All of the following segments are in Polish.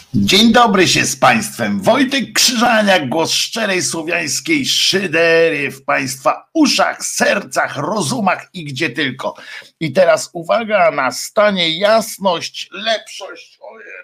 Dzień dobry się z Państwem. Wojtek Krzyżaniak, głos szczerej słowiańskiej szydery w Państwa uszach, sercach, rozumach i gdzie tylko. I teraz uwaga, nastanie jasność, lepszość.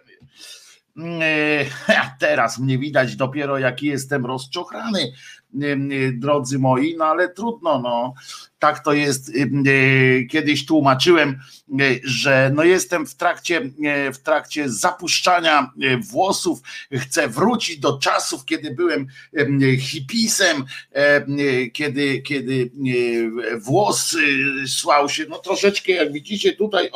Teraz mnie widać dopiero jaki jestem rozczochrany, drodzy moi, no ale trudno, no. Tak to jest. Kiedyś tłumaczyłem, że no jestem w trakcie zapuszczania włosów. Chcę wrócić do czasów, kiedy byłem hipisem, kiedy włos słał się, no troszeczkę jak widzicie tutaj,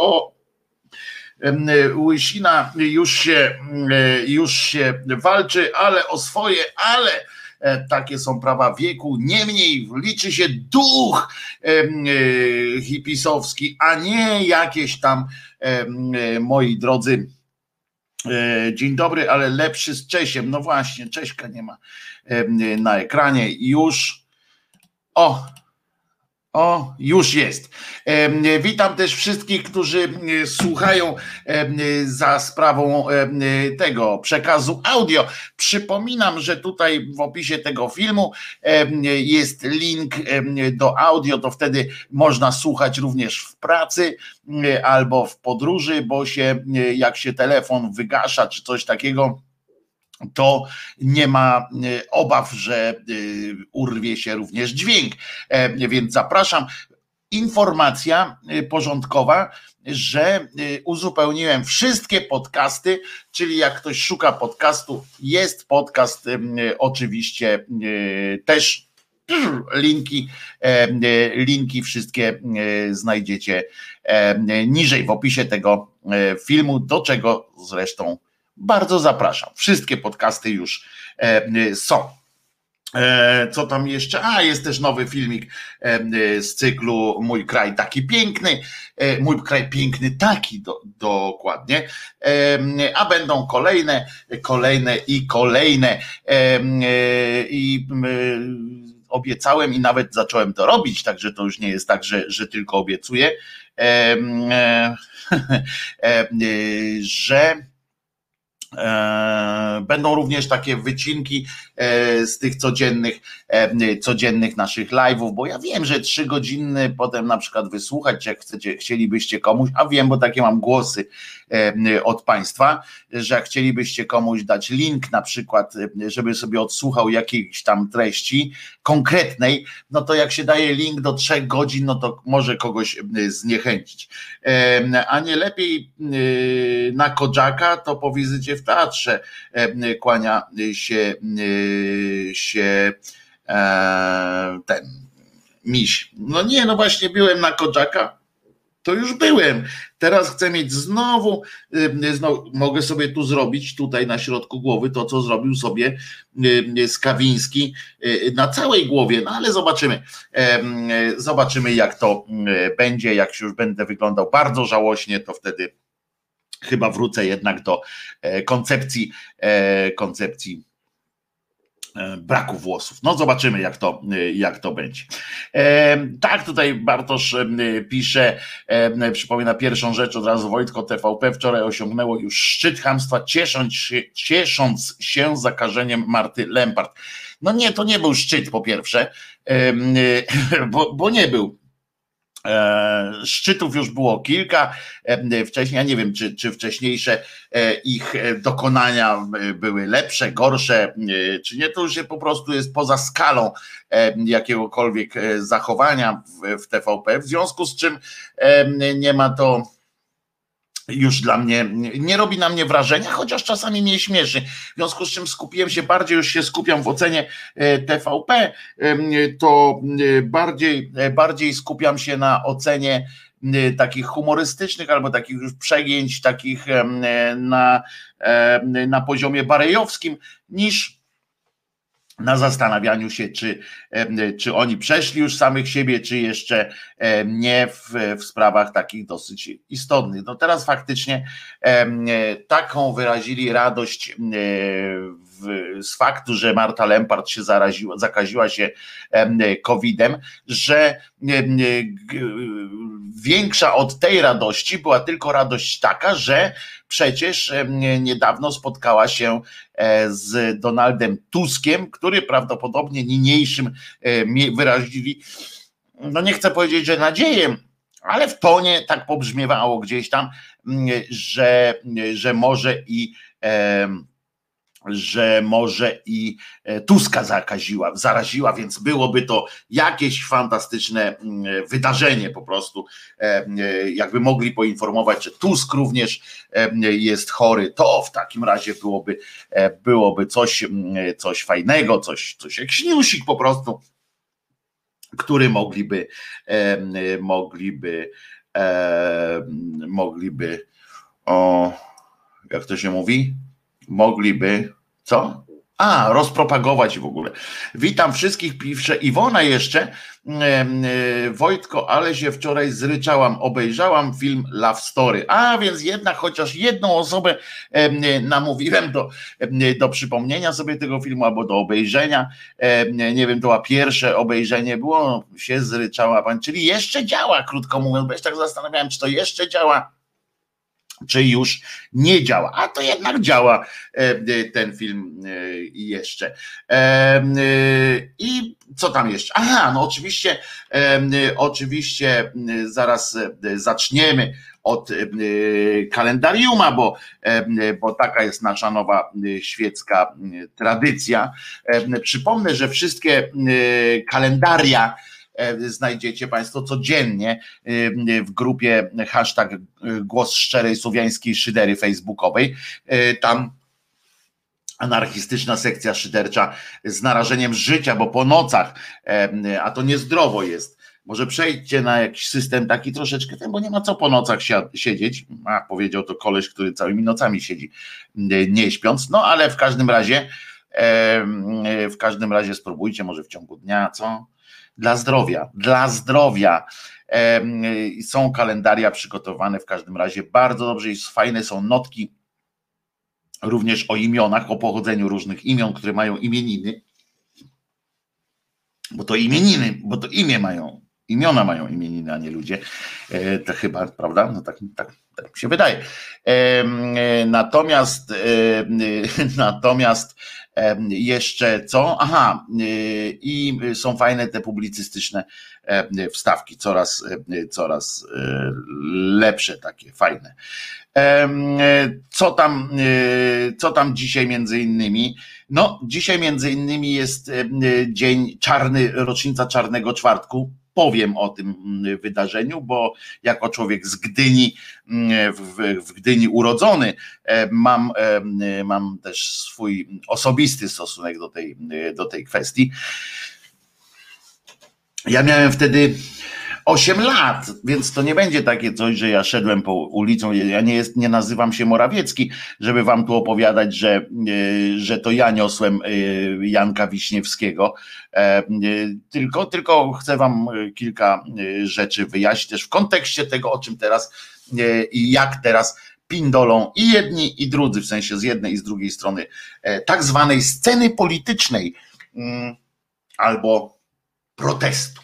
łysina już się walczy, ale o swoje, ale takie są prawa wieku. Niemniej liczy się duch hipisowski, a nie jakieś tam, moi drodzy, dzień dobry, ale lepszy z Czesiem. No właśnie, Cześka nie ma na ekranie. Już jest. Witam też wszystkich, którzy słuchają za sprawą tego przekazu audio. Przypominam, że tutaj w opisie tego filmu jest link do audio, to wtedy można słuchać również w pracy albo w podróży, bo jak się telefon wygasza czy coś takiego, to nie ma obaw, że urwie się również dźwięk. Więc zapraszam. Informacja porządkowa, że uzupełniłem wszystkie podcasty, czyli jak ktoś szuka podcastu, jest podcast oczywiście też. Linki wszystkie znajdziecie niżej w opisie tego filmu, do czego zresztą bardzo zapraszam. Wszystkie podcasty już są. Co tam jeszcze? Jest też nowy filmik z cyklu Mój kraj taki piękny. Mój kraj piękny taki dokładnie. A będą kolejne. I obiecałem i nawet zacząłem to robić, także to już nie jest tak, że tylko obiecuję, że będą również takie wycinki z tych codziennych naszych live'ów, bo ja wiem, że 3 godziny potem na przykład wysłuchać, jak chcielibyście komuś, a wiem, bo takie mam głosy od Państwa, że jak chcielibyście komuś dać link na przykład, żeby sobie odsłuchał jakiejś tam treści konkretnej, no to jak się daje link do 3 godzin, no to może kogoś zniechęcić. A nie lepiej na Kodżaka to po wizycie w teatrze kłania się ten miś. No nie, no właśnie byłem na Kodżaka, to już byłem. Teraz chcę mieć znowu mogę sobie tu zrobić, tutaj na środku głowy, to co zrobił sobie Skawiński na całej głowie, no ale zobaczymy jak to będzie, jak już będę wyglądał bardzo żałośnie, to wtedy chyba wrócę jednak do koncepcji braku włosów. No zobaczymy jak to będzie. Tak, tutaj Bartosz pisze, przypomina pierwszą rzecz od razu: Wojtko, TVP wczoraj osiągnęło już szczyt chamstwa, ciesząc się zakażeniem Marty Lempart. No nie, to nie był szczyt po pierwsze, bo nie był. Szczytów już było kilka wcześniej, ja nie wiem czy wcześniejsze ich dokonania były lepsze, gorsze, czy nie, to już po prostu jest poza skalą jakiegokolwiek zachowania w TVP, w związku z czym nie ma to już dla mnie, nie robi na mnie wrażenia, chociaż czasami mnie śmieszy, w związku z czym już się skupiam w ocenie TVP, to bardziej skupiam się na ocenie takich humorystycznych albo takich już przegięć, takich na poziomie barejowskim, niż na zastanawianiu się, czy oni przeszli już samych siebie, czy jeszcze nie w sprawach takich dosyć istotnych. No teraz faktycznie taką wyrazili radość z faktu, że Marta Lempart się zakaziła się COVID-em, że większa od tej radości była tylko radość taka, że przecież niedawno spotkała się z Donaldem Tuskiem, który prawdopodobnie niniejszym wyrazili, no nie chcę powiedzieć, że nadzieję, ale w tonie tak pobrzmiewało gdzieś tam, że może i Tuska zaraziła, więc byłoby to jakieś fantastyczne wydarzenie po prostu, jakby mogli poinformować, że Tusk również jest chory, to w takim razie byłoby coś fajnego, coś jak newsik po prostu, który mogliby, jak to się mówi? Co? Rozpropagować w ogóle. Witam wszystkich, pisze Iwona jeszcze. Wojtko, ale się wczoraj zryczałam, obejrzałam film Love Story. Więc jednak chociaż jedną osobę namówiłem do przypomnienia sobie tego filmu albo do obejrzenia. Nie wiem, to była pierwsze obejrzenie było, się zryczała pan, czyli jeszcze działa, krótko mówiąc, bo ja się tak zastanawiałem, czy to jeszcze działa, czy już nie działa, a to jednak działa ten film jeszcze. I co tam jeszcze? No oczywiście zaraz zaczniemy od kalendariuma, bo taka jest nasza nowa świecka tradycja. Przypomnę, że wszystkie kalendaria znajdziecie Państwo codziennie w grupie hashtag Głos Szczerej Słowiańskiej Szydery facebookowej. Tam anarchistyczna sekcja szydercza z narażeniem życia, bo po nocach, a to niezdrowo jest. Może przejdźcie na jakiś system taki troszeczkę, bo nie ma co po nocach siedzieć. Powiedział to koleś, który całymi nocami siedzi, nie śpiąc. No ale w każdym razie spróbujcie może w ciągu dnia, co? Dla zdrowia. Są kalendaria przygotowane w każdym razie bardzo dobrze i fajne są notki również o imionach, o pochodzeniu różnych imion, które mają imieniny, bo to imiona mają imieniny, a nie ludzie. To chyba, prawda? No tak mi się wydaje. Natomiast jeszcze co? I są fajne te publicystyczne wstawki, coraz lepsze, takie fajne. Co tam dzisiaj między innymi? No, dzisiaj między innymi jest dzień czarny, rocznica Czarnego Czwartku. Powiem o tym wydarzeniu, bo jako człowiek z Gdyni, w Gdyni urodzony, mam też swój osobisty stosunek do tej kwestii. Ja miałem wtedy 8 lat, więc to nie będzie takie coś, że ja szedłem po ulicą, ja nie nazywam się Morawiecki, żeby wam tu opowiadać, że to ja niosłem Janka Wiśniewskiego, tylko chcę wam kilka rzeczy wyjaśnić też w kontekście tego, o czym teraz i jak teraz pindolą i jedni i drudzy, w sensie z jednej i z drugiej strony tak zwanej sceny politycznej albo protestu.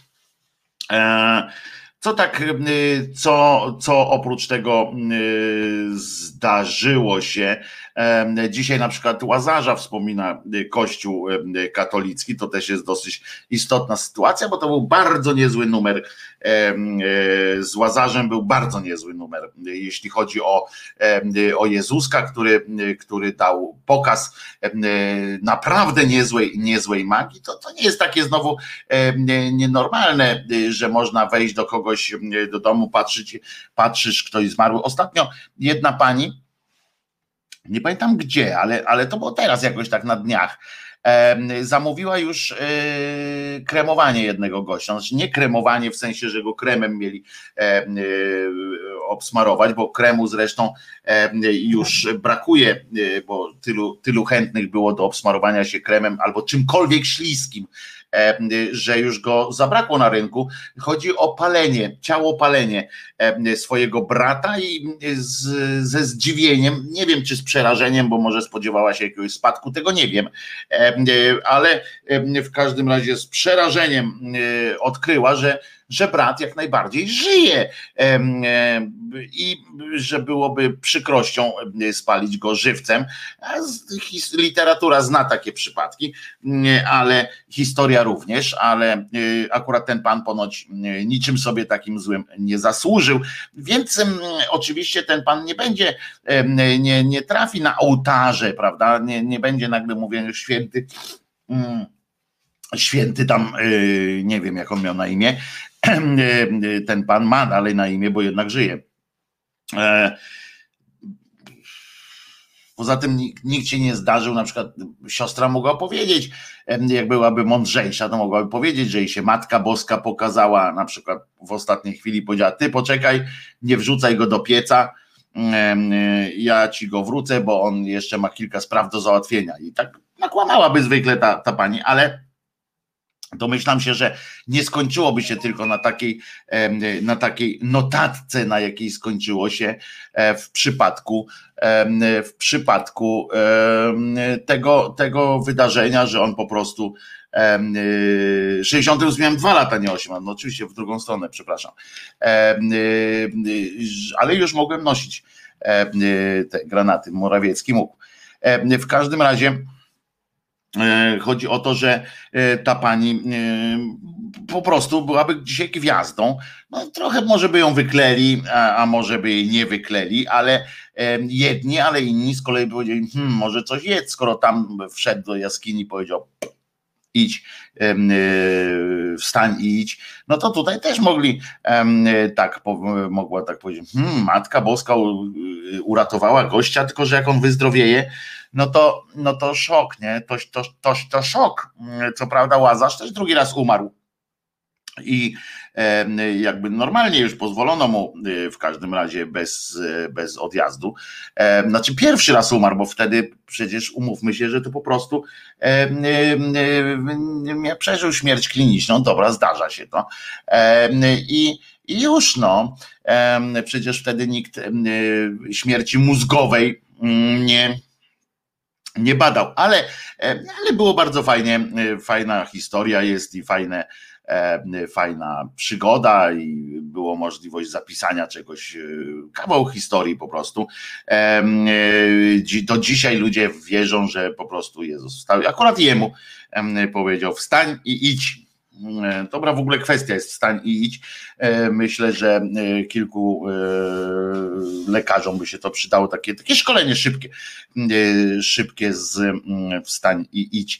Co oprócz tego zdarzyło się? Dzisiaj na przykład Łazarza wspomina Kościół katolicki, to też jest dosyć istotna sytuacja, bo to był bardzo niezły numer, z Łazarzem był bardzo niezły numer, jeśli chodzi o Jezuska, który dał pokaz naprawdę niezłej magii. To nie jest takie znowu nienormalne, że można wejść do kogoś do domu, patrzysz, ktoś zmarł. Ostatnio jedna pani, nie pamiętam gdzie, ale to było teraz jakoś tak na dniach, zamówiła już kremowanie jednego gościa. Znaczy nie kremowanie w sensie, że go kremem mieli obsmarować, bo kremu zresztą już brakuje, bo tylu chętnych było do obsmarowania się kremem albo czymkolwiek śliskim że już go zabrakło na rynku. Chodzi o palenie, ciało palenie swojego brata i ze zdziwieniem, nie wiem czy z przerażeniem, bo może spodziewała się jakiegoś spadku, tego nie wiem, ale w każdym razie z przerażeniem odkryła, że brat jak najbardziej żyje i że byłoby przykrością spalić go żywcem. Literatura zna takie przypadki, ale historia również, ale akurat ten pan ponoć niczym sobie takim złym nie zasłużył, więc oczywiście ten pan nie będzie, nie trafi na ołtarze, prawda, nie będzie nagle mówiony święty tam, nie wiem jak on miał na imię, ten pan ma dalej na imię, bo jednak żyje. Poza tym nikt się nie zdarzył, na przykład siostra mogła powiedzieć, jak byłaby mądrzejsza, to mogłaby powiedzieć, że jej się Matka Boska pokazała, na przykład w ostatniej chwili powiedziała, ty poczekaj, nie wrzucaj go do pieca, ja ci go wrócę, bo on jeszcze ma kilka spraw do załatwienia. I tak nakłamałaby zwykle ta pani, ale domyślam się, że nie skończyłoby się tylko na takiej notatce, na jakiej skończyło się w przypadku tego wydarzenia, że on po prostu 68 miałem 2 lata, nie 8, no oczywiście w drugą stronę, przepraszam, ale już mogłem nosić te granaty, Morawiecki mógł. W każdym razie chodzi o to, że ta pani po prostu byłaby dzisiaj gwiazdą. No, trochę może by ją wykleli, a może by jej nie wykleli, ale jedni, ale inni z kolei powiedzieli, może coś jest, skoro tam wszedł do jaskini i powiedział idź, wstań i idź, no to tutaj też mogła tak powiedzieć, Matka Boska uratowała gościa, tylko że jak on wyzdrowieje, no to szok, nie? To szok. Co prawda Łazarz też drugi raz umarł i jakby normalnie już pozwolono mu w każdym razie bez odjazdu. Znaczy pierwszy raz umarł, bo wtedy przecież umówmy się, że to po prostu przeżył śmierć kliniczną, dobra, zdarza się to. I już przecież wtedy nikt śmierci mózgowej nie badał, ale było bardzo fajnie, fajna historia jest i fajna przygoda i było możliwość zapisania czegoś, kawał historii po prostu. Do dzisiaj ludzie wierzą, że po prostu Jezus wstał. Akurat jemu powiedział wstań i idź. Dobra w ogóle kwestia jest wstań i idź. Myślę, że kilku lekarzom by się to przydało, takie szkolenie szybkie z wstań i idź.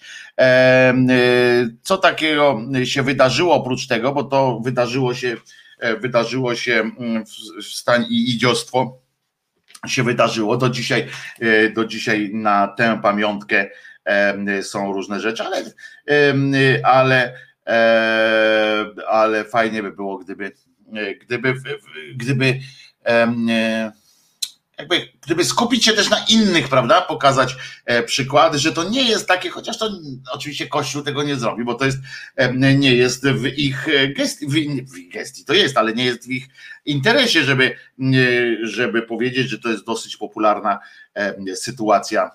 Co takiego się wydarzyło oprócz tego, bo to wydarzyło się wstań i idziostwo się wydarzyło do dzisiaj na tę pamiątkę są różne rzeczy, ale fajnie by było, gdyby skupić się też na innych, prawda, pokazać przykłady, że to nie jest takie, chociaż to oczywiście Kościół tego nie zrobi, bo to jest, nie jest w ich gestii, w ich gestii to jest, ale nie jest w ich interesie, żeby powiedzieć, że to jest dosyć popularna sytuacja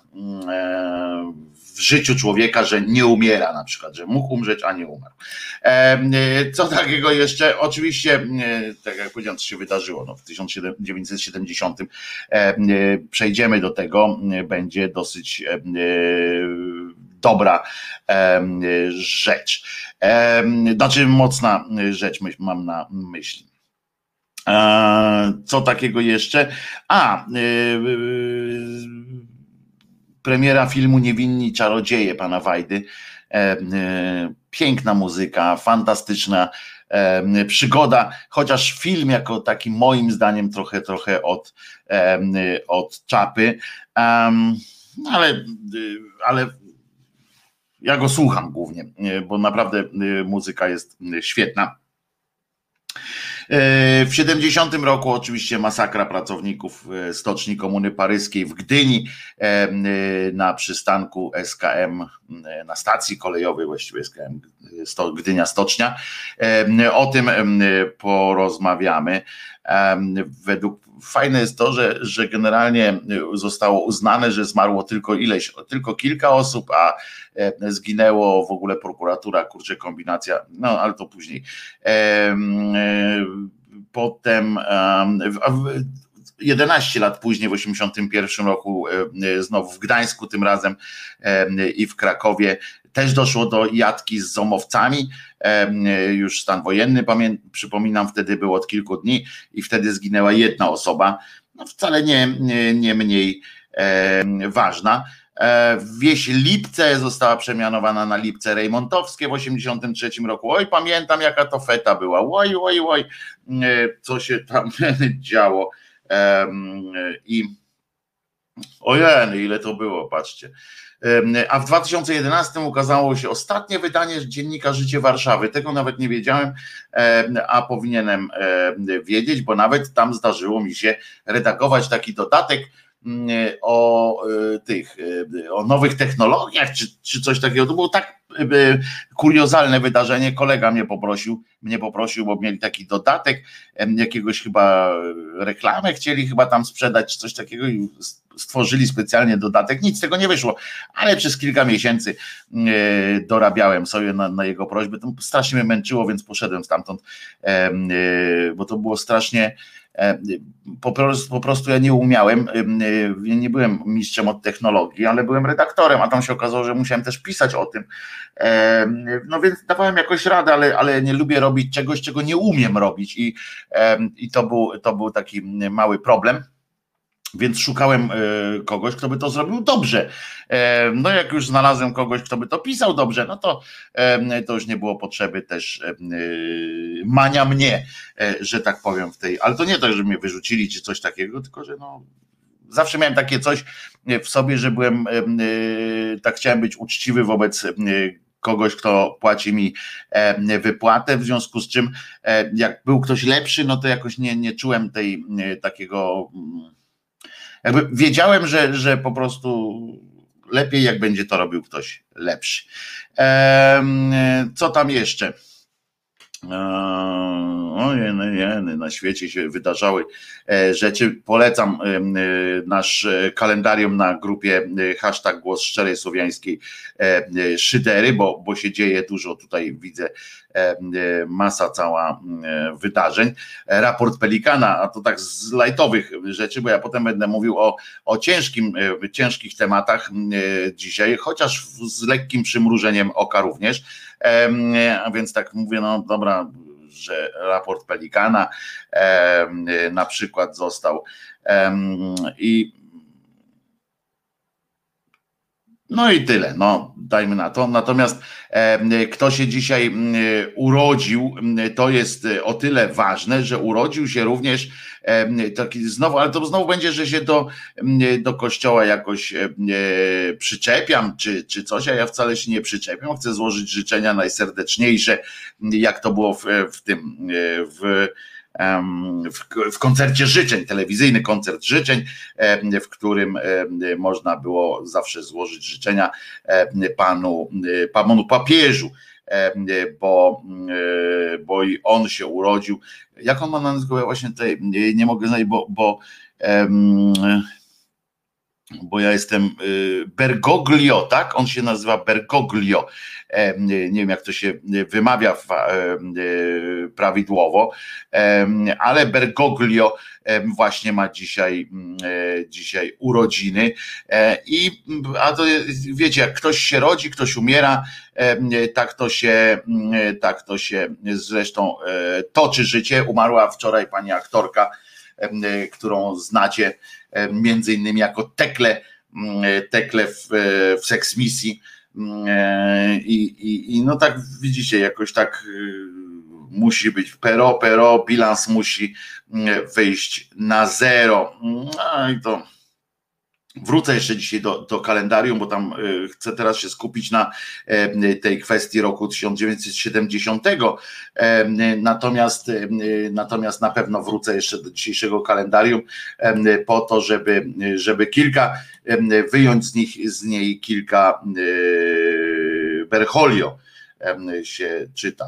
w życiu człowieka, że nie umiera na przykład, że mógł umrzeć, a nie umarł. Co takiego jeszcze? Oczywiście, tak jak powiedziałem, co się wydarzyło w 1970, przejdziemy do tego, będzie dosyć dobra rzecz. Znaczy mocna rzecz mam na myśli. Co takiego jeszcze? Premiera filmu Niewinni Czarodzieje pana Wajdy. Piękna muzyka, fantastyczna przygoda, chociaż film jako taki moim zdaniem trochę od czapy, ale ja go słucham głównie, bo naprawdę muzyka jest świetna. W 70 roku oczywiście masakra pracowników Stoczni Komuny Paryskiej w Gdyni na przystanku SKM, na stacji kolejowej właściwie SKM Gdynia Stocznia. O tym porozmawiamy. Fajne jest to, że generalnie zostało uznane, że zmarło tylko kilka osób, a zginęło w ogóle prokuratura, kurczę, kombinacja, no ale to później. Potem 11 lat później, w 1981 roku, znowu w Gdańsku tym razem i w Krakowie też doszło do jatki z zomowcami, już stan wojenny, przypominam, wtedy było od kilku dni i wtedy zginęła jedna osoba, no wcale nie mniej ważna. Wieś Lipce została przemianowana na Lipce Rejmontowskie w 1983 roku. Oj, pamiętam jaka to feta była, oj, co się tam działo i ojej, ile to było, patrzcie. A w 2011 ukazało się ostatnie wydanie dziennika Życie Warszawy. Tego nawet nie wiedziałem, a powinienem wiedzieć, bo nawet tam zdarzyło mi się redagować taki dodatek o nowych technologiach, czy coś takiego. To było tak kuriozalne wydarzenie. Kolega mnie poprosił, bo mieli taki dodatek, jakiegoś chyba reklamę chcieli chyba tam sprzedać, czy coś takiego i stworzyli specjalnie dodatek. Nic z tego nie wyszło, ale przez kilka miesięcy dorabiałem sobie na jego prośbę. To strasznie mnie męczyło, więc poszedłem stamtąd, bo to było strasznie. Po prostu ja nie umiałem, nie byłem mistrzem od technologii, ale byłem redaktorem, a tam się okazało, że musiałem też pisać o tym, no więc dawałem jakoś radę, ale nie lubię robić czegoś, czego nie umiem robić i to był taki mały problem. Więc szukałem kogoś, kto by to zrobił dobrze. No jak już znalazłem kogoś, kto by to pisał dobrze, no to już nie było potrzeby też mania mnie, że tak powiem ale to nie to, że mnie wyrzucili czy coś takiego, tylko że no zawsze miałem takie coś w sobie, że byłem, tak chciałem być uczciwy wobec kogoś, kto płaci mi wypłatę, w związku z czym jak był ktoś lepszy, no to jakoś nie czułem takiego. Jakby wiedziałem, że po prostu lepiej, jak będzie to robił ktoś lepszy. Co tam jeszcze? Na świecie się wydarzały rzeczy. Polecam nasz kalendarium na grupie hashtag Głos Szczerej Słowiańskiej Szydery, bo się dzieje dużo tutaj, widzę masa cała wydarzeń. Raport Pelikana, a to tak z lajtowych rzeczy, bo ja potem będę mówił o ciężkich tematach dzisiaj, chociaż z lekkim przymrużeniem oka również, a więc tak mówię, no dobra, że raport Pelikana na przykład został no i tyle, no dajmy na to. Natomiast kto się dzisiaj urodził, to jest o tyle ważne, że urodził się również taki znowu, ale to znowu będzie, że się do kościoła jakoś przyczepiam, czy coś, a ja wcale się nie przyczepiam, chcę złożyć życzenia najserdeczniejsze, jak to było w koncercie życzeń, telewizyjny koncert życzeń, w którym można było zawsze złożyć życzenia panu papieżu, bo i on się urodził. Jak on ma na nazwę? Ja właśnie tutaj nie mogę znaleźć, bo ja jestem Bergoglio, tak? On się nazywa Bergoglio. Nie wiem, jak to się wymawia prawidłowo, ale Bergoglio właśnie ma dzisiaj urodziny. A to wiecie, jak ktoś się rodzi, ktoś umiera, tak to się zresztą toczy życie. Umarła wczoraj pani aktorka, którą znacie między innymi jako Tekle w Sex Misji i no tak widzicie, jakoś tak musi być pero, bilans musi wyjść na zero. No i to Wrócę jeszcze dzisiaj do kalendarium, bo tam chcę teraz się skupić na tej kwestii roku 1970. Natomiast na pewno wrócę jeszcze do dzisiejszego kalendarium po to, żeby wyjąć z niej kilka Bergoglio się czyta,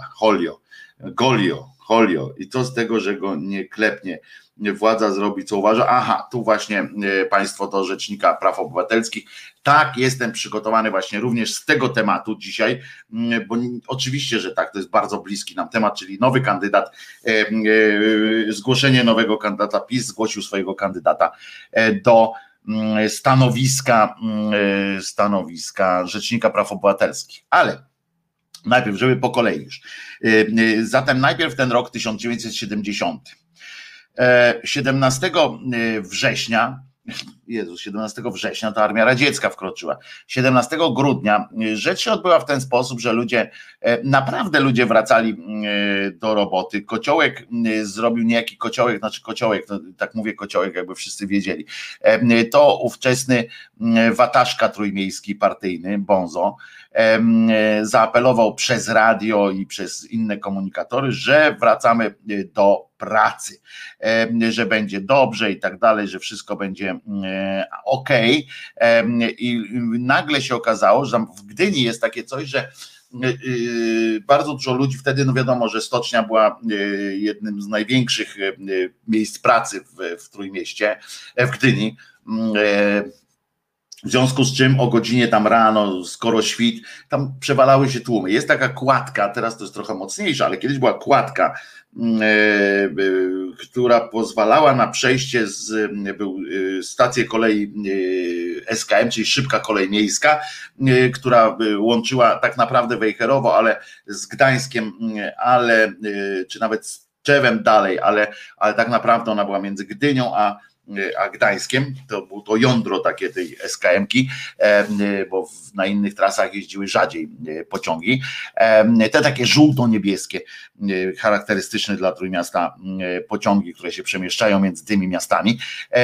Golio. I co z tego, że go nie klepnie władza zrobi, co uważa. Aha, tu właśnie państwo do Rzecznika Praw Obywatelskich. Tak, jestem przygotowany właśnie również z tego tematu dzisiaj, bo oczywiście, że tak, to jest bardzo bliski nam temat, czyli nowy kandydat, zgłoszenie nowego kandydata. PiS zgłosił swojego kandydata do stanowiska Rzecznika Praw Obywatelskich. Ale najpierw, żeby po kolei już. Zatem najpierw ten rok 1970. 17 września, 17 września to Armia Radziecka wkroczyła. 17 grudnia rzecz się odbyła w ten sposób, że naprawdę ludzie wracali do roboty. Kociołek zrobił niejaki Kociołek, no, tak mówię Kociołek, jakby wszyscy wiedzieli. To ówczesny wataszka trójmiejski partyjny, Bonzo, zaapelował przez radio i przez inne komunikatory, że wracamy do pracy, że będzie dobrze i tak dalej, że wszystko będzie okej. I nagle się okazało, że w Gdyni jest takie coś, że bardzo dużo ludzi wtedy, no wiadomo, że stocznia była jednym z największych miejsc pracy w Trójmieście, w Gdyni. W związku z czym o godzinie tam rano, skoro świt, tam przewalały się tłumy. Jest taka kładka, teraz to jest trochę mocniejsza, ale kiedyś była kładka, która pozwalała na przejście był stację kolei SKM, czyli szybka kolej miejska, która łączyła tak naprawdę Wejherowo, ale z Gdańskiem, czy nawet z Tczewem dalej, ale tak naprawdę ona była między Gdynią a Gdańskiem, to było to jądro takie tej SKM-ki, bo na innych trasach jeździły rzadziej pociągi, te takie żółto-niebieskie, charakterystyczne dla Trójmiasta pociągi, które się przemieszczają między tymi miastami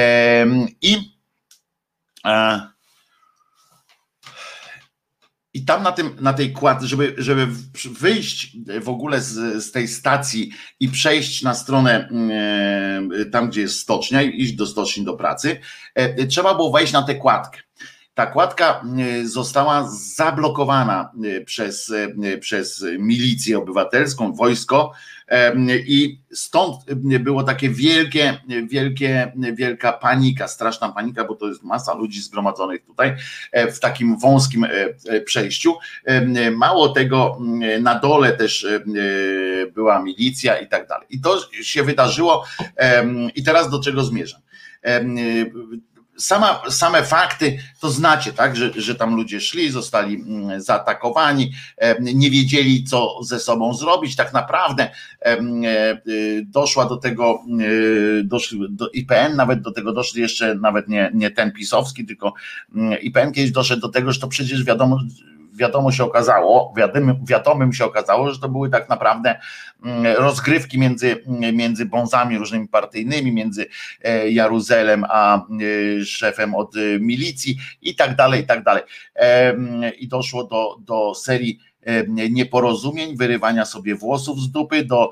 i tam na tej kładce, żeby wyjść w ogóle z tej stacji i przejść na stronę tam, gdzie jest stocznia i iść do stoczni do pracy, trzeba było wejść na tę kładkę. Ta kładka została zablokowana przez milicję obywatelską, wojsko i stąd było takie wielka panika, straszna panika, bo to jest masa ludzi zgromadzonych tutaj w takim wąskim przejściu. Mało tego, na dole też była milicja i tak dalej. I to się wydarzyło i teraz do czego zmierzam? Same fakty to znacie, tak, że tam ludzie szli, zostali zaatakowani, nie wiedzieli, co ze sobą zrobić. Tak naprawdę doszła do tego, do IPN nawet do tego doszli jeszcze, nawet nie ten pisowski, tylko IPN kiedyś doszedł do tego, że to przecież wiadomym się okazało, że to były tak naprawdę rozgrywki między bonzami różnymi partyjnymi, między Jaruzelem a szefem od milicji i tak dalej, i tak dalej. I doszło do serii nieporozumień, wyrywania sobie włosów z dupy, do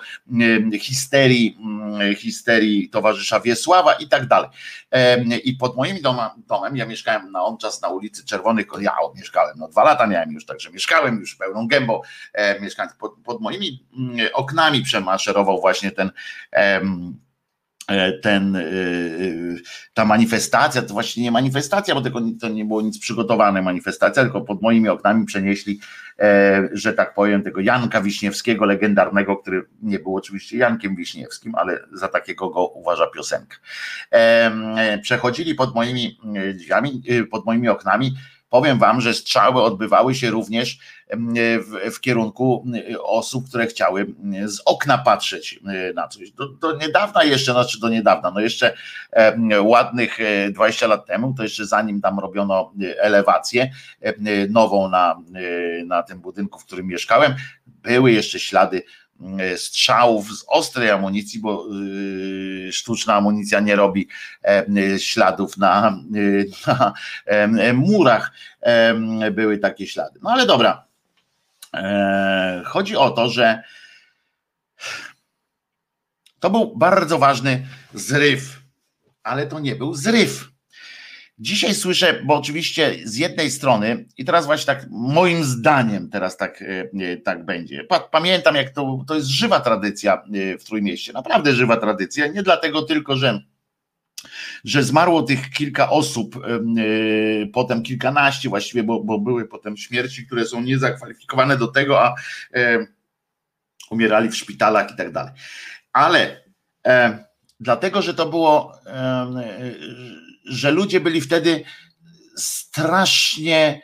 histerii towarzysza Wiesława i tak dalej. I pod moim domem, ja mieszkałem na czas na ulicy Czerwonych Koni, mieszkałem, 2 lata miałem już, także mieszkałem już pełną gębą, mieszkałem pod moimi oknami przemaszerował właśnie ta manifestacja, to właśnie nie manifestacja, bo to nie było nic przygotowane manifestacja, tylko pod moimi oknami przenieśli, że tak powiem, tego Janka Wiśniewskiego, legendarnego, który nie był oczywiście Jankiem Wiśniewskim, ale za takiego go uważa piosenka. Przechodzili pod moimi drzwiami, pod moimi oknami. Powiem wam, że strzały odbywały się również w kierunku osób, które chciały z okna patrzeć na coś. Do niedawna jeszcze, jeszcze ładnych 20 lat temu, to jeszcze zanim tam robiono elewację nową na tym budynku, w którym mieszkałem, były jeszcze ślady strzałów z ostrej amunicji, bo sztuczna amunicja nie robi śladów na murach, były takie ślady. No ale dobra, chodzi o to, że to był bardzo ważny zryw, ale to nie był zryw. Dzisiaj słyszę, bo oczywiście z jednej strony, i teraz właśnie tak moim zdaniem teraz tak będzie. Pamiętam, jak to jest żywa tradycja w Trójmieście, naprawdę żywa tradycja, nie dlatego tylko, że zmarło tych kilka osób, potem kilkanaście właściwie, bo były potem śmierci, które są niezakwalifikowane do tego, a umierali w szpitalach i tak dalej. Ale dlatego, że to było, że ludzie byli wtedy strasznie,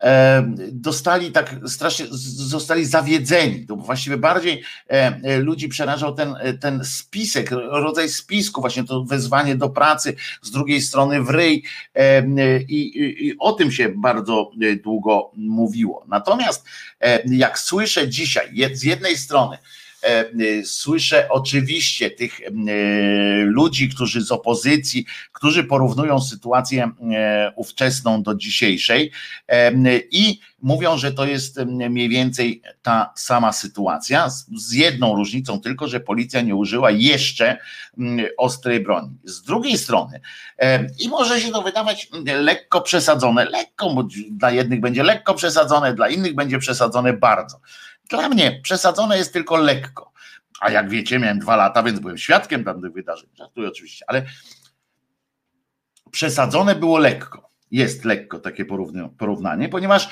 zostali zawiedzeni. To właściwie bardziej ludzi przerażał ten spisek, rodzaj spisku, właśnie to wezwanie do pracy, z drugiej strony w ryj, i o tym się bardzo długo mówiło. Natomiast jak słyszę dzisiaj, z jednej strony słyszę oczywiście tych ludzi, którzy z opozycji, którzy porównują sytuację ówczesną do dzisiejszej i mówią, że to jest mniej więcej ta sama sytuacja, z jedną różnicą tylko, że policja nie użyła jeszcze ostrej broni. Z drugiej strony, i może się to wydawać lekko przesadzone, bo dla jednych będzie lekko przesadzone, dla innych będzie przesadzone bardzo. Dla mnie przesadzone jest tylko lekko, a jak wiecie, miałem 2 lata, więc byłem świadkiem tamtych wydarzeń, żartuję oczywiście, ale przesadzone było lekko, jest lekko takie porównanie, ponieważ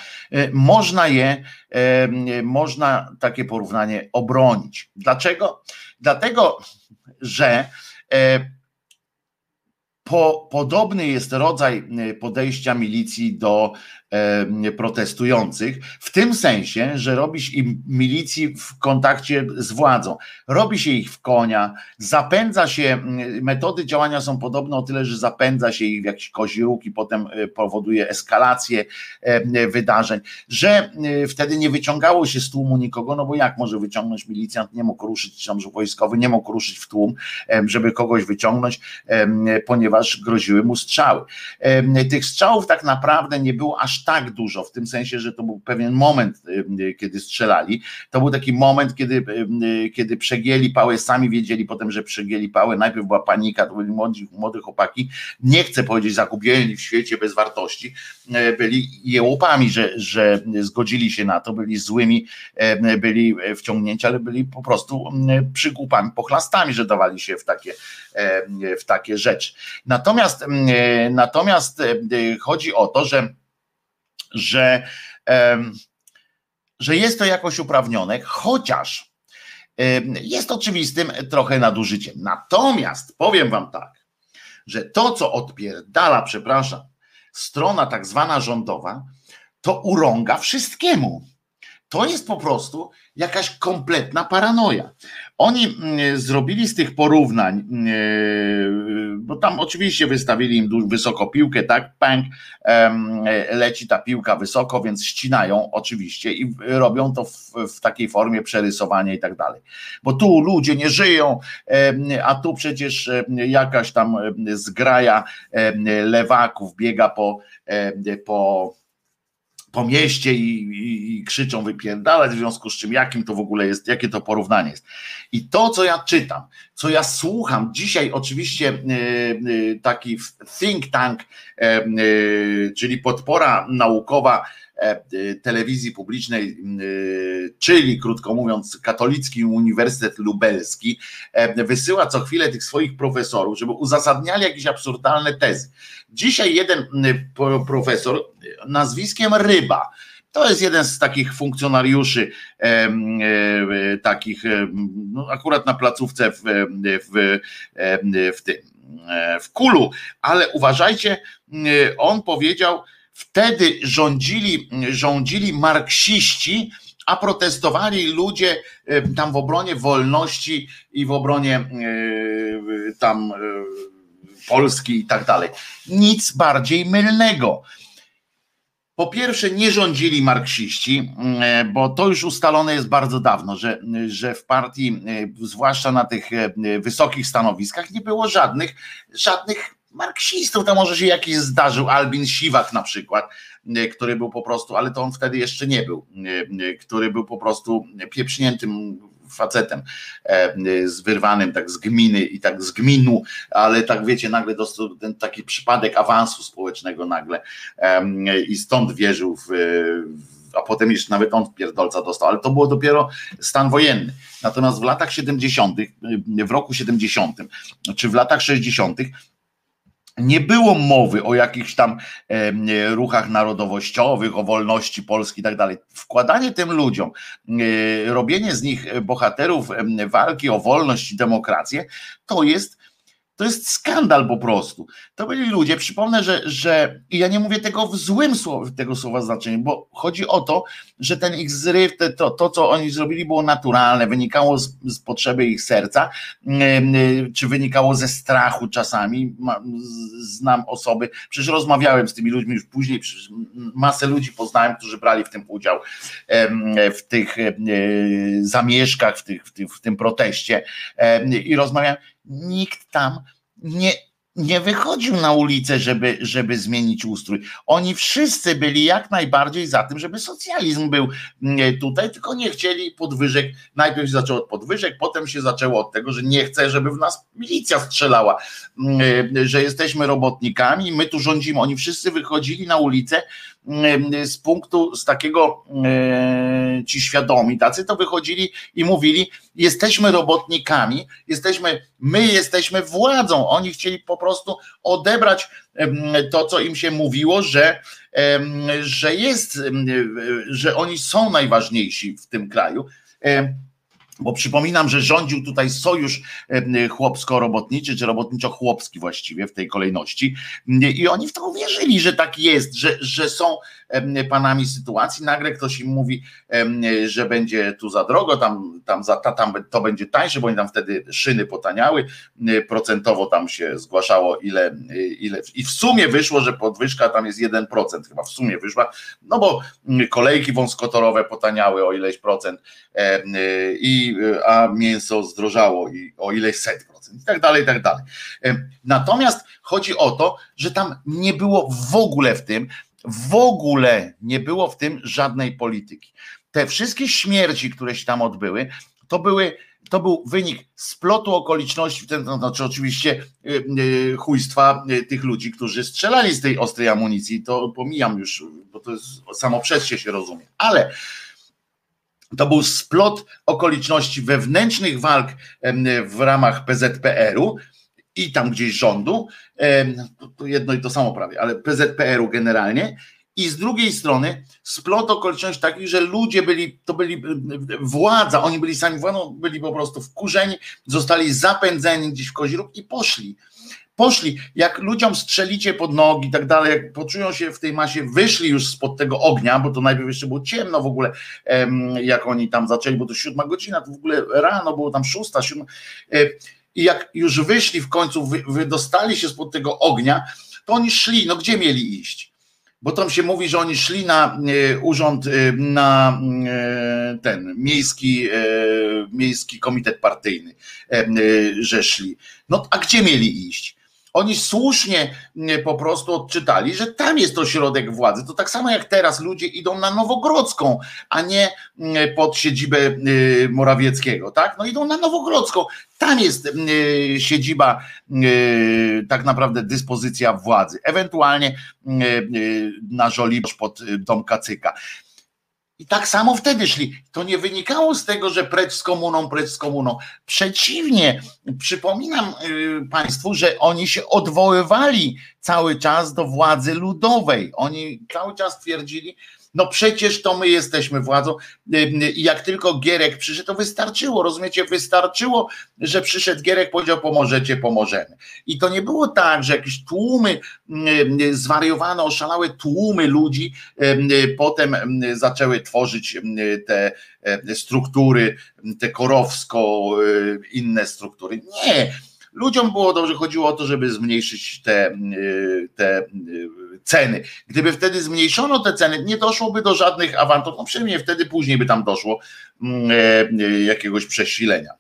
można takie porównanie obronić. Dlaczego? Dlatego, że podobny jest rodzaj podejścia milicji do protestujących, w tym sensie, że robi się im milicji w kontakcie z władzą. Robi się ich w konia, zapędza się, metody działania są podobne o tyle, że zapędza się ich w jakiś kozi róg i potem powoduje eskalację wydarzeń, że wtedy nie wyciągało się z tłumu nikogo, no bo jak może wyciągnąć milicjant, nie mógł ruszyć, czy wojskowy nie mógł ruszyć w tłum, żeby kogoś wyciągnąć, ponieważ groziły mu strzały. Tych strzałów tak naprawdę nie było aż tak dużo, w tym sensie, że to był pewien moment, kiedy strzelali. To był taki moment, kiedy przegięli pałę, sami wiedzieli potem, że przegięli pałę. Najpierw była panika, to byli młode chłopaki, nie chcę powiedzieć zagubieni w świecie bez wartości, byli jełopami, że zgodzili się na to, byli złymi, byli wciągnięci, ale byli po prostu przygłupami, pochlastami, że dawali się w takie rzeczy. Natomiast chodzi o to, że jest to jakoś uprawnione, chociaż jest oczywistym trochę nadużyciem. Natomiast powiem wam tak, że to, co odpierdala, strona tak zwana rządowa, to urąga wszystkiemu. To jest po prostu jakaś kompletna paranoja. Oni zrobili z tych porównań, bo tam oczywiście wystawili im wysoko piłkę, tak, pęk, leci ta piłka wysoko, więc ścinają oczywiście i robią to w takiej formie przerysowania i tak dalej. Bo tu ludzie nie żyją, a tu przecież jakaś tam zgraja lewaków biega po mieście i krzyczą wypierdalać, w związku z czym jakim to w ogóle jest, jakie to porównanie jest. I to, co ja czytam, co ja słucham, dzisiaj oczywiście taki think tank, czyli podpora naukowa telewizji publicznej, czyli krótko mówiąc Katolicki Uniwersytet Lubelski, wysyła co chwilę tych swoich profesorów, żeby uzasadniali jakieś absurdalne tezy. Dzisiaj jeden profesor nazwiskiem Ryba, to jest jeden z takich funkcjonariuszy, takich no akurat na placówce w Kulu, ale uważajcie, on powiedział, wtedy rządzili marksiści, a protestowali ludzie tam w obronie wolności i w obronie tam Polski i tak dalej. Nic bardziej mylnego. Po pierwsze, nie rządzili marksiści, bo to już ustalone jest bardzo dawno, że w partii, zwłaszcza na tych wysokich stanowiskach, nie było żadnych marksistów. To może się jakiś zdarzył, Albin Siwak na przykład, który był po prostu, ale to on wtedy jeszcze nie był, który był po prostu pieprzniętym facetem, wyrwanym tak z gminy i tak z gminu, ale tak wiecie, nagle dostał ten taki przypadek awansu społecznego nagle i stąd wierzył a potem jeszcze nawet on pierdolca dostał, ale to było dopiero stan wojenny. Natomiast w latach 70., w roku 70., czy w latach 60. nie było mowy o jakichś tam ruchach narodowościowych, o wolności Polski i tak dalej. Wkładanie tym ludziom, robienie z nich bohaterów walki o wolność i demokrację, to jest skandal po prostu. To byli ludzie, przypomnę, że i ja nie mówię tego w złym tego słowa znaczeniu, bo chodzi o to, że ten ich zryw, to co oni zrobili, było naturalne, wynikało z potrzeby ich serca, czy wynikało ze strachu czasami. Znam osoby, przecież rozmawiałem z tymi ludźmi już później, przecież masę ludzi poznałem, którzy brali w tym udział, w tych zamieszkach, w tym proteście i rozmawiałem. Nikt tam nie wychodził na ulicę, żeby zmienić ustrój. Oni wszyscy byli jak najbardziej za tym, żeby socjalizm był tutaj, tylko nie chcieli podwyżek. Najpierw się zaczęło od podwyżek, potem się zaczęło od tego, że nie chce, żeby w nas milicja strzelała, że jesteśmy robotnikami, my tu rządzimy. Oni wszyscy wychodzili na ulicę z takiego, ci świadomi, tacy to wychodzili i mówili, jesteśmy robotnikami, my jesteśmy władzą. Oni chcieli po prostu odebrać to, co im się mówiło, że oni są najważniejsi w tym kraju. Bo przypominam, że rządził tutaj sojusz chłopsko-robotniczy, czy robotniczo-chłopski właściwie w tej kolejności i oni w to uwierzyli, że tak jest, że są panami sytuacji. Nagle ktoś im mówi, że będzie tu za drogo, tam to będzie tańsze, bo oni tam wtedy szyny potaniały, procentowo tam się zgłaszało ile i w sumie wyszło, że podwyżka tam jest 1%, chyba w sumie wyszła, no bo kolejki wąskotorowe potaniały o ileś procent, a mięso zdrożało i o ileś set procent i tak dalej, i tak dalej. Natomiast chodzi o to, że tam nie było w ogóle nie było w tym żadnej polityki. Te wszystkie śmierci, które się tam odbyły, to był wynik splotu okoliczności, to znaczy oczywiście chujstwa tych ludzi, którzy strzelali z tej ostrej amunicji, to pomijam już, bo to jest samo przez się rozumie, ale to był splot okoliczności wewnętrznych walk w ramach PZPR-u i tam gdzieś rządu, to jedno i to samo prawie, ale PZPR-u generalnie, i z drugiej strony splot okoliczności takich, że ludzie byli władza, oni byli sami władzą, byli po prostu wkurzeni, zostali zapędzeni gdzieś w kozi róg i poszli, jak ludziom strzelicie pod nogi i tak dalej, jak poczują się w tej masie, wyszli już spod tego ognia, bo to najpierw jeszcze było ciemno w ogóle, jak oni tam zaczęli, bo to 7 godzina, to w ogóle rano było tam 6, 7, i jak już wyszli w końcu, wydostali się spod tego ognia, to oni szli, no gdzie mieli iść? Bo tam się mówi, że oni szli na urząd, na ten miejski komitet partyjny, że szli. No a gdzie mieli iść? Oni słusznie po prostu odczytali, że tam jest ośrodek władzy. To tak samo jak teraz ludzie idą na Nowogrodzką, a nie pod siedzibę Morawieckiego, tak? No idą na Nowogrodzką. Tam jest siedziba, tak naprawdę dyspozycja władzy. Ewentualnie na Żoliborz pod dom Kacyka. I tak samo wtedy szli. To nie wynikało z tego, że precz z komuną, precz z komuną. Przeciwnie, przypominam Państwu, że oni się odwoływali cały czas do władzy ludowej. Oni cały czas twierdzili, no przecież to my jesteśmy władzą i jak tylko Gierek przyszedł, to wystarczyło, rozumiecie, wystarczyło, że przyszedł Gierek, powiedział pomożecie, pomożemy. I to nie było tak, że jakieś tłumy, zwariowane, oszalałe tłumy ludzi potem zaczęły tworzyć te struktury, te korowsko, inne struktury. Nie. Ludziom było dobrze, chodziło o to, żeby zmniejszyć te ceny. Gdyby wtedy zmniejszono te ceny, nie doszłoby do żadnych awantur, no przynajmniej wtedy później by tam doszło jakiegoś przesilenia.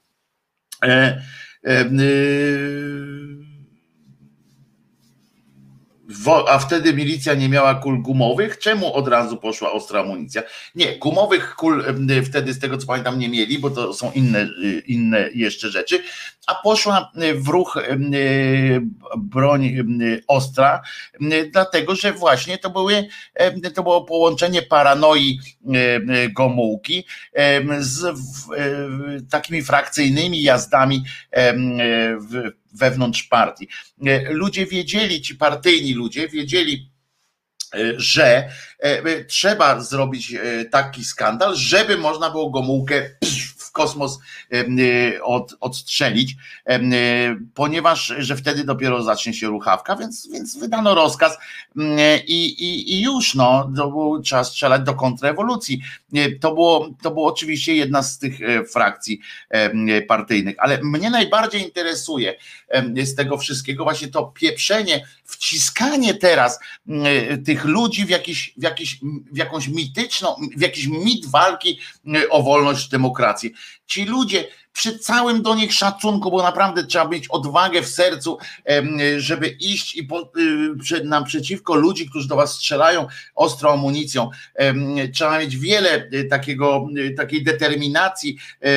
A wtedy milicja nie miała kul gumowych? Czemu od razu poszła ostra amunicja? Nie, gumowych kul wtedy z tego co pamiętam nie mieli, bo to są inne jeszcze rzeczy, a poszła w ruch broń ostra, dlatego że właśnie to było połączenie paranoi Gomułki z takimi frakcyjnymi jazdami wewnątrz partii. Ludzie wiedzieli, ci partyjni ludzie wiedzieli, że trzeba zrobić taki skandal, żeby można było Gomułkę w kosmos odstrzelić, ponieważ, że wtedy dopiero zacznie się ruchawka, więc wydano rozkaz i już trzeba strzelać do kontrrewolucji. To było oczywiście jedna z tych frakcji partyjnych, ale mnie najbardziej interesuje z tego wszystkiego właśnie to pieprzenie, wciskanie teraz tych ludzi w jakąś mityczną, w jakiś mit walki o wolność, demokrację. Ci ludzie, przy całym do nich szacunku, bo naprawdę trzeba mieć odwagę w sercu, żeby iść i naprzeciwko ludzi, którzy do was strzelają ostrą amunicją. Trzeba mieć wiele takiej determinacji,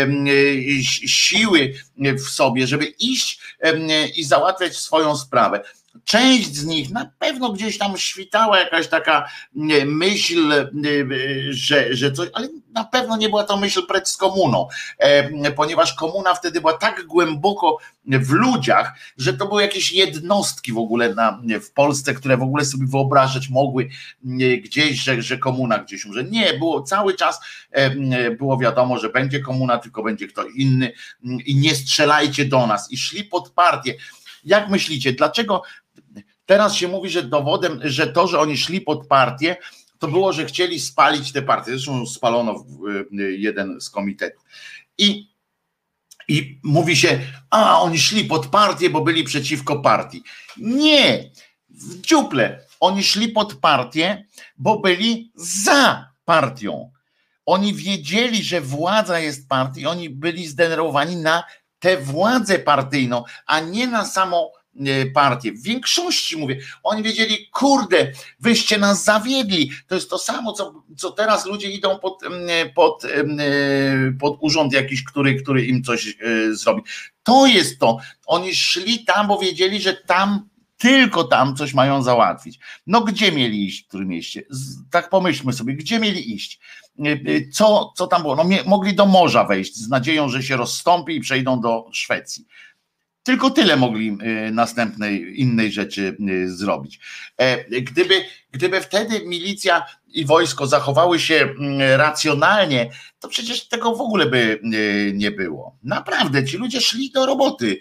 siły w sobie, żeby iść i załatwiać swoją sprawę. Część z nich na pewno gdzieś tam świtała jakaś taka myśl, że coś, ale na pewno nie była to myśl precz z komuną, ponieważ komuna wtedy była tak głęboko w ludziach, że to były jakieś jednostki w ogóle w Polsce, które w ogóle sobie wyobrażać mogły gdzieś, że komuna gdzieś umrze. Nie, było cały czas, było wiadomo, że będzie komuna, tylko będzie kto inny i nie strzelajcie do nas. I szli pod partię. Jak myślicie, dlaczego teraz się mówi, że dowodem, że to, że oni szli pod partię, to było, że chcieli spalić tę partię. Zresztą spalono jeden z komitetów. I mówi się, oni szli pod partię, bo byli przeciwko partii. Nie, w dziuple. Oni szli pod partię, bo byli za partią. Oni wiedzieli, że władza jest partii, oni byli zdenerwowani na tę władzę partyjną, a nie na samą partię. W większości mówię, oni wiedzieli, kurde, wyście nas zawiedli. To jest to samo, co teraz ludzie idą pod urząd jakiś, który im coś zrobi. To jest to. Oni szli tam, bo wiedzieli, że tylko tam coś mają załatwić. No gdzie mieli iść, w którym mieście? Tak pomyślmy sobie, gdzie mieli iść? Co tam było? No mogli do morza wejść z nadzieją, że się rozstąpi i przejdą do Szwecji. Tylko tyle mogli następnej innej rzeczy zrobić. Gdyby wtedy milicja i wojsko zachowały się racjonalnie, to przecież tego w ogóle by nie było. Naprawdę, ci ludzie szli do roboty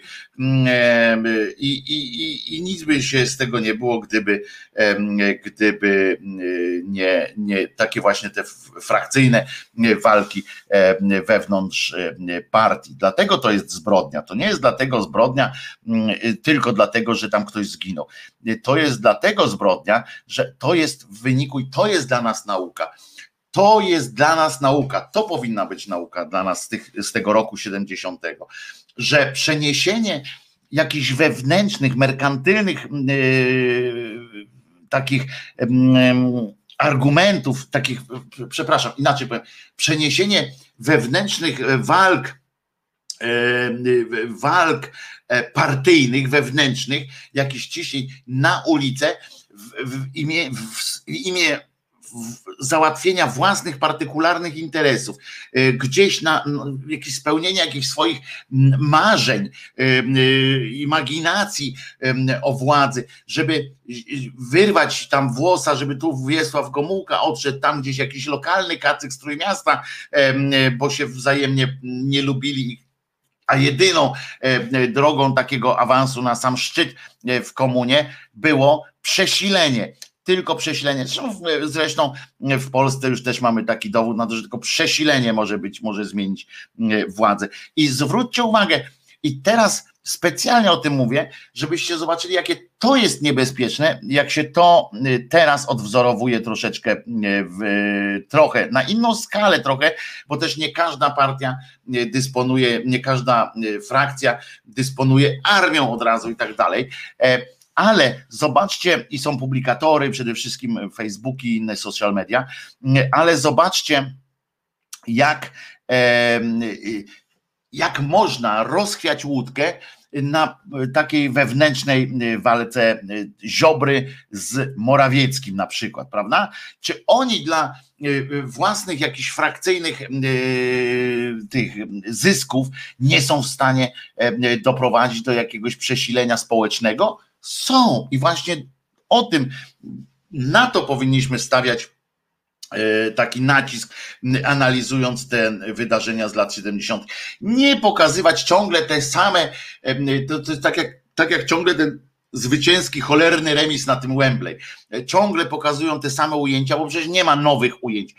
i nic by się z tego nie było, gdyby nie takie właśnie te frakcyjne walki wewnątrz partii. Dlatego to jest zbrodnia. To nie jest dlatego zbrodnia tylko dlatego, że tam ktoś zginął. To jest dlatego zbrodnia, że to jest w wyniku i to jest dla nas nauka. To jest dla nas nauka. To powinna być nauka dla nas z tego roku 70. Że przeniesienie jakichś wewnętrznych, merkantylnych takich argumentów, takich, przepraszam, inaczej powiem, przeniesienie wewnętrznych walk partyjnych, wewnętrznych, jakichś ciśnień na ulicę w imię załatwienia własnych partykularnych interesów, gdzieś na jakieś spełnienie jakichś swoich marzeń, imaginacji o władzy, żeby wyrwać tam włosa, żeby tu Wiesław Gomułka odszedł, tam gdzieś jakiś lokalny kacyk z Trójmiasta, bo się wzajemnie nie lubili, a jedyną drogą takiego awansu na sam szczyt w komunie było przesilenie. Tylko przesilenie. Zresztą w Polsce już też mamy taki dowód na to, że tylko przesilenie może zmienić władzę. I zwróćcie uwagę, i teraz specjalnie o tym mówię, żebyście zobaczyli, jakie to jest niebezpieczne, jak się to teraz odwzorowuje troszeczkę, trochę, na inną skalę trochę, bo też nie każda partia dysponuje, nie każda frakcja dysponuje armią od razu i tak dalej. Ale zobaczcie, i są publikatory, przede wszystkim Facebooki i inne social media, ale zobaczcie, jak można rozchwiać łódkę na takiej wewnętrznej walce Ziobry z Morawieckim na przykład, prawda? Czy oni dla własnych jakichś frakcyjnych tych zysków nie są w stanie doprowadzić do jakiegoś przesilenia społecznego? Są, i właśnie o tym, na to powinniśmy stawiać taki nacisk, analizując te wydarzenia z lat 70. Nie pokazywać ciągle te same, to jest tak jak ciągle ten zwycięski, cholerny remis na tym Wembley. Ciągle pokazują te same ujęcia, bo przecież nie ma nowych ujęć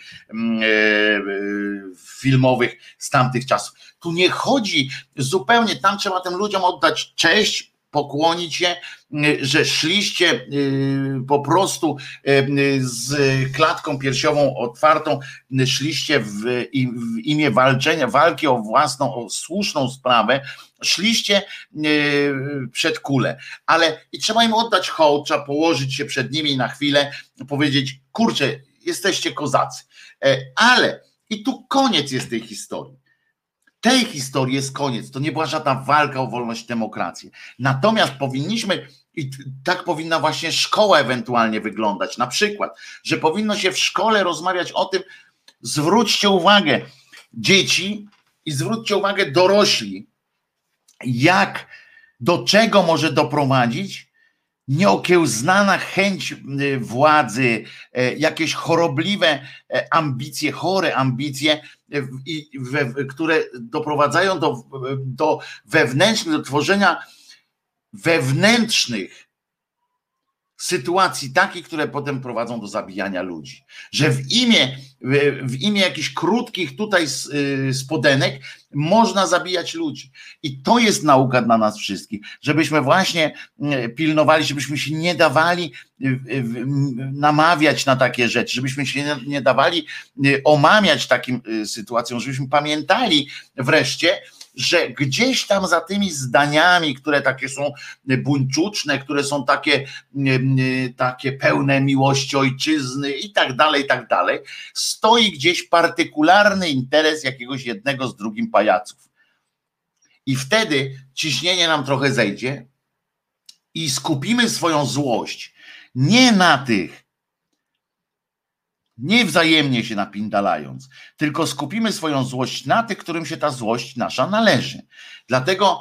filmowych z tamtych czasów. Tu nie chodzi zupełnie, tam trzeba tym ludziom oddać cześć, pokłonić się, że szliście po prostu z klatką piersiową otwartą, szliście w imię walki o własną, o słuszną sprawę, szliście przed kulę, ale i trzeba im oddać hołd, trzeba położyć się przed nimi na chwilę, powiedzieć, kurczę, jesteście kozacy, ale i tu koniec jest tej historii. Tej historii jest koniec, to nie była żadna walka o wolność i demokrację. Natomiast powinniśmy, i tak powinna właśnie szkoła ewentualnie wyglądać, na przykład, że powinno się w szkole rozmawiać o tym, zwróćcie uwagę dzieci i zwróćcie uwagę dorośli, do czego może doprowadzić nieokiełznana chęć władzy, jakieś chorobliwe ambicje, chore ambicje, które doprowadzają do wewnętrznych, do tworzenia wewnętrznych sytuacji takich, które potem prowadzą do zabijania ludzi. Że w imię jakichś krótkich tutaj spodenek można zabijać ludzi. I to jest nauka dla nas wszystkich, żebyśmy właśnie pilnowali, żebyśmy się nie dawali namawiać na takie rzeczy, żebyśmy się nie dawali omamiać takim sytuacjom, żebyśmy pamiętali wreszcie, że gdzieś tam za tymi zdaniami, które takie są buńczuczne, które są takie pełne miłości ojczyzny i tak dalej, stoi gdzieś partykularny interes jakiegoś jednego z drugim pajaców. I wtedy ciśnienie nam trochę zejdzie i skupimy swoją złość nie na tych, nie wzajemnie się napindalając, tylko skupimy swoją złość na tych, którym się ta złość nasza należy. Dlatego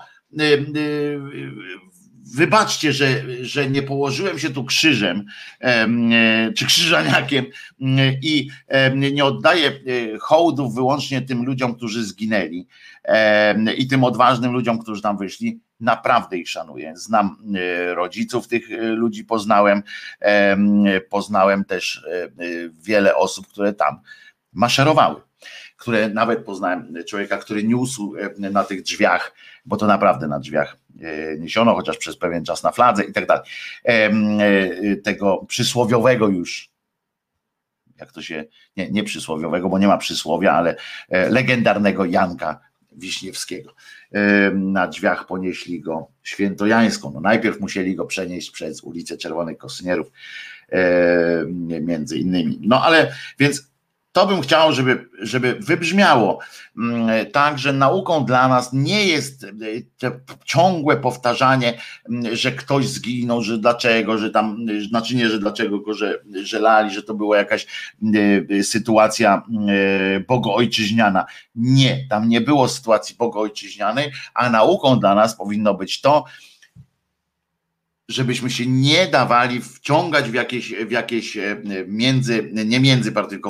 wybaczcie, że nie położyłem się tu krzyżem czy krzyżaniakiem i nie oddaję hołdów wyłącznie tym ludziom, którzy zginęli i tym odważnym ludziom, którzy tam wyszli. Naprawdę ich szanuję. Znam rodziców tych ludzi, poznałem też wiele osób, które tam maszerowały, które nawet poznałem człowieka, który niósł na tych drzwiach, bo to naprawdę na drzwiach niesiono, chociaż przez pewien czas na fladze i tak dalej, tego przysłowiowego już, jak to się, nie przysłowiowego, bo nie ma przysłowia, ale legendarnego Janka Wiśniewskiego. Na drzwiach ponieśli go świętojańską. No najpierw musieli go przenieść przez ulicę Czerwonych Kosynierów, między innymi. No ale więc to bym chciał, żeby wybrzmiało tak, że nauką dla nas nie jest ciągłe powtarzanie, że ktoś zginął, że dlaczego, że tam, znaczy nie, że dlaczego, tylko że lali, że to była jakaś sytuacja bogoojczyźniana. Nie, tam nie było sytuacji bogoojczyźnianej, a nauką dla nas powinno być to, żebyśmy się nie dawali wciągać w jakieś nie międzypartyjne, tylko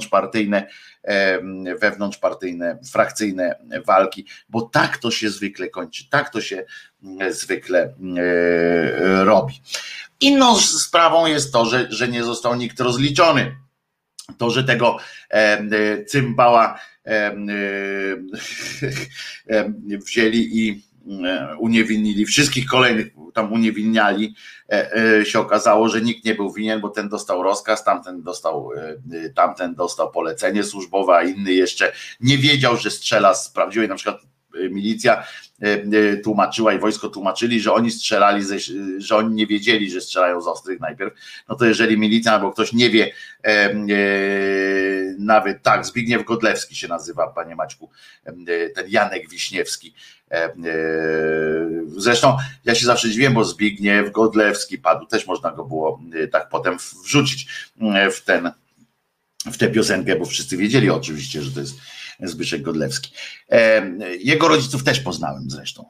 wewnątrzpartyjne, frakcyjne walki, bo tak to się zwykle kończy, tak to się zwykle robi. Inną sprawą jest to, że nie został nikt rozliczony. To, że tego cymbała wzięli i uniewinnili, wszystkich kolejnych tam uniewinniali, się okazało, że nikt nie był winien, bo ten dostał rozkaz, tamten dostał polecenie służbowe, a inny jeszcze nie wiedział, że strzela z prawdziwej, na przykład milicja tłumaczyła i wojsko tłumaczyli, że oni strzelali, że oni nie wiedzieli, że strzelają z ostrych najpierw. No to jeżeli milicja albo ktoś nie wie, nawet tak, Zbigniew Godlewski się nazywa, panie Maćku, ten Janek Wiśniewski. Zresztą ja się zawsze dziwiłem, bo Zbigniew Godlewski padł, też można go było tak potem wrzucić w tę piosenkę, bo wszyscy wiedzieli oczywiście, że to jest Zbyszek Godlewski. Jego rodziców też poznałem zresztą,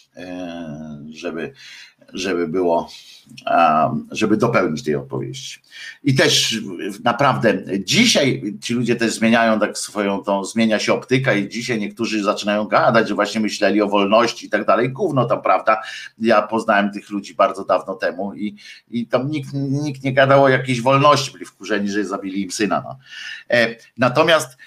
żeby było, żeby dopełnić tej opowieści. I też naprawdę dzisiaj ci ludzie też zmieniają tak zmienia się optyka i dzisiaj niektórzy zaczynają gadać, że właśnie myśleli o wolności i tak dalej. Gówno tam, prawda? Ja poznałem tych ludzi bardzo dawno temu i tam nikt nie gadał o jakiejś wolności, byli wkurzeni, że zabili im syna. No. Natomiast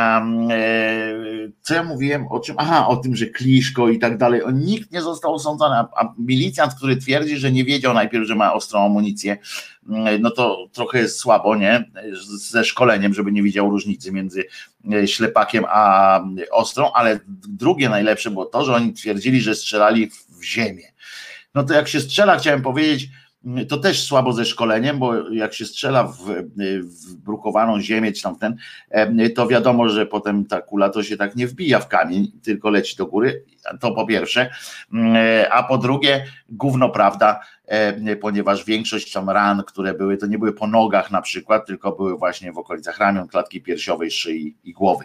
co ja mówiłem o czym? O tym, że Kliszko i tak dalej. Nikt nie został osądzony, a milicjant, który twierdzi, że nie wiedział najpierw, że ma ostrą amunicję, no to trochę jest słabo, nie? Ze szkoleniem, żeby nie widział różnicy między ślepakiem a ostrą, ale drugie najlepsze było to, że oni twierdzili, że strzelali w ziemię. No to jak się strzela, chciałem powiedzieć, to też słabo ze szkoleniem, bo jak się strzela w brukowaną ziemię czy tam to wiadomo, że potem ta kula to się tak nie wbija w kamień, tylko leci do góry, to po pierwsze, a po drugie gówno prawda, ponieważ większość tam ran, które były, to nie były po nogach na przykład, tylko były właśnie w okolicach ramion, klatki piersiowej, szyi i głowy.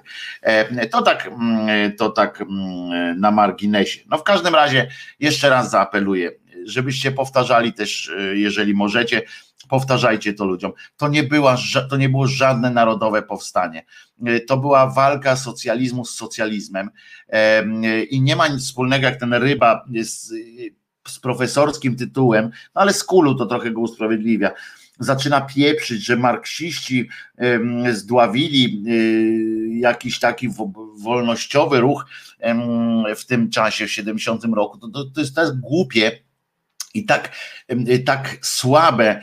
To tak na marginesie. No w każdym razie jeszcze raz zaapeluję, żebyście powtarzali też, jeżeli możecie, powtarzajcie to ludziom. To nie było żadne narodowe powstanie. To była walka socjalizmu z socjalizmem i nie ma nic wspólnego jak ten Ryba z profesorskim tytułem, no ale z Kulu to trochę go usprawiedliwia. Zaczyna pieprzyć, że marksiści zdławili jakiś taki wolnościowy ruch w tym czasie, w 70 roku. To jest głupie i tak słabe,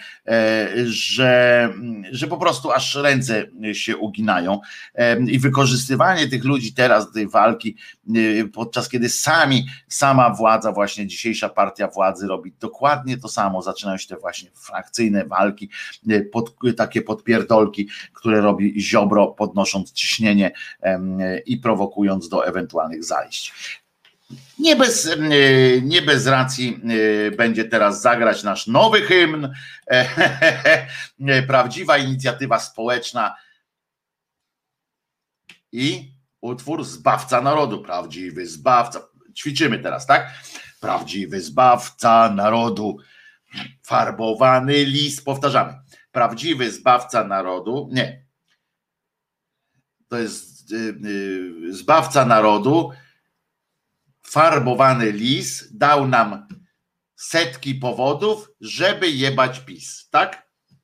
że po prostu aż ręce się uginają i wykorzystywanie tych ludzi teraz do tej walki, podczas kiedy sama władza, właśnie dzisiejsza partia władzy robi dokładnie to samo, zaczynają się te właśnie frakcyjne walki, takie podpierdolki, które robi Ziobro, podnosząc ciśnienie i prowokując do ewentualnych zajść. Nie bez racji będzie teraz zagrać nasz nowy hymn, prawdziwa inicjatywa społeczna i utwór Zbawca Narodu, prawdziwy zbawca. Ćwiczymy teraz, tak? Prawdziwy zbawca narodu, farbowany lis, powtarzamy. Prawdziwy zbawca narodu, nie, to jest zbawca narodu, farbowany lis dał nam setki powodów, żeby jebać PiS, tak?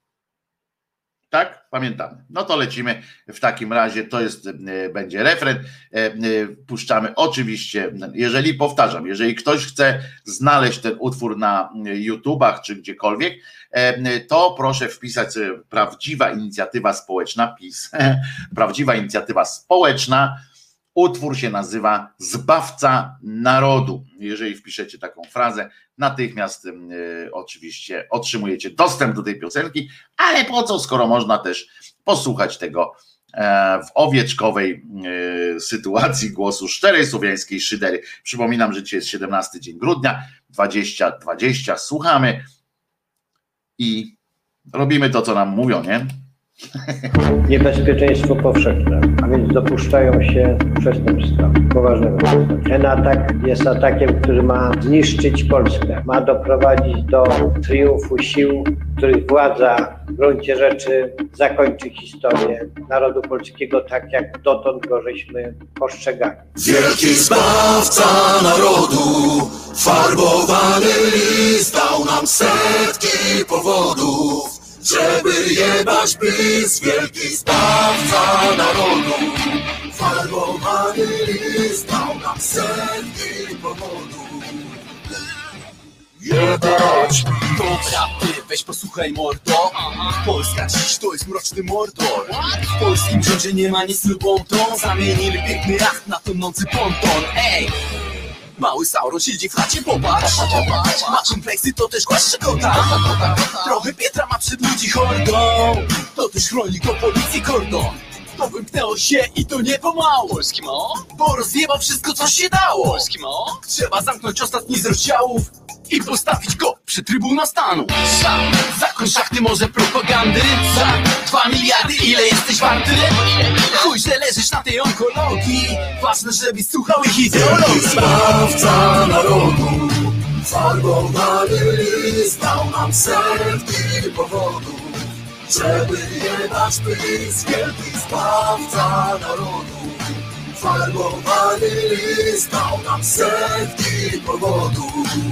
Tak? Pamiętamy. No to lecimy w takim razie, będzie refren, puszczamy oczywiście, jeżeli ktoś chce znaleźć ten utwór na YouTubach czy gdziekolwiek, to proszę wpisać sobie prawdziwa inicjatywa społeczna PiS, prawdziwa inicjatywa społeczna. Utwór się nazywa Zbawca Narodu. Jeżeli wpiszecie taką frazę, natychmiast oczywiście otrzymujecie dostęp do tej piosenki, ale po co, skoro można też posłuchać tego w owieczkowej sytuacji głosu szczerej słowiańskiej szydery. Przypominam, że dzisiaj jest 17 dzień grudnia 2020. Słuchamy i robimy to, co nam mówią, nie? Niebezpieczeństwo powszechne, a więc dopuszczają się przestępstwa poważnego. Ten atak jest atakiem, który ma zniszczyć Polskę, ma doprowadzić do triumfu sił, których władza w gruncie rzeczy zakończy historię narodu polskiego tak, jak dotąd go żeśmy postrzegali. Wielki zbawca narodu, farbowany list dał nam setki powodów, żeby jebać PiS. Wielki zbawca narodu, farbowany list dał nam setki powodów, jebać PiS. Dobra, ty weź posłuchaj mordo. Polska dziś to jest mroczny mordor. W polskim rządzie nie ma nic lub bonton. Zamienili piękny jacht na tonący ponton. Ej! Mały Sauron siedzi w chacie, popatrz. Ma kompleksy, to też głaszcze kota. Trochę Pietra ma przed ludzi hordą. To też chroni go policji kordon. To wymknęło się i to nie pomału. Polski mo? Bo rozjebał wszystko, co się dało. Polski mo? Trzeba zamknąć ostatni z rozdziałów i postawić go przy Trybunał Stanu. Zakoń szachty, może propagandy. Za 2 miliardy, ile jesteś warty? Chuj, że leżysz na tej onkologii. Ważne, żebyś słuchał ich ideologii. Zbawca narodu, farbowany list dał nam setki powodów, żeby jebać PiS. Wielki zbawca narodu, farbowany list dał nam setki powodów,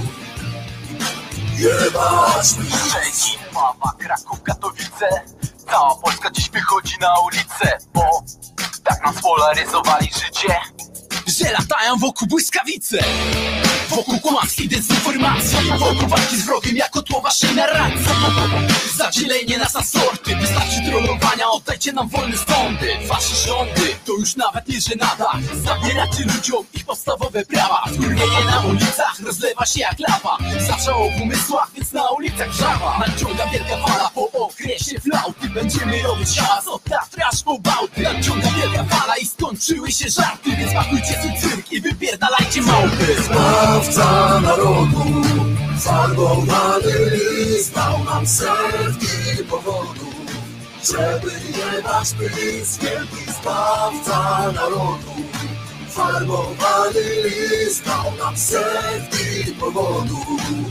jebać PiS. Szczecin, Wawa, Kraków, Katowice. Cała Polska dziś wychodzi na ulicę, bo tak nam spolaryzowali życie, że latają wokół błyskawice, wokół kłamstw i dezinformacji, wokół walki z wrogiem jako tło waszej narracji. Zadzielenie nas na sorty, wystarczy trollowania, oddajcie nam wolne sądy. Wasze rządy to już nawet nie żenada. Zabieracie ludziom ich podstawowe prawa. Skurwienie na ulicach rozlewa się jak lawa. Zaczęło w umysłach, więc na ulicach wrzawa. Nadciąga wielka fala po okresie flauty. Będziemy robić hałas od Tatry aż po Bałty. Nadciąga wielka fala i skończyły się żarty, więc pakujcie swój cyrk i wypierdalajcie małpy. Zbawca narodu, farbowany list dał nam setki powodów, żeby jebać PiS. Wielki zbawca narodu, farbowany list dał nam setki powodów,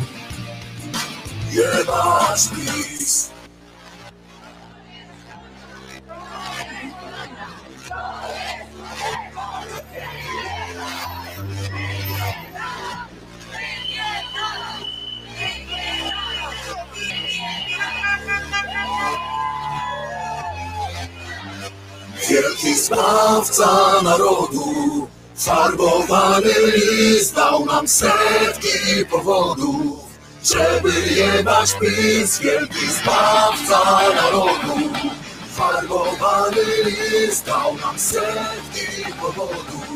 jebać PiS. Wielki zbawca narodu, farbowany list dał nam setki powodów, żeby jebać PiS. Wielki zbawca narodu, farbowany list dał nam setki powodów.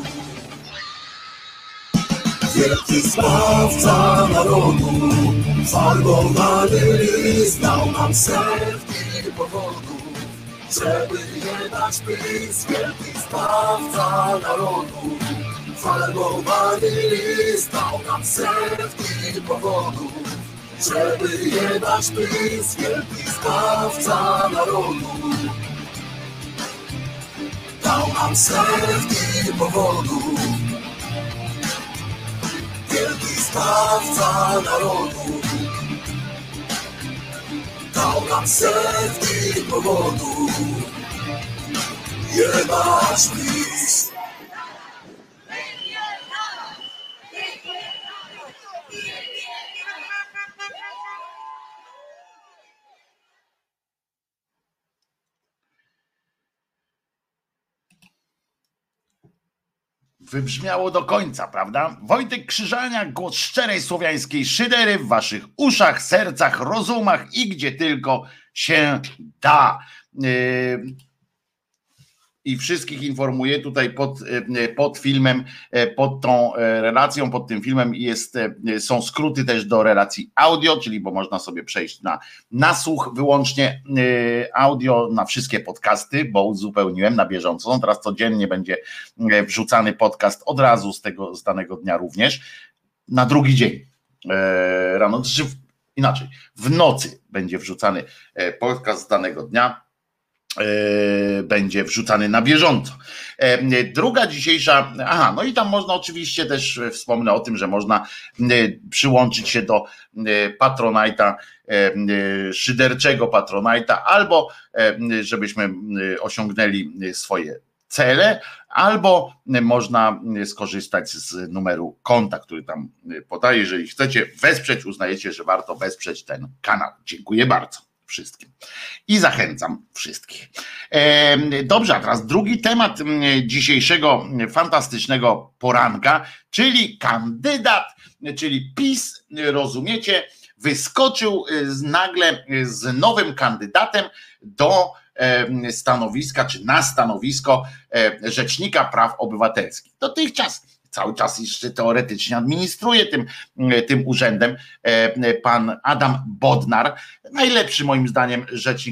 Wielki zbawca narodu, farbowany list dał nam setki powodów, żeby jebać PiS. Wielki zbawca narodu, farbowany list dał nam setki powodów, żeby jebać PiS. Wielki zbawca narodu, dał nam setki powodów. Wielki zbawca narodu, dał nam setki powodów, jebać PiS. Wybrzmiało do końca, prawda? Wojtek Krzyżaniak, głos szczerej słowiańskiej szydery w waszych uszach, sercach, rozumach i gdzie tylko się da. I wszystkich informuję tutaj pod filmem, pod tą relacją, pod tym filmem są skróty też do relacji audio, czyli bo można sobie przejść na słuch wyłącznie audio, na wszystkie podcasty, bo uzupełniłem na bieżąco. Teraz codziennie będzie wrzucany podcast od razu z danego dnia również, na drugi dzień rano, inaczej, w nocy będzie wrzucany podcast z danego dnia. Będzie wrzucany na bieżąco. Druga dzisiejsza, no i tam można oczywiście też, wspomnę o tym, że można przyłączyć się do Patronite'a, szyderczego Patronite'a, albo żebyśmy osiągnęli swoje cele, albo można skorzystać z numeru konta, który tam podaję. Jeżeli chcecie wesprzeć, uznajecie, że warto wesprzeć ten kanał. Dziękuję bardzo wszystkim i zachęcam wszystkich. Dobrze, a teraz drugi temat dzisiejszego fantastycznego poranka, czyli kandydat czyli PiS, rozumiecie, wyskoczył nagle z nowym kandydatem do stanowiska, czy na stanowisko Rzecznika Praw Obywatelskich. Dotychczas cały czas jeszcze teoretycznie administruje tym urzędem pan Adam Bodnar, najlepszy moim zdaniem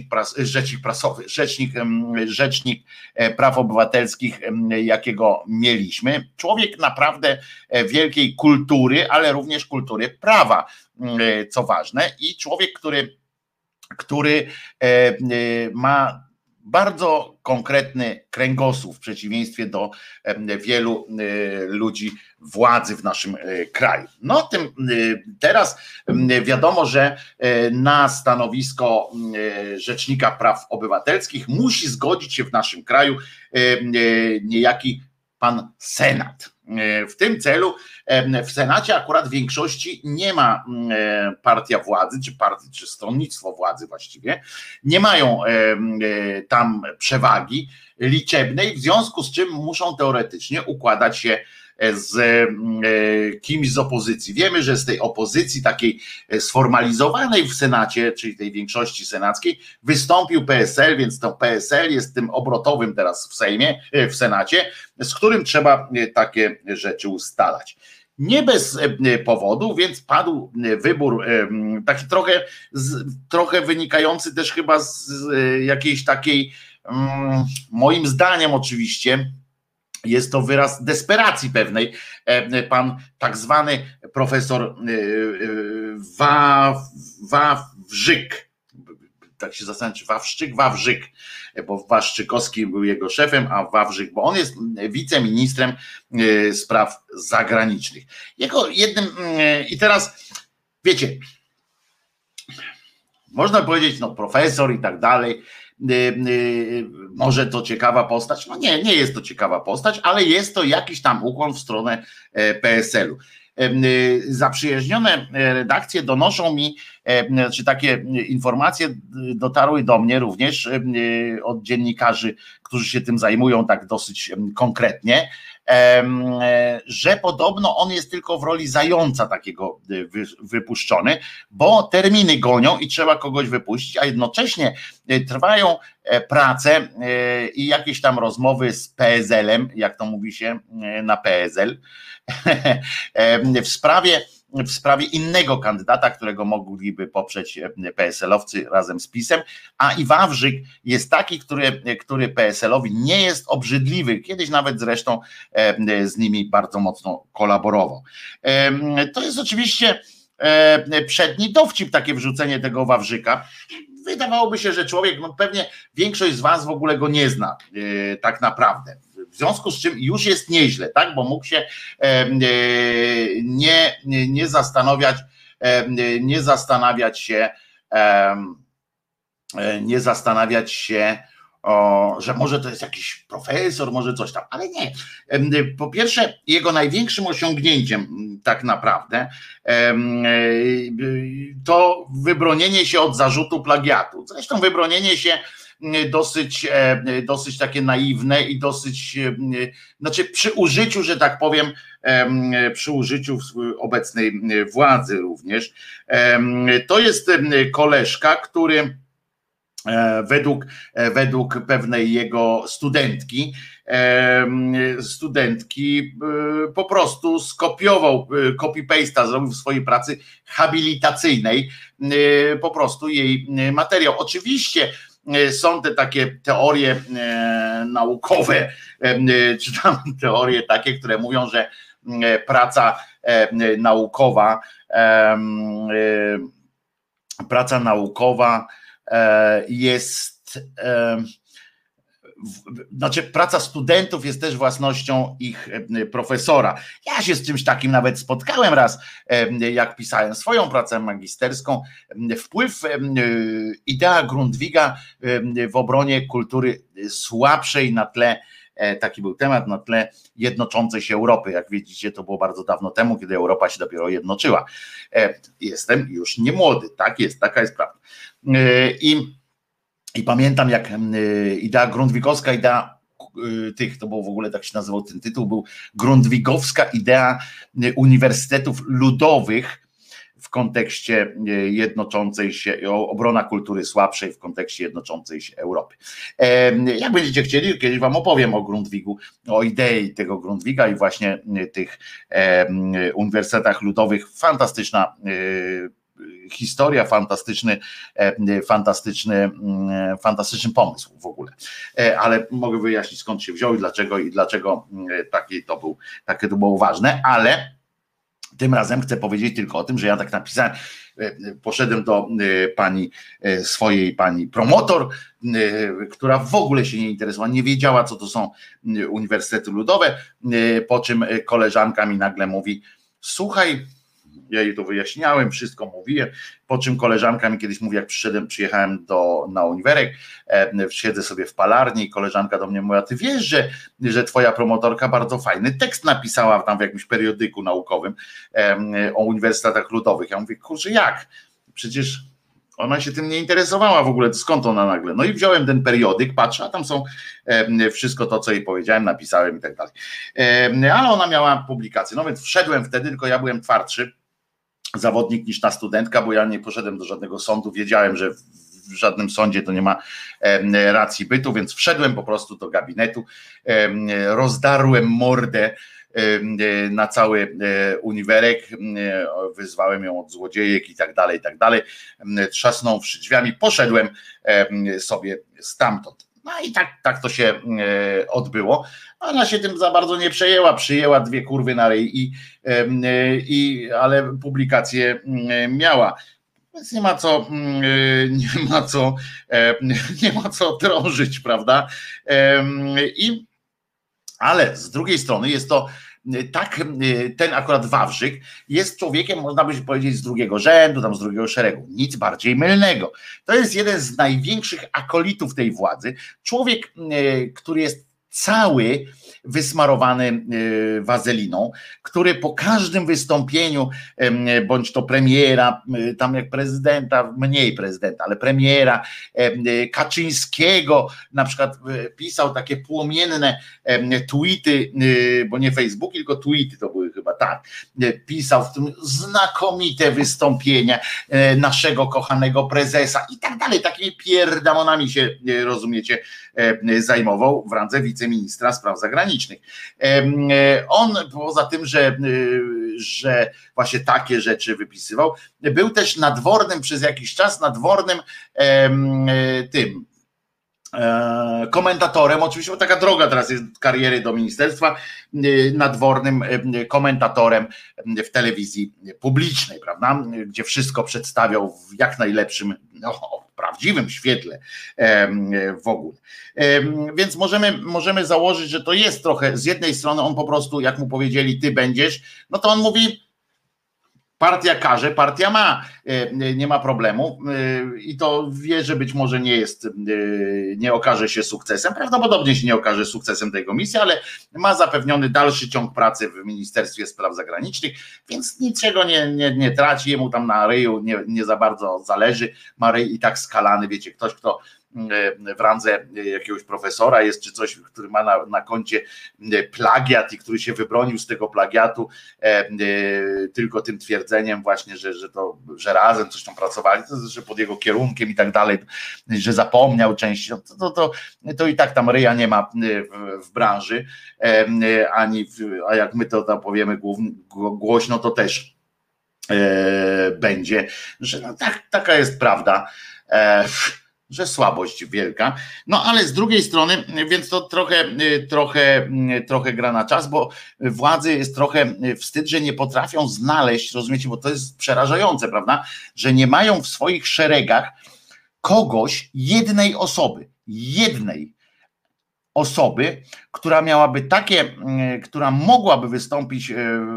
rzecznik praw obywatelskich, jakiego mieliśmy. Człowiek naprawdę wielkiej kultury, ale również kultury prawa, co ważne, i człowiek, który ma bardzo konkretny kręgosłup w przeciwieństwie do wielu ludzi władzy w naszym kraju. No teraz wiadomo, że na stanowisko Rzecznika Praw Obywatelskich musi zgodzić się w naszym kraju niejaki pan Senat. W tym celu w Senacie akurat większości nie ma partia władzy, czy stronnictwo władzy właściwie, nie mają tam przewagi liczebnej, w związku z czym muszą teoretycznie układać się z kimś z opozycji. Wiemy, że z tej opozycji takiej sformalizowanej w Senacie, czyli tej większości senackiej, wystąpił PSL, więc to PSL jest tym obrotowym teraz w Sejmie, w Senacie, z którym trzeba takie rzeczy ustalać. Nie bez powodu, więc padł wybór taki trochę wynikający też chyba z jakiejś takiej, moim zdaniem oczywiście, jest to wyraz desperacji pewnej. Pan tak zwany profesor Wawrzyk, tak się zastanawiam, czy Wawrzyk, bo Waszczykowski był jego szefem, a Wawrzyk, bo on jest wiceministrem spraw zagranicznych. I teraz wiecie, można powiedzieć, no profesor i tak dalej, może to ciekawa postać, no nie jest to ciekawa postać, ale jest to jakiś tam ukłon w stronę PSL-u. Zaprzyjaźnione redakcje donoszą mi, czy takie informacje dotarły do mnie również od dziennikarzy, którzy się tym zajmują tak dosyć konkretnie, że podobno on jest tylko w roli zająca takiego wypuszczony, bo terminy gonią i trzeba kogoś wypuścić, a jednocześnie trwają prace i jakieś tam rozmowy z PSL-em, jak to mówi się na PSL, w sprawie innego kandydata, którego mogliby poprzeć PSL-owcy razem z PiS-em, a i Wawrzyk jest taki, który PSL-owi nie jest obrzydliwy, kiedyś nawet zresztą z nimi bardzo mocno kolaborował. To jest oczywiście przedni dowcip, takie wrzucenie tego Wawrzyka. Wydawałoby się, że człowiek, no pewnie większość z was w ogóle go nie zna tak naprawdę. W związku z czym już jest nieźle, tak? Bo mógł się nie zastanawiać się, że może to jest jakiś profesor, może coś tam, ale nie. Po pierwsze, jego największym osiągnięciem tak naprawdę to wybronienie się od zarzutu plagiatu. Zresztą wybronienie się dosyć takie naiwne i dosyć, znaczy przy użyciu, że tak powiem, przy użyciu obecnej władzy również. To jest koleżka, który według pewnej jego studentki po prostu skopiował, copy-paste'a zrobił w swojej pracy habilitacyjnej po prostu jej materiał. Oczywiście są te takie teorie naukowe, czy tam teorie takie, które mówią, że praca naukowa jest, znaczy praca studentów jest też własnością ich profesora. Ja się z czymś takim nawet spotkałem raz, jak pisałem swoją pracę magisterską. Wpływ idea Grundtviga w obronie kultury słabszej na tle, taki był temat, na tle jednoczącej się Europy. Jak widzicie, to było bardzo dawno temu, kiedy Europa się dopiero jednoczyła. Jestem już nie młody, tak jest, taka jest prawda. I pamiętam, jak idea grundwigowska, idea tych, to było w ogóle tak się nazywał ten tytuł, był Grundwigowska idea uniwersytetów ludowych w kontekście jednoczącej się, obrona kultury słabszej w kontekście jednoczącej się Europy. Jak będziecie chcieli, kiedyś wam opowiem o Grundtvigu, o idei tego Grundtviga i właśnie tych uniwersytetach ludowych. Fantastyczna historia, fantastyczny pomysł w ogóle. Ale mogę wyjaśnić, skąd się wziął i dlaczego takie to było ważne, ale tym razem chcę powiedzieć tylko o tym, że ja tak napisałem, poszedłem do swojej pani promotor, która w ogóle się nie interesowała, nie wiedziała, co to są uniwersytety ludowe, po czym koleżanka mi nagle mówi, słuchaj, ja jej to wyjaśniałem, wszystko mówiłem, po czym koleżanka mi kiedyś mówi, jak przyjechałem na uniwerek, siedzę sobie w palarni i koleżanka do mnie mówi, a ty wiesz, że twoja promotorka bardzo fajny tekst napisała tam w jakimś periodyku naukowym o uniwersytetach ludowych. Ja mówię, kurczę, jak? Przecież ona się tym nie interesowała w ogóle, skąd ona nagle? No i wziąłem ten periodyk, patrzę, a tam są wszystko to, co jej powiedziałem, napisałem i tak dalej. Ale ona miała publikację, no więc wszedłem wtedy, tylko ja byłem twardszy zawodnik niż ta studentka, bo ja nie poszedłem do żadnego sądu, wiedziałem, że w żadnym sądzie to nie ma racji bytu, więc wszedłem po prostu do gabinetu, rozdarłem mordę na cały uniwerek, wyzwałem ją od złodziejek i tak dalej, trzasnąwszy drzwiami, poszedłem sobie stamtąd. No i tak to się odbyło. Ona się tym za bardzo nie przejęła, przyjęła 2 kurwy na ryj, ale publikację miała. Więc nie ma co drążyć, prawda? Ale z drugiej strony jest to tak, ten akurat Wawrzyk jest człowiekiem, można by powiedzieć, z drugiego rzędu, tam z drugiego szeregu, nic bardziej mylnego. To jest jeden z największych akolitów tej władzy, człowiek, który jest cały wysmarowany wazeliną, który po każdym wystąpieniu, bądź to premiera, tam jak prezydenta, mniej prezydenta, ale premiera Kaczyńskiego, na przykład pisał takie płomienne tweety, bo nie Facebook, tylko tweety to były chyba, tak, pisał w tym znakomite wystąpienia naszego kochanego prezesa i tak dalej, takimi pierdamonami się, rozumiecie, zajmował w randze wiceministra spraw zagranicznych. On poza tym, że właśnie takie rzeczy wypisywał, był też nadwornym przez jakiś czas, komentatorem, oczywiście, bo taka droga teraz jest kariery do ministerstwa, nadwornym komentatorem w telewizji publicznej, prawda, gdzie wszystko przedstawiał w jak najlepszym, prawdziwym świetle w ogóle. Więc możemy założyć, że to jest trochę, z jednej strony on po prostu, jak mu powiedzieli, ty będziesz, no to on mówi, partia każe, partia ma, nie ma problemu i to wie, że być może nie okaże się sukcesem, prawdopodobnie się nie okaże sukcesem tej komisji, ale ma zapewniony dalszy ciąg pracy w Ministerstwie Spraw Zagranicznych, więc niczego nie traci, jemu tam na ryju nie za bardzo zależy, ma ryj i tak skalany, wiecie, ktoś, kto w randze jakiegoś profesora jest, czy coś, który ma na koncie plagiat i który się wybronił z tego plagiatu tylko tym twierdzeniem właśnie, że razem coś tam pracowali, że pod jego kierunkiem i tak dalej, że zapomniał części, to i tak tam ryja nie ma w branży, a jak my to powiemy głośno, to też będzie, że no taka jest prawda, że słabość wielka, no ale z drugiej strony, więc to trochę gra na czas, bo władzy jest trochę wstyd, że nie potrafią znaleźć, rozumiecie, bo to jest przerażające, prawda, że nie mają w swoich szeregach kogoś, jednej osoby, która miałaby która mogłaby wystąpić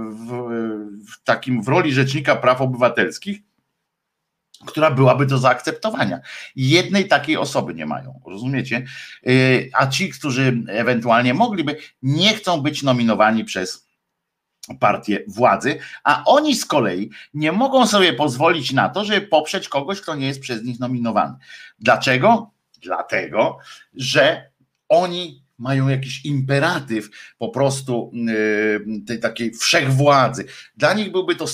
w roli rzecznika praw obywatelskich, która byłaby do zaakceptowania. Jednej takiej osoby nie mają, rozumiecie? A ci, którzy ewentualnie mogliby, nie chcą być nominowani przez partię władzy, a oni z kolei nie mogą sobie pozwolić na to, żeby poprzeć kogoś, kto nie jest przez nich nominowany. Dlaczego? Dlatego, że oni mają jakiś imperatyw po prostu tej takiej wszechwładzy. Dla nich byłby to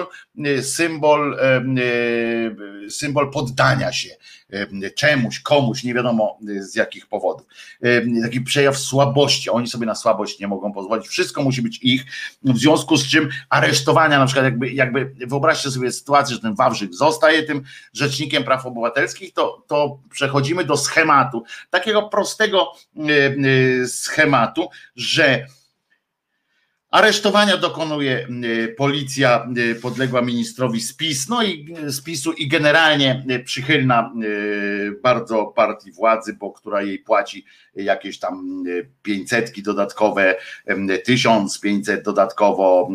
symbol poddania się czemuś, komuś, nie wiadomo z jakich powodów. Taki przejaw słabości. Oni sobie na słabość nie mogą pozwolić. Wszystko musi być ich, w związku z czym aresztowania, na przykład jakby wyobraźcie sobie sytuację, że ten Wawrzyk zostaje tym rzecznikiem praw obywatelskich, to przechodzimy do schematu, takiego prostego schematu, że aresztowania dokonuje policja podległa ministrowi spisu i generalnie przychylna bardzo partii władzy, bo która jej płaci jakieś tam 500 dodatkowe, 1500 dodatkowo,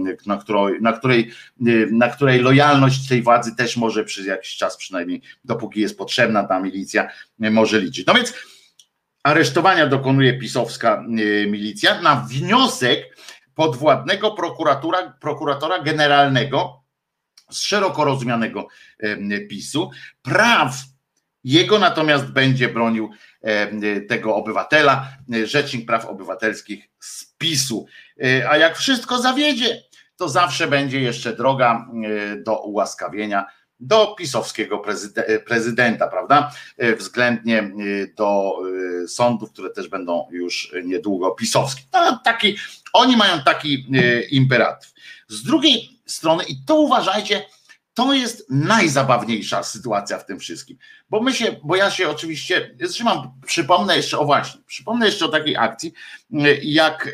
na której lojalność tej władzy też może przez jakiś czas, przynajmniej dopóki jest potrzebna ta milicja, może liczyć. No więc aresztowania dokonuje pisowska milicja na wniosek podwładnego prokuratora generalnego z szeroko rozumianego PiS-u. Praw jego natomiast będzie bronił tego obywatela, rzecznik praw obywatelskich z PiS-u. A jak wszystko zawiedzie, to zawsze będzie jeszcze droga do ułaskawienia do pisowskiego prezydenta, prawda? Względnie do sądów, które też będą już niedługo pisowskie. No, oni mają taki imperatyw. Z drugiej strony, i to uważajcie, to jest najzabawniejsza sytuacja w tym wszystkim, bo ja się oczywiście zrzymam, przypomnę jeszcze o takiej akcji, jak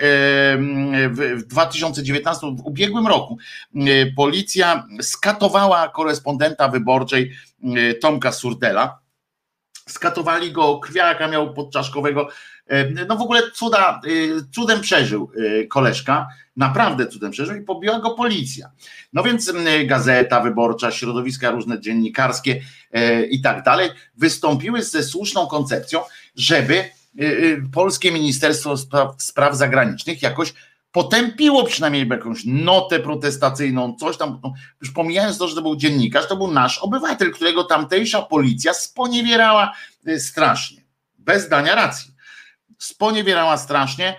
w 2019, w ubiegłym roku, policja skatowała korespondenta wyborczej Tomka Surdela. Skatowali go, krwiaka miał podczaszkowego, no w ogóle cudem przeżył koleżka, naprawdę cudem przeżył i pobiła go policja. No więc Gazeta Wyborcza, środowiska różne dziennikarskie i tak dalej wystąpiły ze słuszną koncepcją, żeby polskie Ministerstwo Spraw Zagranicznych jakoś potępiło przynajmniej jakąś notę protestacyjną, coś tam, no, już pomijając to, że to był dziennikarz, to był nasz obywatel, którego tamtejsza policja sponiewierała strasznie, bez dania racji. Sponiewierała strasznie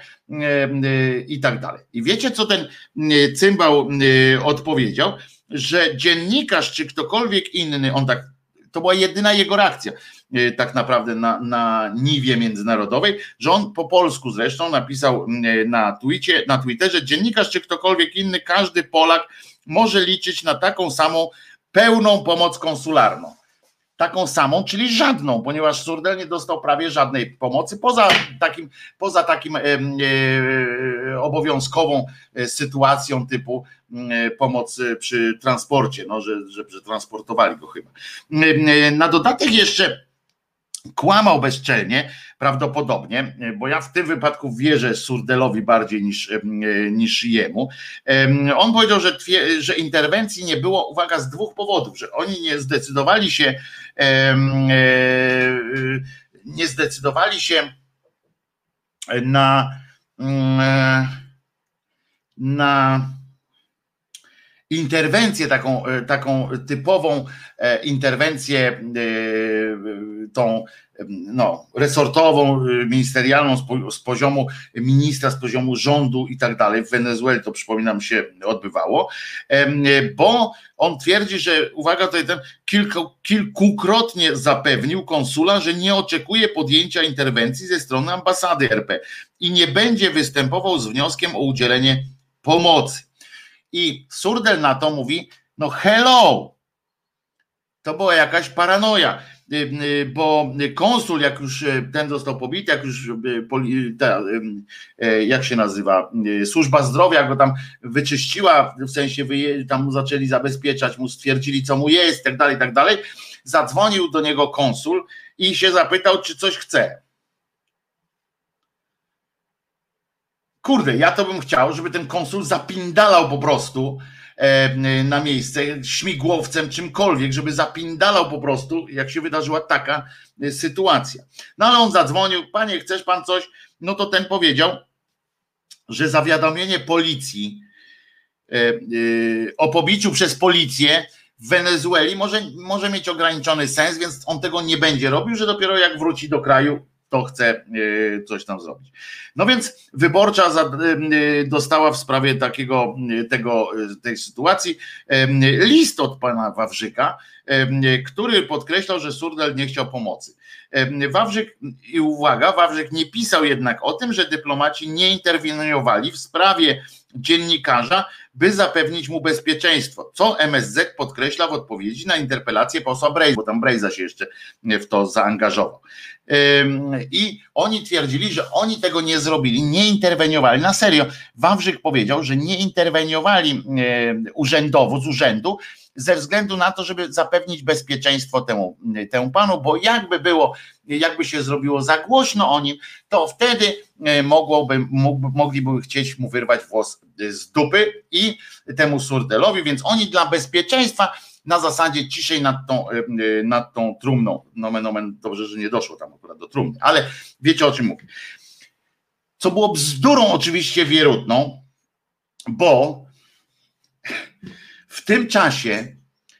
i tak dalej. I wiecie, co ten cymbał odpowiedział? Że dziennikarz czy ktokolwiek inny, to była jedyna jego reakcja tak naprawdę na niwie międzynarodowej, że on po polsku zresztą napisał na Twitterze: dziennikarz czy ktokolwiek inny, każdy Polak może liczyć na taką samą pełną pomoc konsularną. Taką samą, czyli żadną, ponieważ Surdel nie dostał prawie żadnej pomocy, poza takim obowiązkową sytuacją typu pomoc przy transporcie, no, że transportowali go chyba. Na dodatek jeszcze kłamał bezczelnie, prawdopodobnie, bo ja w tym wypadku wierzę Surdelowi bardziej niż jemu. On powiedział, że interwencji nie było, uwaga, z dwóch powodów, że oni nie zdecydowali się na interwencję, taką typową interwencję, tą resortową, ministerialną z poziomu ministra, z poziomu rządu i tak dalej. W Wenezueli to, przypominam, się odbywało, bo on twierdzi, że, uwaga, tutaj kilkukrotnie zapewnił konsula, że nie oczekuje podjęcia interwencji ze strony ambasady RP i nie będzie występował z wnioskiem o udzielenie pomocy. I Surdel na to mówi: no hello, to była jakaś paranoja, bo konsul, jak już ten został pobity, jak już jak się nazywa, służba zdrowia go tam wyczyściła, w sensie tam mu zaczęli zabezpieczać, mu stwierdzili, co mu jest, i tak dalej, zadzwonił do niego konsul i się zapytał, czy coś chce. Kurde, ja to bym chciał, żeby ten konsul zapindalał po prostu na miejsce śmigłowcem, czymkolwiek, żeby zapindalał po prostu, jak się wydarzyła taka sytuacja. No ale on zadzwonił: panie, chcesz pan coś? No to ten powiedział, że zawiadomienie policji o pobiciu przez policję w Wenezueli może mieć ograniczony sens, więc on tego nie będzie robił, że dopiero jak wróci do kraju, kto chce coś tam zrobić. No więc Wyborcza dostała w sprawie tej sytuacji list od pana Wawrzyka, który podkreślał, że Surdel nie chciał pomocy. Wawrzyk, i uwaga, Wawrzyk nie pisał jednak o tym, że dyplomaci nie interweniowali w sprawie dziennikarza, by zapewnić mu bezpieczeństwo, co MSZ podkreśla w odpowiedzi na interpelację posła Brejzy, bo tam Brejza się jeszcze w to zaangażował. I oni twierdzili, że oni tego nie zrobili, nie interweniowali. Na serio, Wawrzyk powiedział, że nie interweniowali urzędowo z urzędu ze względu na to, żeby zapewnić bezpieczeństwo temu panu, bo jakby się zrobiło za głośno o nim, to wtedy mogliby chcieć mu wyrwać włos z dupy i temu Surdelowi, więc oni dla bezpieczeństwa na zasadzie ciszej nad tą trumną, nomen omen, dobrze, że nie doszło tam akurat do trumny, ale wiecie, o czym mówię. Co było bzdurą oczywiście wierutną, bo w tym czasie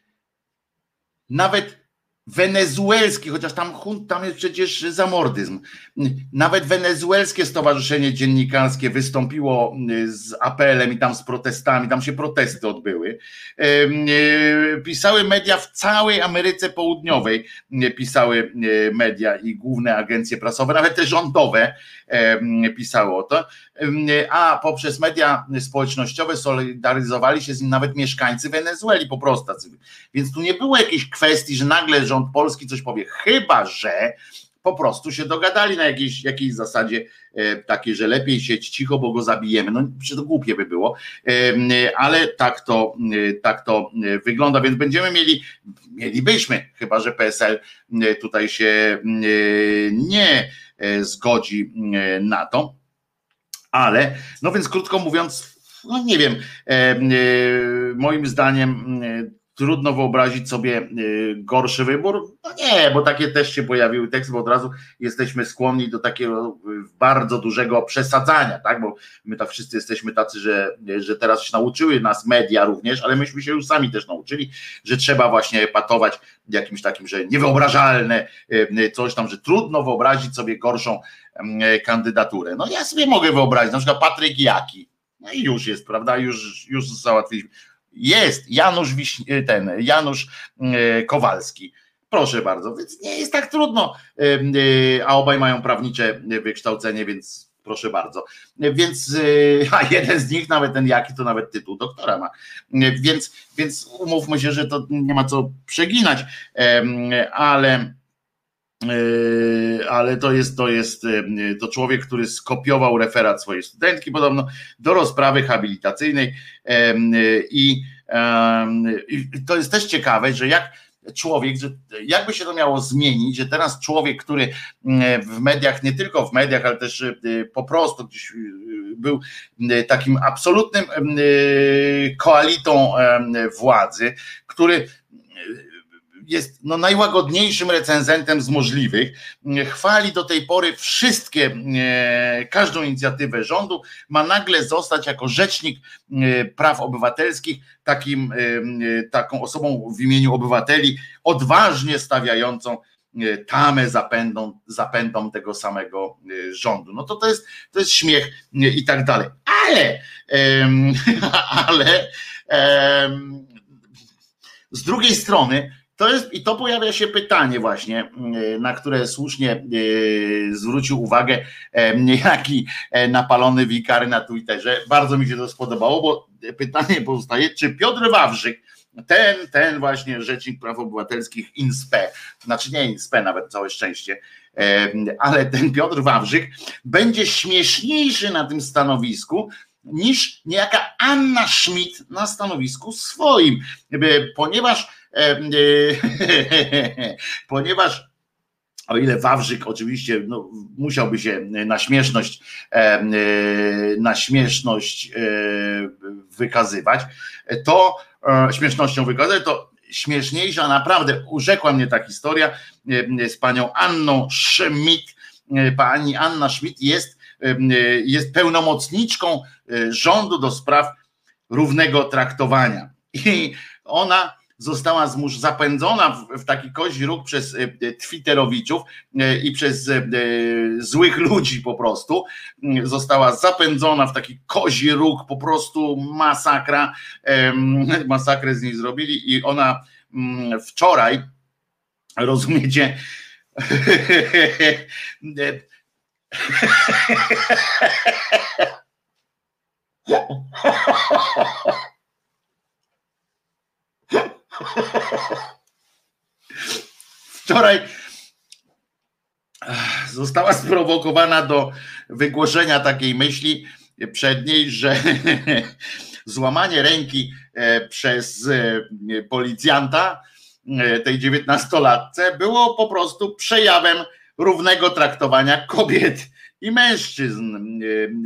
nawet wenezuelski, chociaż tam jest przecież zamordyzm, nawet wenezuelskie Stowarzyszenie Dziennikarskie wystąpiło z apelem i tam z protestami, tam się protesty odbyły. Pisały media w całej Ameryce Południowej, pisały media i główne agencje prasowe, nawet te rządowe pisały o to, a poprzez media społecznościowe solidaryzowali się z nim nawet mieszkańcy Wenezueli po prostu. Więc tu nie było jakiejś kwestii, że nagle rząd polski coś powie, chyba że po prostu się dogadali na jakiejś zasadzie takiej, że lepiej siedź cicho, bo go zabijemy. No to głupie by było, ale tak to wygląda, więc mielibyśmy, chyba że PSL tutaj się nie zgodzi na to, ale no więc krótko mówiąc, no nie wiem, moim zdaniem trudno wyobrazić sobie gorszy wybór. No nie, bo takie też się pojawiły teksty, bo od razu jesteśmy skłonni do takiego bardzo dużego przesadzania, tak? Bo my tak wszyscy jesteśmy tacy, że teraz się nauczyły nas media również, ale myśmy się już sami też nauczyli, że trzeba właśnie epatować jakimś takim, że niewyobrażalne coś tam, że trudno wyobrazić sobie gorszą kandydaturę. No ja sobie mogę wyobrazić, na przykład Patryk Jaki. No i już jest, prawda? Już załatwiliśmy. Jest Janusz Kowalski. Proszę bardzo, więc nie jest tak trudno, a obaj mają prawnicze wykształcenie, więc proszę bardzo. Więc, a jeden z nich, nawet ten Jaki, to nawet tytuł doktora ma. Więc umówmy się, że to nie ma co przeginać, ale to człowiek, który skopiował referat swojej studentki podobno do rozprawy habilitacyjnej i to jest też ciekawe, że jakby się to miało zmienić, że teraz człowiek, który w mediach, nie tylko w mediach, ale też po prostu gdzieś był takim absolutnym koalitą władzy, który jest najłagodniejszym recenzentem z możliwych, chwali do tej pory każdą inicjatywę rządu, ma nagle zostać jako rzecznik praw obywatelskich taką osobą w imieniu obywateli, odważnie stawiającą tamę zapędom tego samego rządu. No to jest śmiech i tak dalej. Ale z drugiej strony to pojawia się pytanie właśnie, na które słusznie zwrócił uwagę niejaki napalony wikary na Twitterze. Bardzo mi się to spodobało, bo pytanie pozostaje, czy Piotr Wawrzyk, ten właśnie rzecznik praw obywatelskich INSPE, znaczy nie INSPE nawet, całe szczęście, ale ten Piotr Wawrzyk będzie śmieszniejszy na tym stanowisku niż niejaka Anna Schmidt na stanowisku swoim, ponieważ o ile Wawrzyk oczywiście musiałby się na śmieszność wykazywać, to śmieszniejsza, naprawdę urzekła mnie ta historia z panią Anną Schmidt. Pani Anna Schmidt jest pełnomocniczką rządu do spraw równego traktowania i ona została zapędzona w taki kozi róg przez twitterowiczów i przez złych ludzi po prostu. Została zapędzona w taki kozi róg, po prostu masakra. Masakrę z niej zrobili i ona wczoraj, rozumiecie, wczoraj została sprowokowana do wygłoszenia takiej myśli przed niej, że złamanie ręki przez policjanta tej 19-latce było po prostu przejawem równego traktowania kobiet i mężczyzn.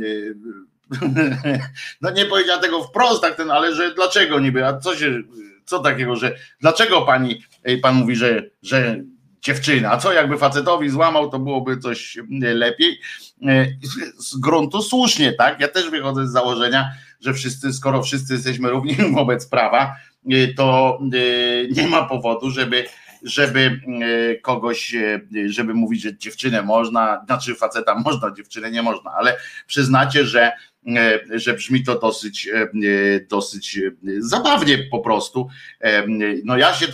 No nie powiedziała tego wprost, tak ale że dlaczego niby, a co takiego, że dlaczego pan mówi, że dziewczyna, a co jakby facetowi złamał, to byłoby coś lepiej. Z gruntu słusznie, tak? Ja też wychodzę z założenia, że skoro wszyscy jesteśmy równi wobec prawa, to nie ma powodu, żeby kogoś, żeby mówić, że dziewczynę można, znaczy faceta można, dziewczynę nie można, ale przyznacie, że brzmi to dosyć zabawnie po prostu. No ja się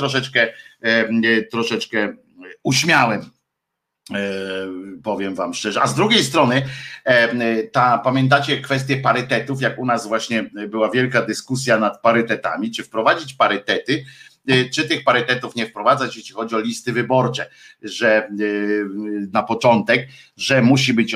troszeczkę uśmiałem, powiem wam szczerze. A z drugiej strony pamiętacie kwestię parytetów, jak u nas właśnie była wielka dyskusja nad parytetami, czy wprowadzić parytety, czy tych parytetów nie wprowadzać, jeśli chodzi o listy wyborcze, że na początek, że musi być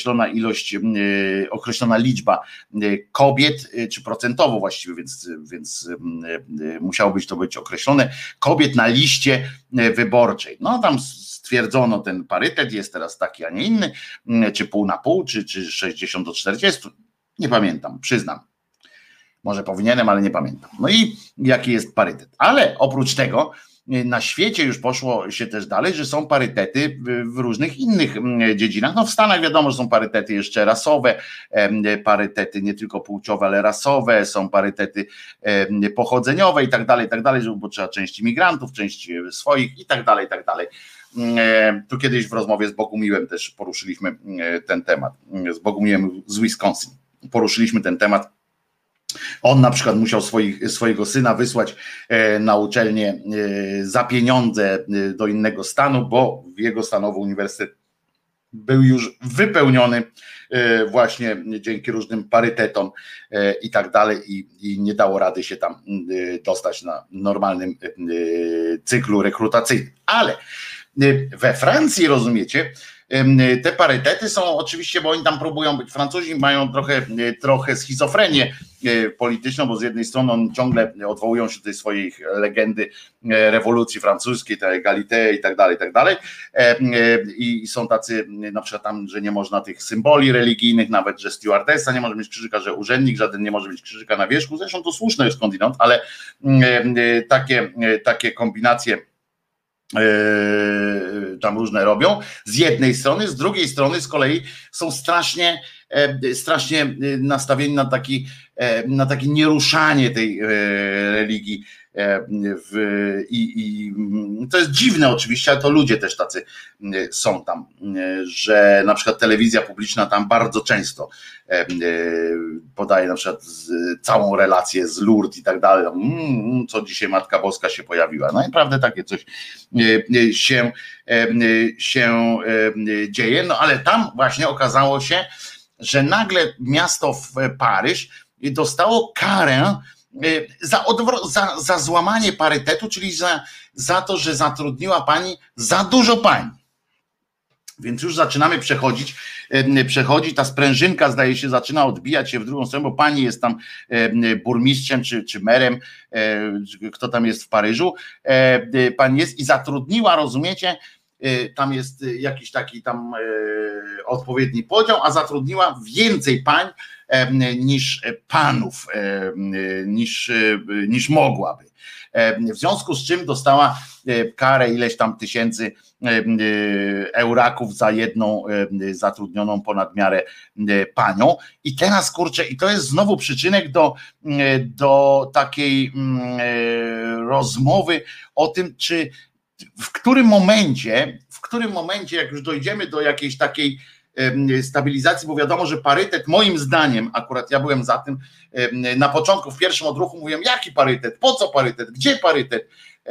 określona liczba kobiet, czy procentowo właściwie, więc musiało to być określone, kobiet na liście wyborczej. No tam stwierdzono ten parytet, jest teraz taki, a nie inny, czy pół na pół, czy 60-40, nie pamiętam, przyznam. Może powinienem, ale nie pamiętam. No i jaki jest parytet. Ale oprócz tego na świecie już poszło się też dalej, że są parytety w różnych innych dziedzinach. No w Stanach wiadomo, że są parytety jeszcze rasowe, parytety nie tylko płciowe, ale rasowe, są parytety pochodzeniowe i tak dalej, bo trzeba część imigrantów, część swoich i tak dalej, i tak dalej. Tu kiedyś w rozmowie z Bogumiłem też poruszyliśmy ten temat, z Bogumiłem z Wisconsin. Poruszyliśmy ten temat. On na przykład musiał swojego syna wysłać na uczelnię za pieniądze do innego stanu, bo jego stanowy uniwersytet był już wypełniony właśnie dzięki różnym parytetom i tak dalej i nie dało rady się tam dostać na normalnym cyklu rekrutacyjnym. Ale we Francji, rozumiecie, te parytety są oczywiście, bo oni tam próbują być, Francuzi mają trochę schizofrenię polityczną, bo z jednej strony oni ciągle odwołują się do tej swojej legendy rewolucji francuskiej, tej egalité i tak dalej, i są tacy na przykład tam, że nie można tych symboli religijnych, nawet, że stewardessa nie może mieć krzyżyka, że urzędnik żaden nie może mieć krzyżyka na wierzchu, zresztą to słuszne jest skądinąd, ale takie kombinacje tam różne robią z jednej strony, z drugiej strony z kolei są strasznie nastawieni na takie nieruszanie tej religii i to jest dziwne oczywiście, ale to ludzie też tacy są tam, że na przykład telewizja publiczna tam bardzo często podaje na przykład całą relację z Lourdes i tak dalej, co dzisiaj Matka Boska się pojawiła. No i naprawdę takie coś się dzieje, no ale tam właśnie okazało się, że nagle miasto Paryż dostało karę za złamanie parytetu, czyli za to, że zatrudniła pani za dużo pań. Więc już zaczynamy przechodzi, ta sprężynka zdaje się zaczyna odbijać się w drugą stronę, bo pani jest tam burmistrzem czy merem, kto tam jest w Paryżu, pani jest i zatrudniła, rozumiecie, tam jest jakiś taki tam odpowiedni podział, a zatrudniła więcej pań niż panów, niż mogłaby. w związku z czym dostała karę ileś tam tysięcy euraków za jedną zatrudnioną ponad miarę panią. I teraz kurczę, i to jest znowu przyczynek do takiej rozmowy o tym, czy w którym momencie, jak już dojdziemy do jakiejś takiej stabilizacji, bo wiadomo, że parytet, moim zdaniem, akurat ja byłem za tym na początku, w pierwszym odruchu mówiłem, jaki parytet, po co parytet, gdzie parytet,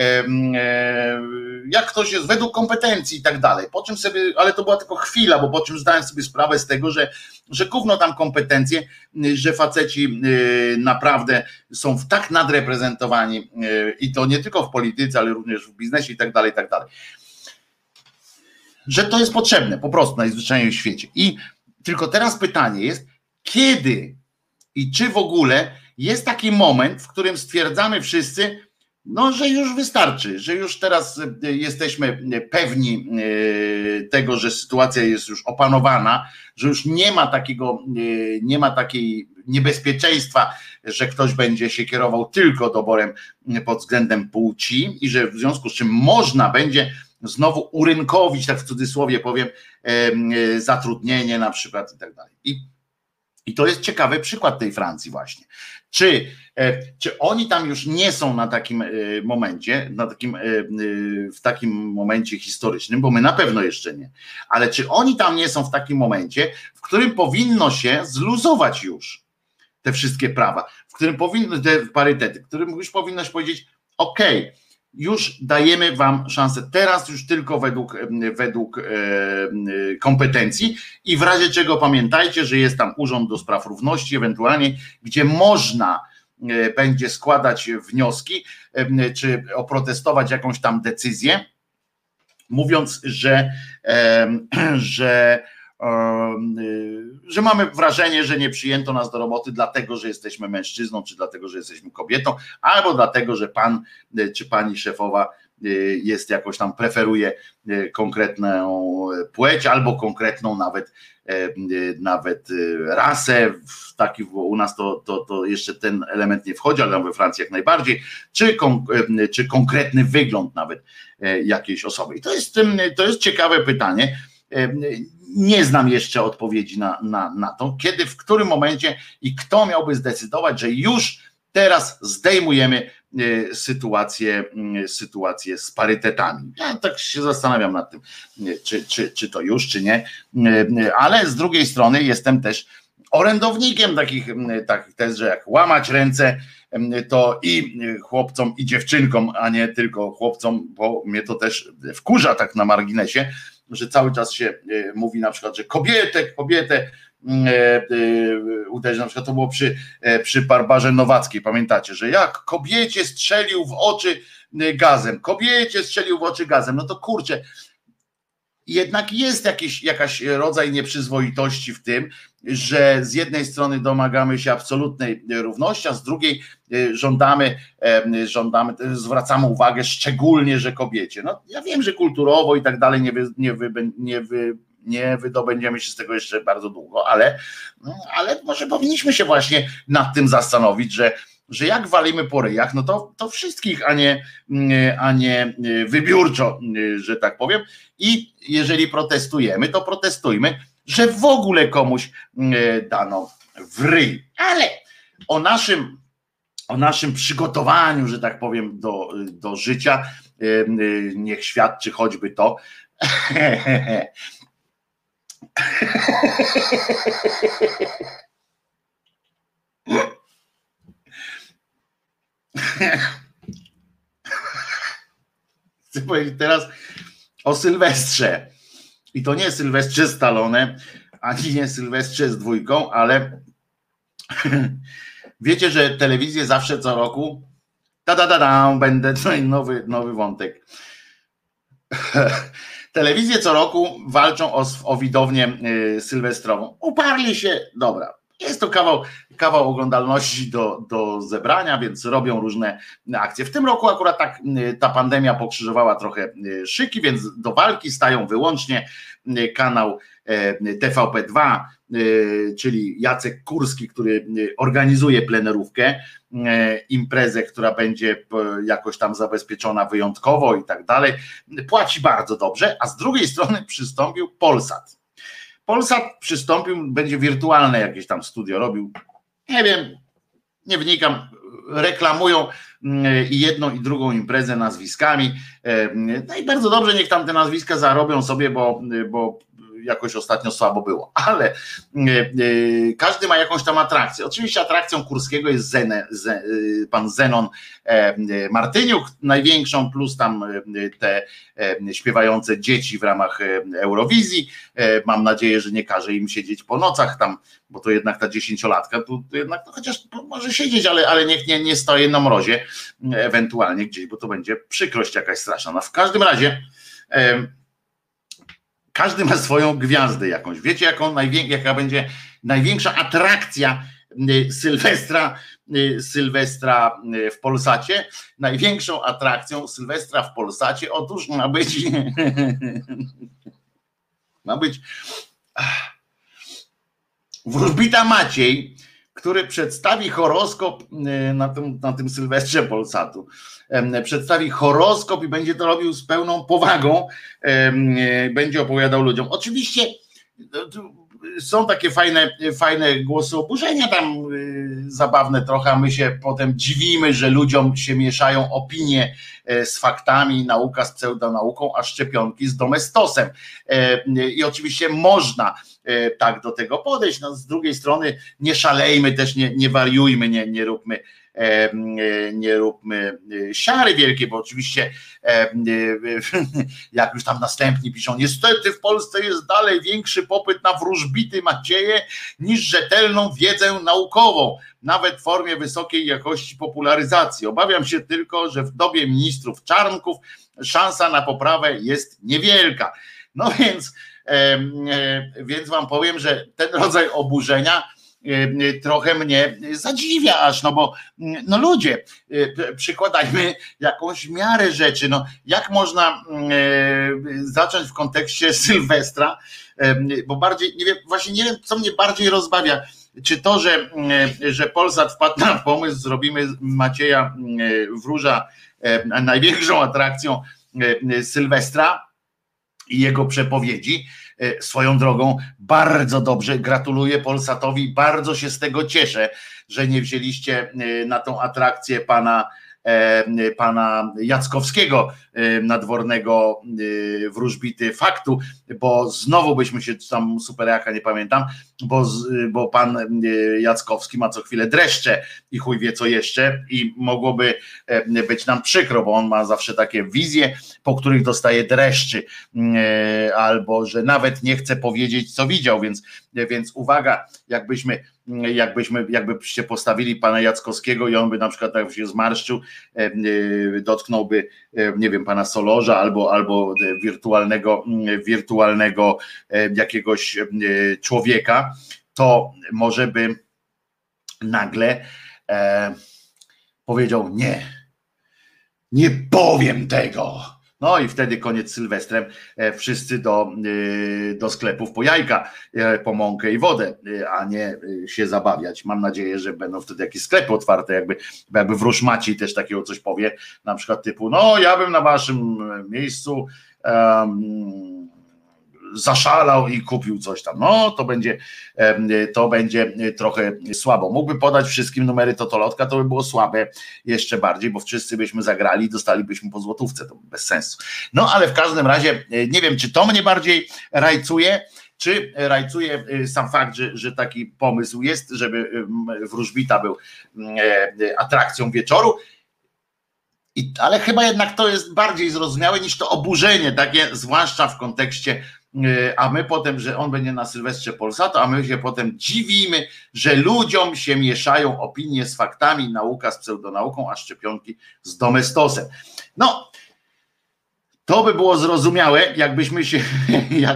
jak ktoś jest według kompetencji i tak dalej, po czym sobie, ale to była tylko chwila, bo po czym zdałem sobie sprawę z tego, że gówno tam kompetencje, że faceci naprawdę są tak nadreprezentowani i to nie tylko w polityce, ale również w biznesie i tak dalej, że to jest potrzebne po prostu najzwyczajniej w świecie. I tylko teraz pytanie jest, kiedy i czy w ogóle jest taki moment, w którym stwierdzamy wszyscy, no, że już wystarczy, że już teraz jesteśmy pewni tego, że sytuacja jest już opanowana, że już nie ma takiej niebezpieczeństwa, że ktoś będzie się kierował tylko doborem pod względem płci i że w związku z czym można będzie znowu urynkowić, tak w cudzysłowie powiem, zatrudnienie na przykład i tak dalej. I to jest ciekawy przykład tej Francji właśnie. Czy oni tam już nie są na takim momencie, w takim momencie historycznym, bo my na pewno jeszcze nie, ale czy oni tam nie są w takim momencie, w którym powinno się zluzować już te wszystkie prawa, w którym powinno, te parytety, w którym już powinno się powiedzieć, okej, już dajemy wam szansę, teraz już tylko według kompetencji i w razie czego pamiętajcie, że jest tam Urząd do Spraw Równości ewentualnie, gdzie można będzie składać wnioski czy oprotestować jakąś tam decyzję, mówiąc, że mamy wrażenie, że nie przyjęto nas do roboty dlatego, że jesteśmy mężczyzną, czy dlatego, że jesteśmy kobietą, albo dlatego, że pan czy pani szefowa jest jakoś tam, preferuje konkretną płeć, albo konkretną nawet rasę. U nas to jeszcze ten element nie wchodzi, ale tam we Francji jak najbardziej, czy konkretny wygląd nawet jakiejś osoby. I to jest ciekawe pytanie. Nie znam jeszcze odpowiedzi na to, kiedy, w którym momencie i kto miałby zdecydować, że już teraz zdejmujemy sytuację z parytetami. Ja tak się zastanawiam nad tym, czy to już, czy nie, ale z drugiej strony jestem też orędownikiem takich tez, że jak łamać ręce, to i chłopcom, i dziewczynkom, a nie tylko chłopcom, bo mnie to też wkurza tak na marginesie, że cały czas się mówi na przykład, że kobietę uderzy, na przykład to było przy Barbarze Nowackiej, pamiętacie, że jak kobiecie strzelił w oczy gazem, no to kurczę, jednak jest jakaś rodzaj nieprzyzwoitości w tym, że z jednej strony domagamy się absolutnej równości, a z drugiej zwracamy uwagę szczególnie, że kobiecie. No ja wiem, że kulturowo i tak dalej nie wydobędziemy się z tego jeszcze bardzo długo, ale może powinniśmy się właśnie nad tym zastanowić, że jak walimy po ryjach, no to wszystkich, a nie wybiórczo, że tak powiem. I jeżeli protestujemy, to protestujmy, że w ogóle komuś dano w ryj. Ale o naszym przygotowaniu, że tak powiem, do życia, niech świadczy choćby to. Chcę powiedzieć teraz o Sylwestrze. I to nie Sylwestrze Stallone, ani nie Sylwestrze z dwójką, ale wiecie, że telewizję zawsze co roku będę nowy wątek. Telewizje co roku walczą o widownię sylwestrową. Uparli się, dobra. Jest to kawał oglądalności do zebrania, więc robią różne akcje. W tym roku akurat tak ta pandemia pokrzyżowała trochę szyki, więc do walki stają wyłącznie kanał TVP2, czyli Jacek Kurski, który organizuje plenerówkę, imprezę, która będzie jakoś tam zabezpieczona wyjątkowo i tak dalej, płaci bardzo dobrze, a z drugiej strony przystąpił Polsat. Polsat przystąpił, będzie wirtualne jakieś tam studio robił, nie wiem, nie wnikam, reklamują i jedną i drugą imprezę nazwiskami, no i bardzo dobrze, niech tam te nazwiska zarobią sobie, bo jakoś ostatnio słabo było, ale każdy ma jakąś tam atrakcję. Oczywiście atrakcją Kurskiego jest pan Zenon Martyniuk, największą, plus tam te śpiewające dzieci w ramach Eurowizji. Mam nadzieję, że nie każe im siedzieć po nocach tam, bo to jednak ta 10-latka, tu jednak no, chociaż może siedzieć, ale niech nie stoi na mrozie, ewentualnie gdzieś, bo to będzie przykrość jakaś straszna. No, w każdym razie każdy ma swoją gwiazdę jakąś. Wiecie, jaka będzie największa atrakcja Sylwestra w Polsacie? Największą atrakcją Sylwestra w Polsacie otóż ma być wróżbita Maciej, który przedstawi horoskop na tym Sylwestrze Polsatu. Przedstawi horoskop i będzie to robił z pełną powagą, będzie opowiadał ludziom. Oczywiście są takie fajne głosy oburzenia tam, zabawne trochę, a my się potem dziwimy, że ludziom się mieszają opinie z faktami, nauka z pseudonauką, a szczepionki z domestosem. I oczywiście można tak do tego podejść. No, z drugiej strony nie szalejmy też, nie wariujmy, nie róbmy siary wielkie, bo oczywiście jak już tam następni piszą, niestety w Polsce jest dalej większy popyt na wróżbity Macieje niż rzetelną wiedzę naukową, nawet w formie wysokiej jakości popularyzacji. Obawiam się tylko, że w dobie ministrów Czarnków szansa na poprawę jest niewielka. No więc wam powiem, że ten rodzaj oburzenia trochę mnie zadziwia aż, no bo no ludzie, przykładajmy jakąś miarę rzeczy, no jak można zacząć w kontekście Sylwestra, bo bardziej, nie wiem, co mnie bardziej rozbawia, czy to, że Polsat wpadł na pomysł, zrobimy Macieja Wróża największą atrakcją Sylwestra i jego przepowiedzi. Swoją drogą bardzo dobrze, gratuluję Polsatowi, bardzo się z tego cieszę, że nie wzięliście na tą atrakcję pana Jackowskiego, nadwornego wróżbity Faktu, bo znowu byśmy się tam superjaka, nie pamiętam, bo pan Jackowski ma co chwilę dreszcze i chuj wie co jeszcze i mogłoby być nam przykro, bo on ma zawsze takie wizje, po których dostaje dreszczy, albo że nawet nie chce powiedzieć co widział, więc uwaga, jakbyście postawili pana Jackowskiego i on by na przykład tak się zmarszczył, dotknąłby, nie wiem, pana Solorza albo wirtualnego jakiegoś człowieka, to może by nagle powiedział nie powiem tego. No i wtedy koniec z Sylwestrem, wszyscy do sklepów po jajka, po mąkę i wodę, a nie się zabawiać. Mam nadzieję, że będą wtedy jakieś sklepy otwarte, jakby wróż Maciej też takiego coś powie, na przykład typu, no ja bym na waszym miejscu zaszalał i kupił coś tam. No to będzie trochę słabo. Mógłby podać wszystkim numery totolotka, to by było słabe jeszcze bardziej, bo wszyscy byśmy zagrali i dostalibyśmy po złotówce, to bez sensu. No ale w każdym razie nie wiem, czy to mnie bardziej rajcuje, czy rajcuje sam fakt, że taki pomysł jest, żeby wróżbita był atrakcją wieczoru. Ale chyba jednak to jest bardziej zrozumiałe niż to oburzenie takie, zwłaszcza w kontekście, a my potem, że on będzie na Sylwestrze Polsatu, a my się potem dziwimy, że ludziom się mieszają opinie z faktami, nauka z pseudonauką, a szczepionki z domestosem. No, to by było zrozumiałe,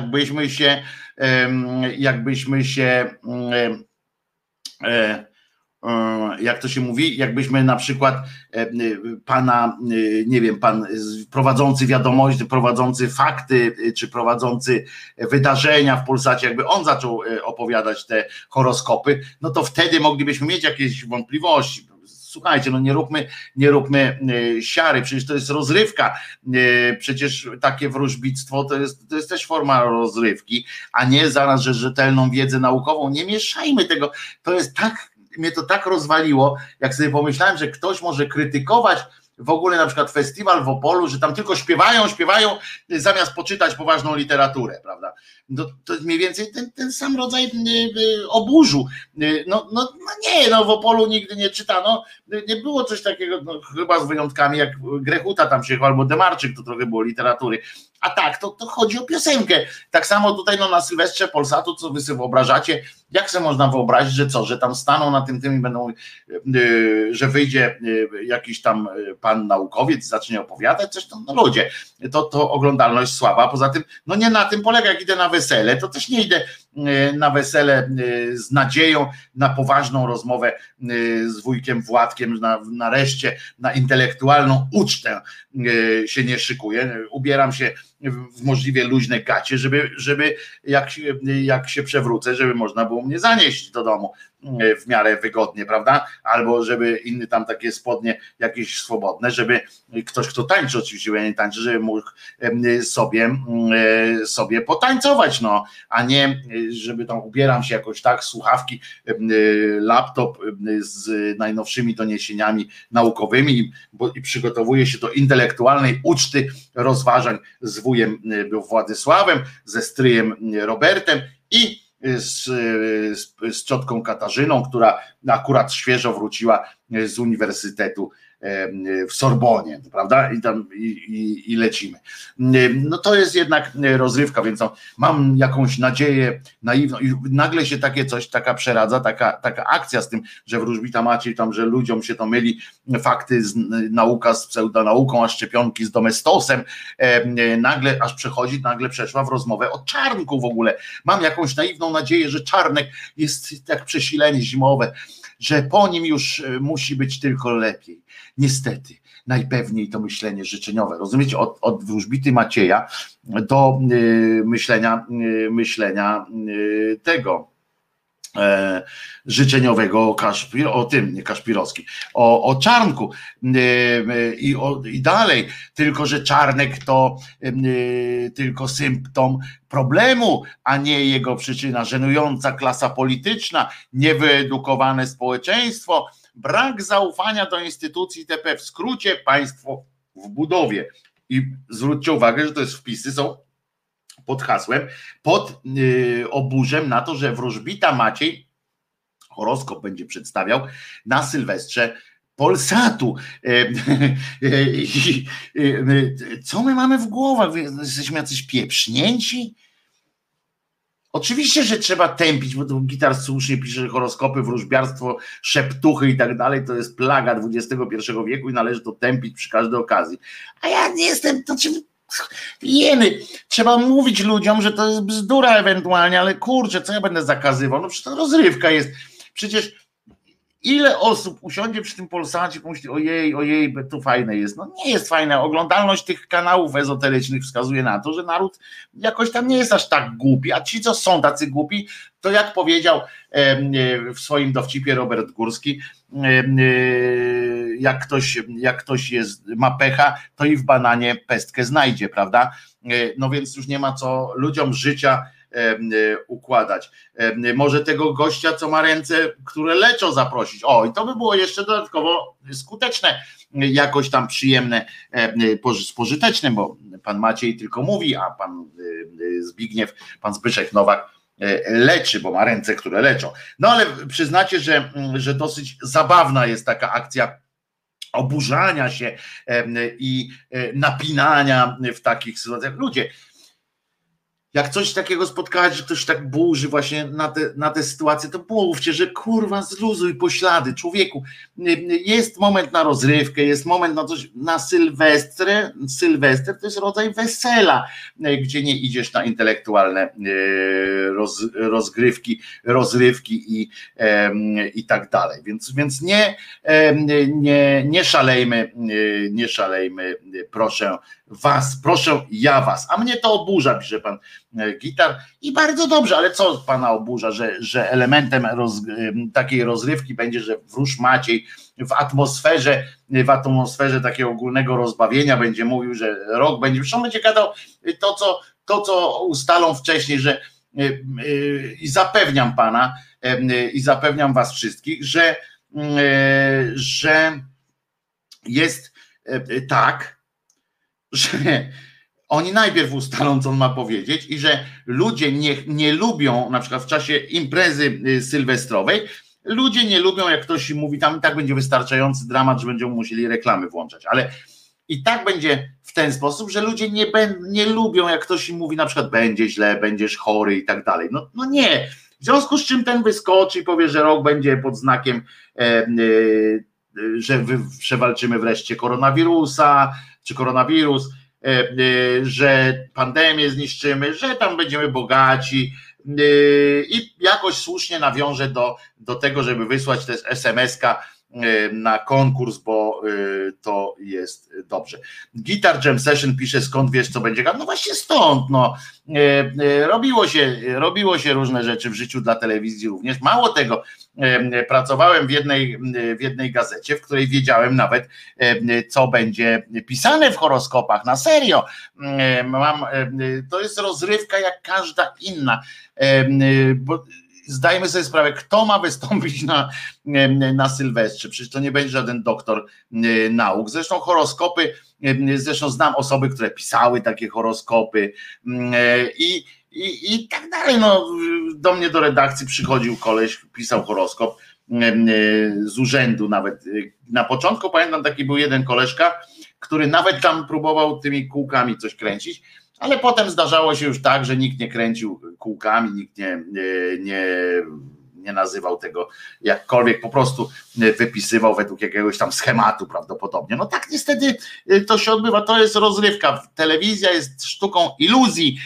jakbyśmy się jak to się mówi, jakbyśmy na przykład pana, nie wiem, pan prowadzący wiadomości, prowadzący fakty, czy prowadzący wydarzenia w Polsacie, jakby on zaczął opowiadać te horoskopy, no to wtedy moglibyśmy mieć jakieś wątpliwości. Słuchajcie, no nie róbmy siary, przecież to jest rozrywka, przecież takie wróżbictwo to jest też forma rozrywki, a nie zaraz, że rzetelną wiedzę naukową, nie mieszajmy tego, to jest tak, mnie to tak rozwaliło, jak sobie pomyślałem, że ktoś może krytykować w ogóle na przykład festiwal w Opolu, że tam tylko śpiewają, zamiast poczytać poważną literaturę, prawda? To jest mniej więcej ten sam rodzaj oburzu. No nie, w Opolu nigdy nie czytano, nie było coś takiego, no, chyba z wyjątkami jak Grechuta tam się, albo Demarczyk, to trochę było literatury. A tak, to chodzi o piosenkę. Tak samo tutaj na Sylwestrze Polsatu, co wy sobie wyobrażacie, jak sobie można wyobrazić, że tam staną na tym i będą, że wyjdzie jakiś tam pan naukowiec, zacznie opowiadać coś, no ludzie, to oglądalność słaba, poza tym, no nie na tym polega, jak idę na wesele, to też nie idę na wesele z nadzieją na poważną rozmowę z wujkiem Władkiem, nareszcie na intelektualną ucztę się nie szykuję, ubieram się w możliwie luźne gacie, żeby jak się przewrócę, żeby można było mnie zanieść do domu w miarę wygodnie, prawda? Albo żeby inny tam takie spodnie jakieś swobodne, żeby ktoś, kto tańczy, oczywiście ja nie tańczę, żeby mógł sobie potańcować, no, a nie, żeby tam ubieram się jakoś tak, słuchawki, laptop z najnowszymi doniesieniami naukowymi i przygotowuję się do intelektualnej uczty rozważań z wujem Władysławem, ze stryjem Robertem i z ciotką Katarzyną, która akurat świeżo wróciła z uniwersytetu w Sorbonie, prawda? I lecimy. No to jest jednak rozrywka, więc mam jakąś nadzieję naiwną i nagle się takie coś, taka przeradza, taka akcja z tym, że wróżbita Maciej tam, że ludziom się to myli, fakty nauka z pseudonauką, a szczepionki z domestosem, nagle przeszła w rozmowę o Czarnku w ogóle. Mam jakąś naiwną nadzieję, że Czarnek jest jak przesilenie zimowe, że po nim już musi być tylko lepiej. Niestety, najpewniej to myślenie życzeniowe. Rozumiecie, od wróżbity Macieja do myślenia tego życzeniowego o tym, nie Kaszpirowski, o Czarnku i dalej, tylko że Czarnek to tylko symptom problemu, a nie jego przyczyna. Żenująca klasa polityczna, niewyedukowane społeczeństwo, brak zaufania do instytucji TP, w skrócie państwo w budowie. I zwróćcie uwagę, że to jest wpisy, są pod hasłem, pod oburzem na to, że wróżbita Maciej horoskop będzie przedstawiał na Sylwestrze Polsatu. Co my mamy w głowach? Jesteśmy jacyś pieprznięci? Oczywiście, że trzeba tępić, bo tu Gitar słusznie pisze, że horoskopy, wróżbiarstwo, szeptuchy i tak dalej to jest plaga XXI wieku i należy to tępić przy każdej okazji. A ja nie jestem, jeny, trzeba mówić ludziom, że to jest bzdura ewentualnie, ale kurczę, co ja będę zakazywał? No przecież to rozrywka jest. Przecież ile osób usiądzie przy tym Polsacie i pomyśli, ojej, to fajne jest. No nie jest fajne. Oglądalność tych kanałów ezoterycznych wskazuje na to, że naród jakoś tam nie jest aż tak głupi, a ci, co są tacy głupi, to jak powiedział w swoim dowcipie Robert Górski, jak ktoś ma pecha, to i w bananie pestkę znajdzie, prawda? No więc już nie ma co ludziom życia układać. Może tego gościa, co ma ręce, które leczą, zaprosić. I to by było jeszcze dodatkowo skuteczne, jakoś tam przyjemne, pożyteczne, bo pan Maciej tylko mówi, a pan Zbigniew, pan Zbyszek Nowak leczy, bo ma ręce, które leczą. No ale przyznacie, że dosyć zabawna jest taka akcja oburzania się i napinania w takich sytuacjach. Ludzie, jak coś takiego spotkacie, że ktoś tak burzy właśnie na te sytuacje, to mówcie, że kurwa zluzuj poślady, człowieku. Jest moment na rozrywkę, jest moment na coś, na Sylwester to jest rodzaj wesela, gdzie nie idziesz na intelektualne rozrywki i tak dalej. Więc nie szalejmy, proszę ja was, a mnie to oburza, pisze pan Gitar i bardzo dobrze, ale co pana oburza, że elementem takiej rozrywki będzie, że wróż Maciej w atmosferze takiego ogólnego rozbawienia będzie mówił, że rok będzie, zresztą będzie gadał to, co ustalą wcześniej, że i zapewniam pana i zapewniam was wszystkich, że jest tak, że oni najpierw ustalą, co on ma powiedzieć i że ludzie nie lubią, na przykład w czasie imprezy sylwestrowej, ludzie nie lubią, jak ktoś im mówi, tam i tak będzie wystarczający dramat, że będą musieli reklamy włączać, ale i tak będzie w ten sposób, że ludzie nie lubią, jak ktoś im mówi, na przykład będzie źle, będziesz chory i tak dalej. No nie. W związku z czym ten wyskoczy i powie, że rok będzie pod znakiem, że przewalczymy wreszcie koronawirusa, czy koronawirus, że pandemię zniszczymy, że tam będziemy bogaci i jakoś słusznie nawiąże do tego, żeby wysłać też SMS-ka na konkurs, bo to jest dobrze. Guitar Jam Session pisze, skąd wiesz, co będzie? No właśnie stąd, no. Robiło się różne rzeczy w życiu dla telewizji również. Mało tego, pracowałem w jednej gazecie, w której wiedziałem nawet, co będzie pisane w horoskopach, na serio. To jest rozrywka jak każda inna, bo zdajmy sobie sprawę, kto ma wystąpić na Sylwestrze, przecież to nie będzie żaden doktor nauk, zresztą horoskopy, zresztą znam osoby, które pisały takie horoskopy i tak dalej, no do mnie do redakcji przychodził koleś, pisał horoskop z urzędu nawet, na początku pamiętam taki był jeden koleżka, który nawet tam próbował tymi kółkami coś kręcić, ale potem zdarzało się już tak, że nikt nie kręcił kółkami, nikt nie nazywał tego jakkolwiek, po prostu wypisywał według jakiegoś tam schematu prawdopodobnie. No tak niestety to się odbywa, to jest rozrywka. Telewizja jest sztuką iluzji,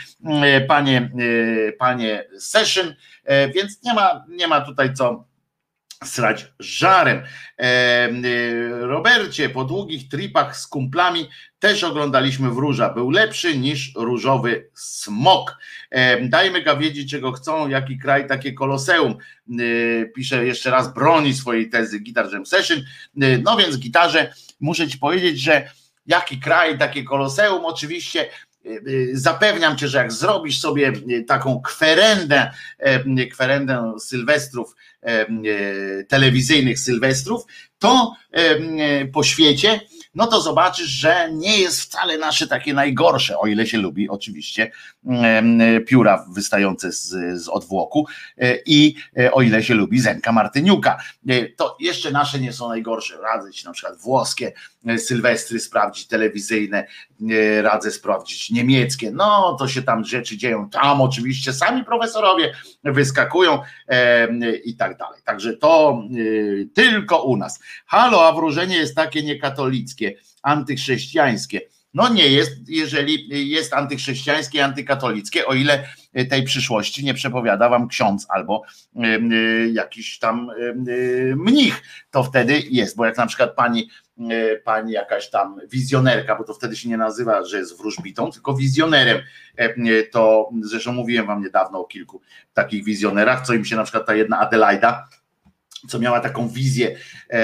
panie Session, więc nie ma tutaj co srać żarem. Robercie, po długich tripach z kumplami też oglądaliśmy Wróża. Był lepszy niż różowy smok. Dajmy ga wiedzieć, czego chcą, jaki kraj, takie koloseum. Pisze jeszcze raz, broni swojej tezy Guitar Jam Session. No więc Gitarze, muszę ci powiedzieć, że jaki kraj, takie koloseum, oczywiście zapewniam cię, że jak zrobisz sobie taką kwerendę sylwestrów, telewizyjnych sylwestrów, to po świecie, no to zobaczysz, że nie jest wcale nasze takie najgorsze, o ile się lubi oczywiście pióra wystające z odwłoku i o ile się lubi Zenka Martyniuka, to jeszcze nasze nie są najgorsze. Radzę ci na przykład włoskie sylwestry sprawdzić, telewizyjne, radzę sprawdzić niemieckie, no to się tam rzeczy dzieją, tam oczywiście sami profesorowie wyskakują i tak dalej, także to tylko u nas. Halo, a wróżenie jest takie niekatolickie, antychrześcijańskie. No nie jest, jeżeli jest antychrześcijańskie i antykatolickie, o ile tej przyszłości nie przepowiada wam ksiądz albo jakiś tam mnich, to wtedy jest, bo jak na przykład pani jakaś tam wizjonerka, bo to wtedy się nie nazywa, że jest wróżbitą, tylko wizjonerem, to zresztą mówiłem wam niedawno o kilku takich wizjonerach, co im się na przykład ta jedna Adelaida, co miała taką wizję,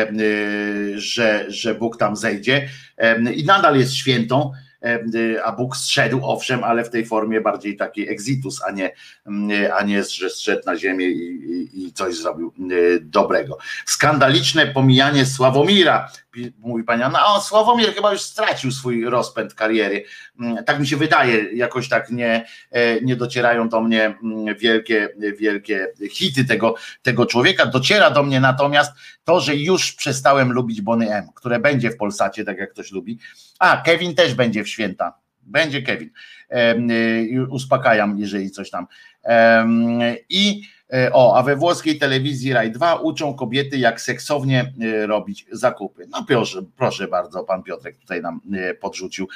że Bóg tam zejdzie i nadal jest świętą, a Bóg zszedł, owszem, ale w tej formie bardziej takiej exitus, a nie, że zszedł na ziemię i coś zrobił dobrego. Skandaliczne pomijanie Sławomira, mówi pani Anna, a Sławomir chyba już stracił swój rozpęd kariery. Tak mi się wydaje, jakoś tak nie docierają do mnie wielkie hity tego człowieka. Dociera do mnie natomiast to, że już przestałem lubić Boney M, które będzie w Polsacie, tak jak ktoś lubi. A, Kevin też będzie w święta. Będzie Kevin. Uspokajam, jeżeli coś tam. A we włoskiej telewizji Rai 2 uczą kobiety, jak seksownie robić zakupy. No proszę bardzo, pan Piotrek tutaj nam podrzucił.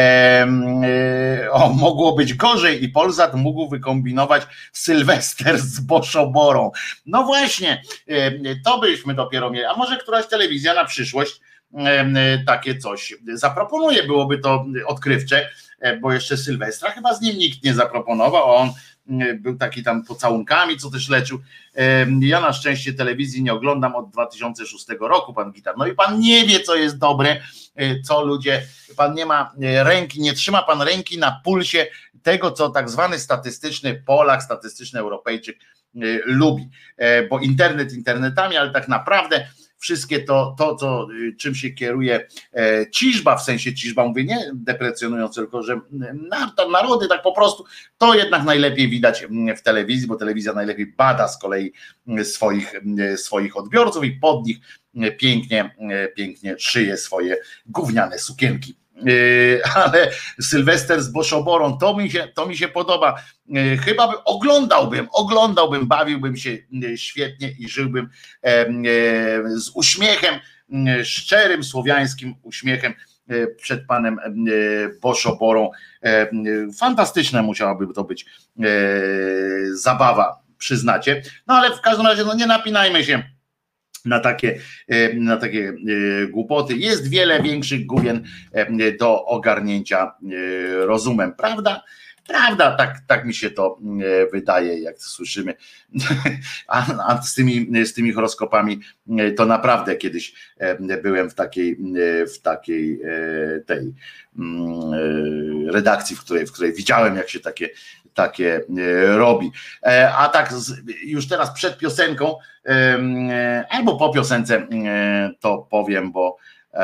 Mogło być gorzej i Polsat mógł wykombinować Sylwester z Boszoborą. No właśnie, to byśmy dopiero mieli. A może któraś telewizja na przyszłość takie coś zaproponuje, byłoby to odkrywcze, bo jeszcze Sylwestra chyba z nim nikt nie zaproponował, on był taki tam pocałunkami, co też lecił. Ja na szczęście telewizji nie oglądam od 2006 roku, pan Gitar. No i pan nie wie, co jest dobre, co ludzie, pan nie ma ręki, nie trzyma pan ręki na pulsie tego, co tak zwany statystyczny Polak, statystyczny Europejczyk lubi, bo internet internetami, ale tak naprawdę wszystkie to co, czym się kieruje ciżba, w sensie ciżba, mówię nie deprecjonując, tylko że narody tak po prostu, to jednak najlepiej widać w telewizji, bo telewizja najlepiej bada z kolei swoich odbiorców i pod nich pięknie szyje swoje gówniane sukienki. Ale Sylwester z Boszoborą, to mi się podoba. Chyba oglądałbym, bawiłbym się świetnie i żyłbym z uśmiechem, szczerym słowiańskim uśmiechem przed panem Boszoborą. Fantastyczna musiałaby to być zabawa, przyznacie. No ale w każdym razie nie napinajmy się na takie głupoty. Jest wiele większych gówien do ogarnięcia rozumem, prawda? Prawda, tak mi się to wydaje, jak słyszymy. A z tymi horoskopami to naprawdę kiedyś byłem w takiej tej redakcji, w której widziałem, jak się takie robi. A tak już teraz przed piosenką albo po piosence to powiem, bo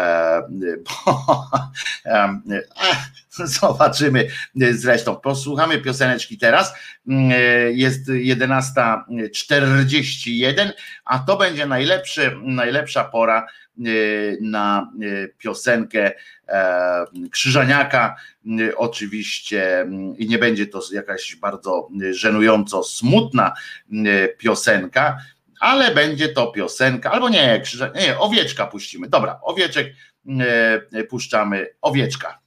zobaczymy zresztą. Posłuchamy pioseneczki teraz. Jest 11:41, a to będzie najlepsza pora na piosenkę Krzyżaniaka, oczywiście, i nie będzie to jakaś bardzo żenująco smutna piosenka, ale będzie to piosenka, albo nie, Owieczka puścimy. Dobra, Owieczek puszczamy, Owieczka.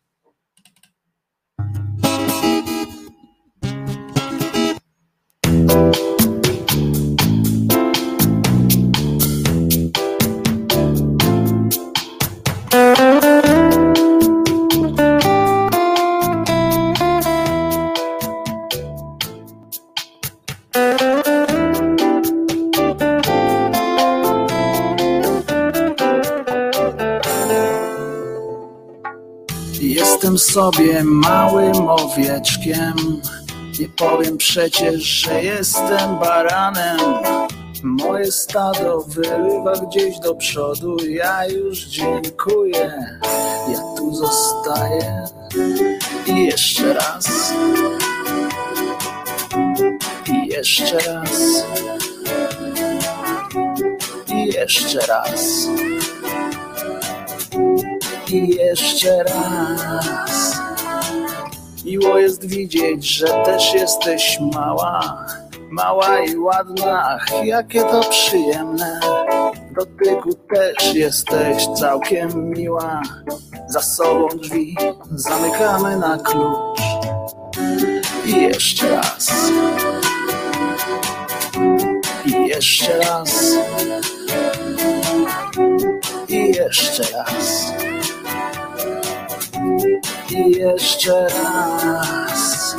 Jestem sobie małym owieczkiem, nie powiem przecież, że jestem baranem. Moje stado wyrywa gdzieś do przodu, ja już dziękuję, ja tu zostaję. I jeszcze raz, i jeszcze raz, i jeszcze raz. I jeszcze raz. Miło jest widzieć, że też jesteś mała i ładna. Ach, jakie to przyjemne. W dotyku też jesteś całkiem miła. Za sobą drzwi zamykamy na klucz. I jeszcze raz. I jeszcze raz. I jeszcze raz. I jeszcze raz.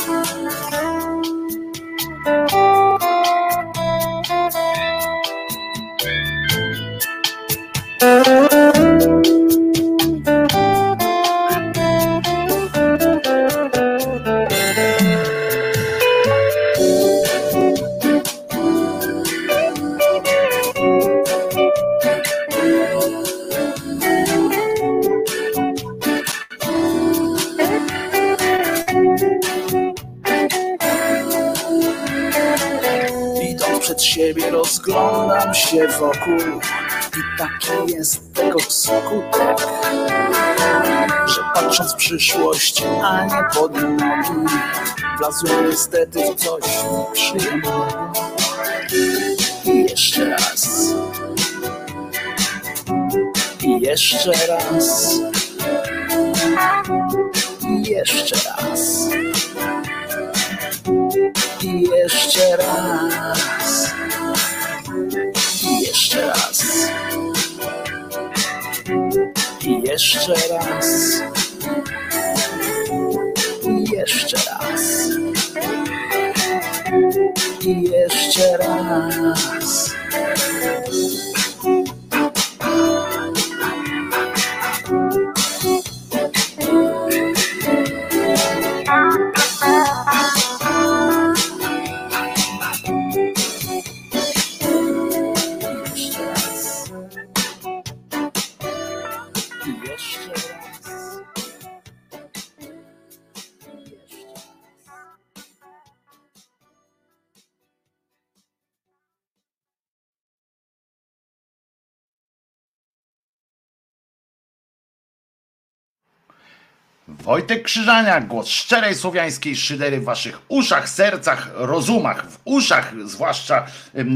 Rozglądam się wokół i taki jest tego skutek, że patrząc w przyszłość, a nie pod nogi, wlazłem niestety w coś nieprzyjemnego. I jeszcze raz. I jeszcze raz. I jeszcze raz. I jeszcze raz. I jeszcze raz. I jeszcze raz. I jeszcze raz. I jeszcze raz. Wojtek Krzyżaniak, głos szczerej słowiańskiej szydery w waszych uszach, sercach, rozumach, w uszach zwłaszcza,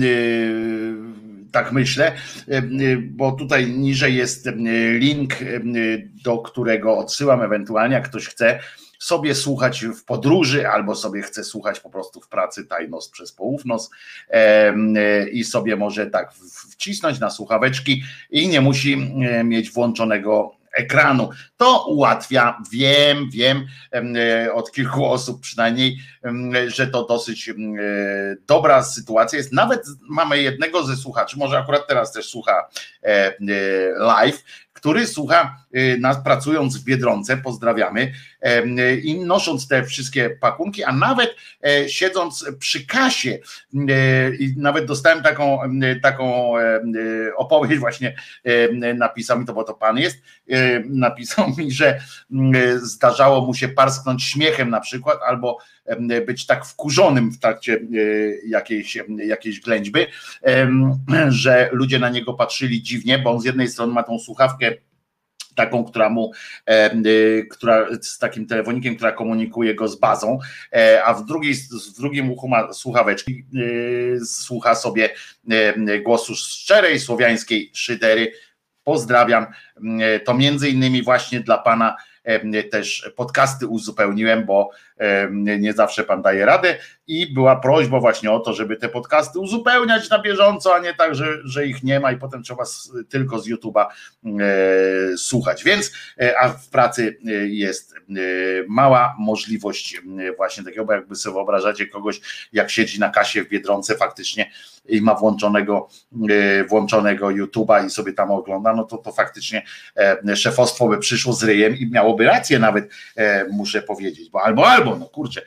tak myślę, bo tutaj niżej jest link, do którego odsyłam ewentualnie, jak ktoś chce sobie słuchać w podróży, albo sobie chce słuchać po prostu w pracy tajnos przez poufnos i sobie może tak wcisnąć na słuchaweczki i nie musi mieć włączonego ekranu. To ułatwia, wiem od kilku osób przynajmniej, że to dosyć dobra sytuacja jest. Nawet mamy jednego ze słuchaczy, może akurat teraz też słucha live, który słucha nas pracując w Biedronce, pozdrawiamy, i nosząc te wszystkie pakunki, a nawet siedząc przy kasie, i nawet dostałem taką opowieść, właśnie napisał mi to, bo to pan jest, napisał mi, że zdarzało mu się parsknąć śmiechem na przykład, albo być tak wkurzonym w trakcie jakiejś ględźby, że ludzie na niego patrzyli dziwnie, bo on z jednej strony ma tą słuchawkę taką, która z takim telefonikiem, która komunikuje go z bazą, a w drugim uchu ma słuchaweczki, słucha sobie głosu szczerej słowiańskiej szydery. Pozdrawiam. To między innymi właśnie dla pana też podcasty uzupełniłem, bo nie zawsze pan daje radę i była prośba właśnie o to, żeby te podcasty uzupełniać na bieżąco, a nie tak, że ich nie ma i potem trzeba tylko z YouTube'a słuchać, więc a w pracy jest mała możliwość właśnie takiego, bo jakby sobie wyobrażacie kogoś, jak siedzi na kasie w Biedronce faktycznie i ma włączonego YouTube'a i sobie tam ogląda, no to faktycznie szefostwo by przyszło z ryjem i miałoby rację nawet, muszę powiedzieć, bo albo, no kurczę,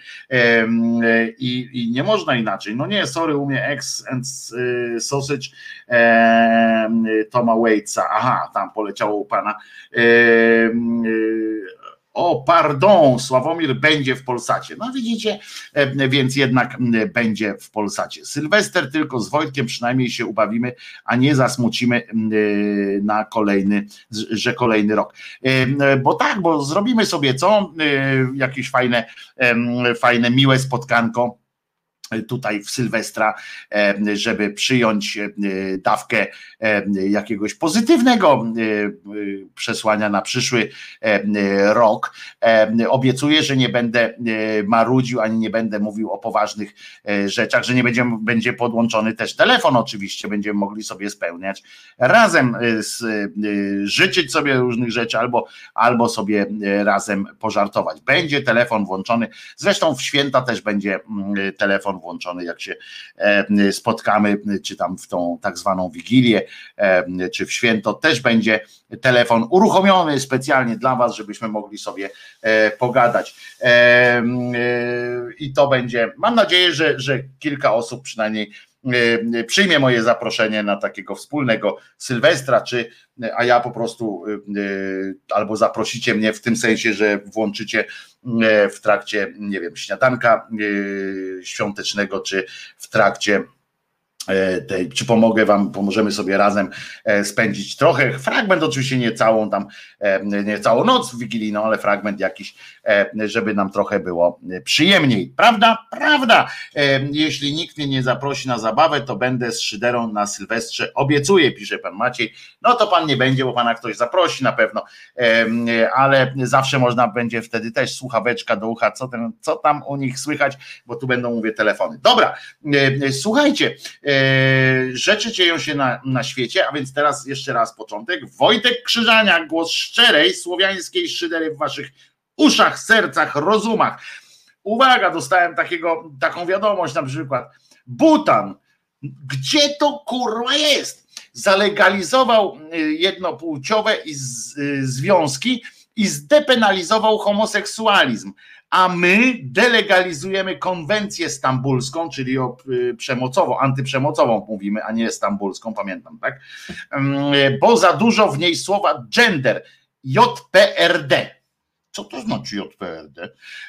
i nie można inaczej, no nie, sorry, u mnie eggs and sausage Toma Waitsa, aha, tam poleciało u pana, o pardon, Sławomir będzie w Polsacie, no widzicie, więc jednak będzie w Polsacie. Sylwester tylko z Wojtkiem przynajmniej się ubawimy, a nie zasmucimy na kolejny rok, bo zrobimy sobie jakieś fajne, miłe spotkanko tutaj w Sylwestra, żeby przyjąć dawkę jakiegoś pozytywnego przesłania na przyszły rok. Obiecuję, że nie będę marudził, ani nie będę mówił o poważnych rzeczach, że nie będzie podłączony też telefon, oczywiście będziemy mogli sobie spełniać razem, życzyć sobie różnych rzeczy, albo sobie razem pożartować. Będzie telefon włączony, zresztą w święta też będzie telefon włączony, jak się spotkamy, czy tam w tą tak zwaną Wigilię, czy w święto, też będzie telefon uruchomiony specjalnie dla was, żebyśmy mogli sobie pogadać. I to będzie, mam nadzieję, że kilka osób przynajmniej przyjmie moje zaproszenie na takiego wspólnego Sylwestra, a ja po prostu albo zaprosicie mnie w tym sensie, że włączycie w trakcie, nie wiem, śniadanka świątecznego, czy w trakcie czy pomogę wam, pomożemy sobie razem spędzić trochę, fragment oczywiście nie całą noc wigilijną, ale fragment jakiś, żeby nam trochę było przyjemniej. Prawda? Prawda. Jeśli nikt mnie nie zaprosi na zabawę, to będę z szyderą na Sylwestrze, obiecuję, pisze pan Maciej. No to pan nie będzie, bo pana ktoś zaprosi na pewno, ale zawsze można będzie wtedy też słuchaweczka do ucha, co tam u nich słychać, bo tu będą, mówię, telefony. Dobra, słuchajcie, rzeczy dzieją się na świecie, a więc teraz jeszcze raz początek. Wojtek Krzyżania, głos szczerej słowiańskiej szydery w waszych uszach, sercach, rozumach. Uwaga, dostałem taką wiadomość na przykład. Bhutan, gdzie to kurwa jest? Zalegalizował jednopłciowe związki i zdepenalizował homoseksualizm. A my delegalizujemy konwencję stambulską, czyli o antyprzemocową mówimy, a nie stambulską, pamiętam, tak? Bo za dużo w niej słowa gender, JPRD. Co to znaczy JPRD?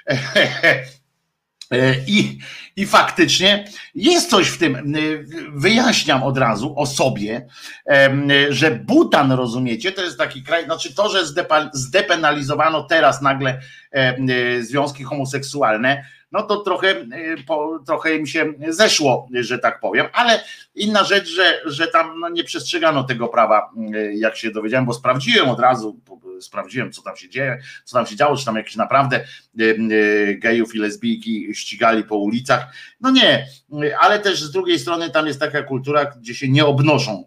I faktycznie jest coś w tym. Wyjaśniam od razu o sobie, że Bhutan, rozumiecie, to jest taki kraj, znaczy to, że zdepenalizowano teraz nagle związki homoseksualne, no to trochę im się zeszło, że tak powiem, ale inna rzecz, że tam nie przestrzegano tego prawa, jak się dowiedziałem, bo sprawdziłem od razu, co tam się dzieje, co tam się działo, czy tam jakieś naprawdę gejów i lesbijki ścigali po ulicach. No nie, ale też z drugiej strony tam jest taka kultura, gdzie się nie obnoszą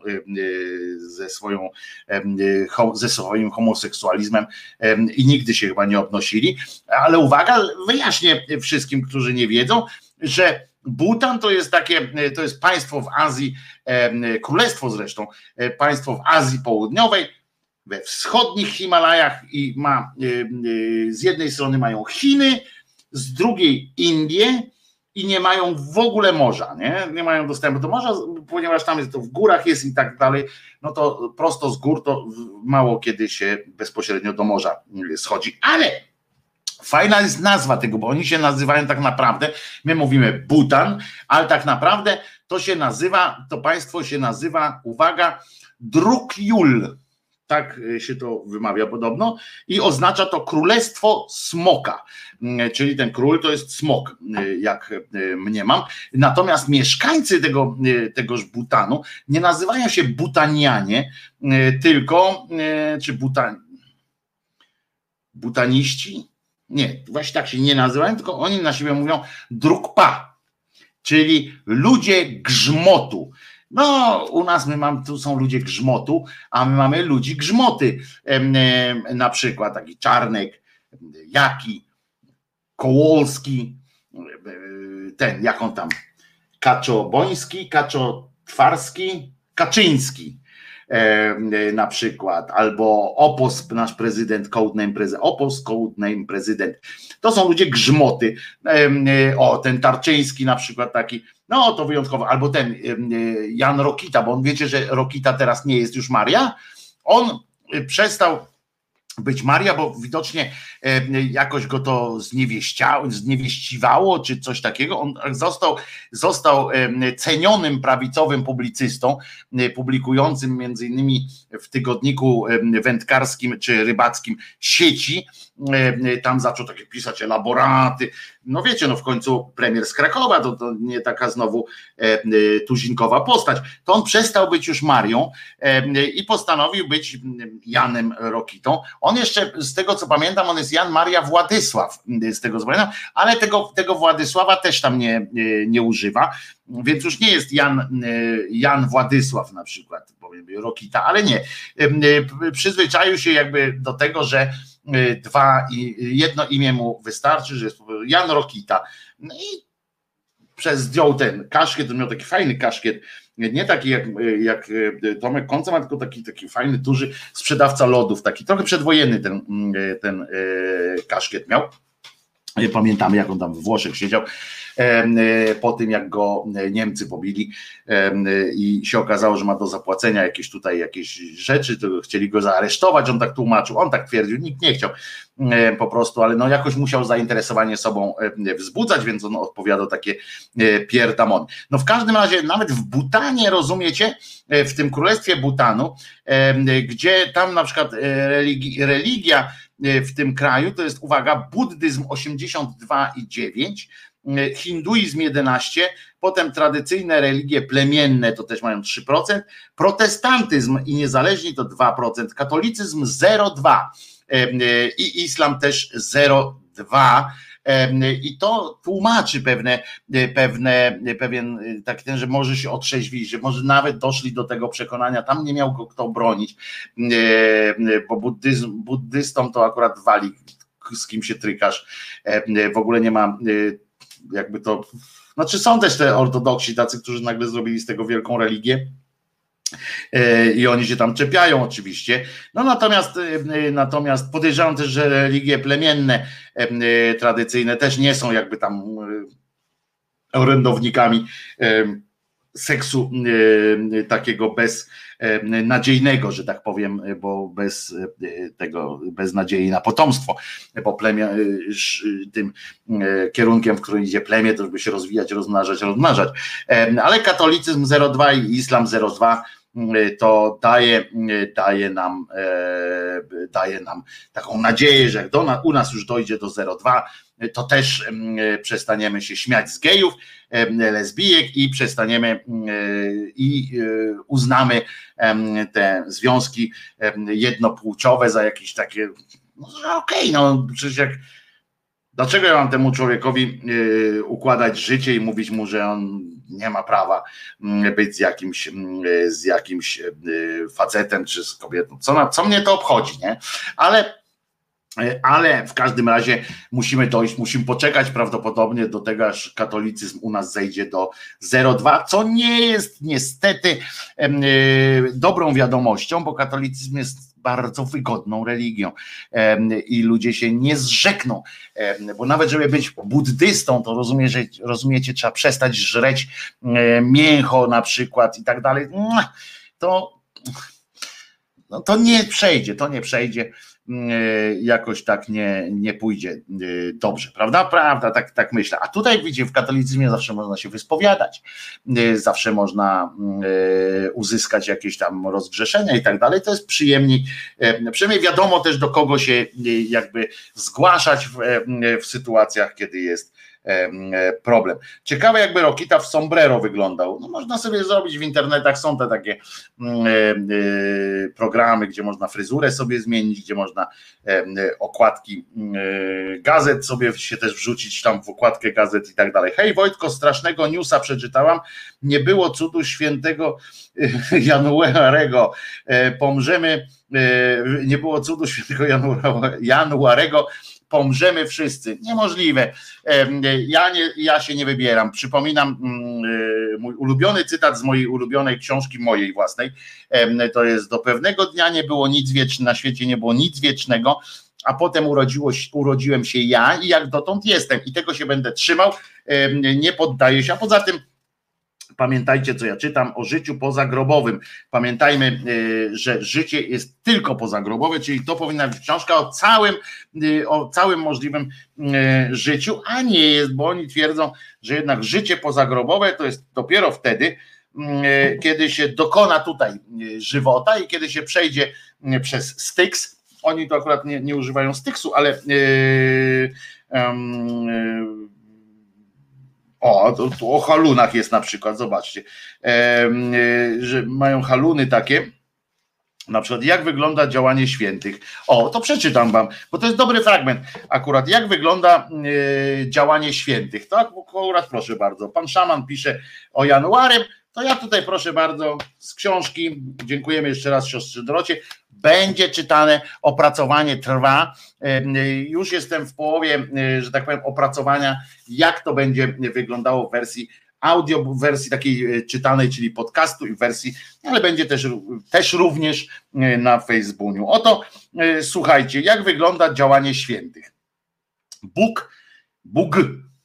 ze swoim homoseksualizmem i nigdy się chyba nie obnosili, ale uwaga, wyjaśnię wszystkim, którzy nie wiedzą, że Bhutan to jest państwo w Azji, królestwo zresztą, państwo w Azji Południowej, we wschodnich Himalajach i ma z jednej strony mają Chiny, z drugiej Indie i nie mają w ogóle morza, nie mają dostępu do morza, ponieważ tam jest to w górach jest i tak dalej, no to prosto z gór to mało kiedy się bezpośrednio do morza schodzi, ale fajna jest nazwa tego, bo oni się nazywają tak naprawdę, my mówimy Bhutan, ale tak naprawdę to państwo się nazywa, uwaga, Drukyul. Tak się to wymawia podobno i oznacza to Królestwo Smoka, czyli ten król to jest smok, jak mniemam. Natomiast mieszkańcy tegoż Bhutanu nie nazywają się Bhutanianie, tylko czy Bhutaniści? Nie, właśnie tak się nie nazywają, tylko oni na siebie mówią Drukpa, czyli ludzie grzmotu. No, u nas tu są ludzie grzmotu, a my mamy ludzi grzmoty. Na przykład taki Czarnek, Jaki, Kołolski, jak on tam, Kaczoboński, Kaczotwarski, Kaczyński na przykład, albo Opos, nasz prezydent, Opos, codename prezydent. To są ludzie grzmoty. Ten Tarczyński na przykład taki, no to wyjątkowo, albo ten Jan Rokita, bo on wiecie, że Rokita teraz nie jest już Maria, on przestał być Maria, bo widocznie jakoś go to zniewieściwało, czy coś takiego. On został cenionym prawicowym publicystą, publikującym między innymi w tygodniku wędkarskim czy rybackim Sieci. Tam zaczął takie pisać elaboraty. No wiecie, no w końcu premier z Krakowa, to nie taka znowu tuzinkowa postać. To on przestał być już Marią i postanowił być Janem Rokitą. On jeszcze, z tego co pamiętam, on jest Jan Maria Władysław, z tego co pamiętam, ale tego Władysława też tam nie używa, więc już nie jest Jan Władysław na przykład, powiem Rokita, ale nie. Przyzwyczaił się jakby do tego, że jedno imię mu wystarczy, że jest Jan Rokita. No i zdjął ten kaszkiet, on miał taki fajny kaszkiet, nie taki jak Tomek Koncem, a tylko taki fajny, duży sprzedawca lodów, taki trochę przedwojenny ten kaszkiet miał. Pamiętamy, jak on tam we Włoszech siedział po tym jak go Niemcy pobili i się okazało, że ma do zapłacenia jakieś rzeczy, to chcieli go zaaresztować, on tak tłumaczył, on tak twierdził, nikt nie chciał po prostu, ale no jakoś musiał zainteresowanie sobą wzbudzać, więc on odpowiadał takie pierdamony. No w każdym razie nawet w Butanie, rozumiecie, w tym królestwie Butanu, gdzie tam na przykład religia w tym kraju to jest, uwaga, buddyzm 82,9%, hinduizm 11%, potem tradycyjne religie plemienne to też mają 3%, protestantyzm i niezależni to 2%, katolicyzm 0,2% i islam też 0,2%. I to tłumaczy pewien taki ten, że może się otrzeźwić, że może nawet doszli do tego przekonania, tam nie miał go kto bronić, bo buddystom to akurat wali, z kim się trykasz, w ogóle nie ma jakby to, znaczy są też te ortodoksi tacy, którzy nagle zrobili z tego wielką religię, i oni się tam czepiają oczywiście, no natomiast podejrzewam też, że religie plemienne tradycyjne też nie są jakby tam orędownikami seksu takiego beznadziejnego, że tak powiem, bo bez nadziei na potomstwo, bo plemię tym kierunkiem, w którym idzie plemię, to żeby się rozwijać, rozmnażać, ale katolicyzm 0,2 i islam 0,2 to daje nam taką nadzieję, że jak u nas już dojdzie do 0,2, to też przestaniemy się śmiać z gejów, lesbijek i przestaniemy i uznamy te związki jednopłciowe za jakieś takie, no okej, no przecież dlaczego ja mam temu człowiekowi układać życie i mówić mu, że on nie ma prawa być z jakimś facetem czy z kobietą. Co mnie to obchodzi, nie? Ale w każdym razie musimy poczekać prawdopodobnie do tego, aż katolicyzm u nas zejdzie do 0,2, co nie jest niestety dobrą wiadomością, bo katolicyzm jest bardzo wygodną religią i ludzie się nie zrzekną, bo nawet żeby być buddystą, to rozumiecie, trzeba przestać żreć mięcho na przykład i tak dalej, to nie przejdzie, jakoś tak nie pójdzie dobrze, prawda, tak myślę, a tutaj widzicie, w katolicyzmie zawsze można się wyspowiadać, zawsze można uzyskać jakieś tam rozgrzeszenia i tak dalej, to jest przynajmniej wiadomo też, do kogo się jakby zgłaszać w sytuacjach, kiedy jest problem. Ciekawe, jakby Rokita w sombrero wyglądał. No można sobie zrobić w internetach, są te takie programy, gdzie można fryzurę sobie zmienić, gdzie można okładki gazet sobie się też wrzucić tam w okładkę gazet i tak dalej. Hej Wojtko, strasznego newsa przeczytałam, nie było cudu świętego Januarego, pomrzemy, nie było cudu świętego Januarego, pomrzemy wszyscy. Niemożliwe. Ja się nie wybieram. Przypominam mój ulubiony cytat z mojej ulubionej książki, mojej własnej. To jest: do pewnego dnia nie było nic wiecznego, na świecie nie było nic wiecznego, a potem urodziłem się ja i jak dotąd jestem. I tego się będę trzymał. Nie poddaję się. A poza tym pamiętajcie, co ja czytam o życiu pozagrobowym. Pamiętajmy, że życie jest tylko pozagrobowe, czyli to powinna być książka o całym możliwym życiu, a nie jest, bo oni twierdzą, że jednak życie pozagrobowe to jest dopiero wtedy, kiedy się dokona tutaj żywota i kiedy się przejdzie przez Styx. Oni to akurat nie używają Styxu, ale o halunach jest na przykład, zobaczcie, że mają haluny takie, na przykład jak wygląda działanie świętych. To przeczytam wam, bo to jest dobry fragment akurat, jak wygląda działanie świętych. To akurat proszę bardzo, pan szaman pisze o Januarym, to ja tutaj proszę bardzo z książki, dziękujemy jeszcze raz siostrze Dorocie, będzie czytane, opracowanie trwa, już jestem w połowie, że tak powiem, opracowania, jak to będzie wyglądało w wersji audio, w wersji takiej czytanej, czyli podcastu i w wersji, ale będzie też również na Facebooku. Oto słuchajcie, jak wygląda działanie świętych. Bóg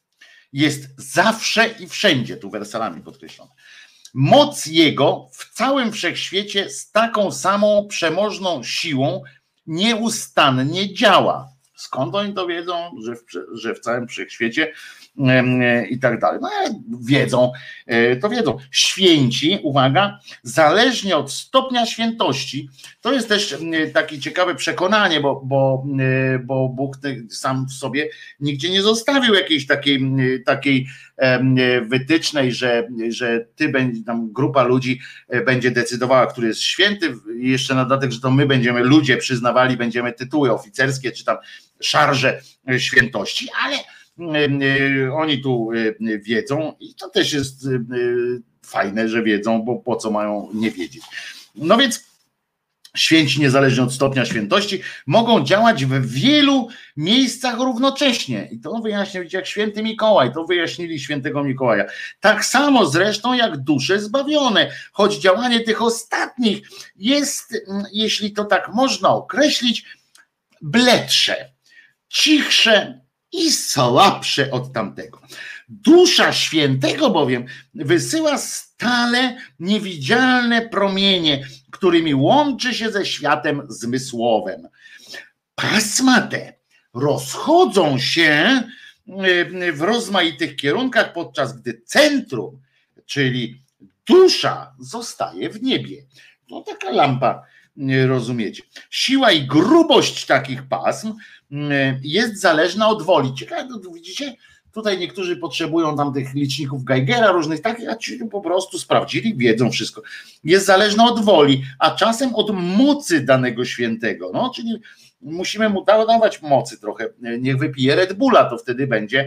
jest zawsze i wszędzie, tu wersalami podkreślone. Moc Jego w całym wszechświecie z taką samą przemożną siłą nieustannie działa. Skąd oni to wiedzą, że w całym wszechświecie i tak dalej? No wiedzą, to wiedzą. Święci, uwaga, zależnie od stopnia świętości, to jest też takie ciekawe przekonanie, bo Bóg sam w sobie nigdzie nie zostawił jakiejś takiej wytycznej, że ty będzie tam grupa ludzi będzie decydowała, który jest święty, i jeszcze na dodatek, że to my będziemy, ludzie przyznawali, będziemy tytuły oficerskie, czy tam szarże świętości, ale oni tu wiedzą i to też jest fajne, że wiedzą, bo po co mają nie wiedzieć. No więc święci, niezależnie od stopnia świętości, mogą działać w wielu miejscach równocześnie. I to wyjaśnia, jak święty Mikołaj, to wyjaśnili świętego Mikołaja. Tak samo zresztą jak dusze zbawione, choć działanie tych ostatnich jest, jeśli to tak można określić, bledsze, cichsze i słabsze od tamtego. Dusza świętego bowiem wysyła stale niewidzialne promienie, którymi łączy się ze światem zmysłowym. Pasma te rozchodzą się w rozmaitych kierunkach, podczas gdy centrum, czyli dusza, zostaje w niebie. To taka lampa, rozumiecie. Siła i grubość takich pasm jest zależna od woli. Ciekawe, widzicie? Tutaj niektórzy potrzebują tam tych liczników Geigera, różnych takich, a ci po prostu sprawdzili, wiedzą wszystko. Jest zależna od woli, a czasem od mocy danego świętego. No, czyli musimy mu dawać mocy trochę. Niech wypije Red Bulla, to wtedy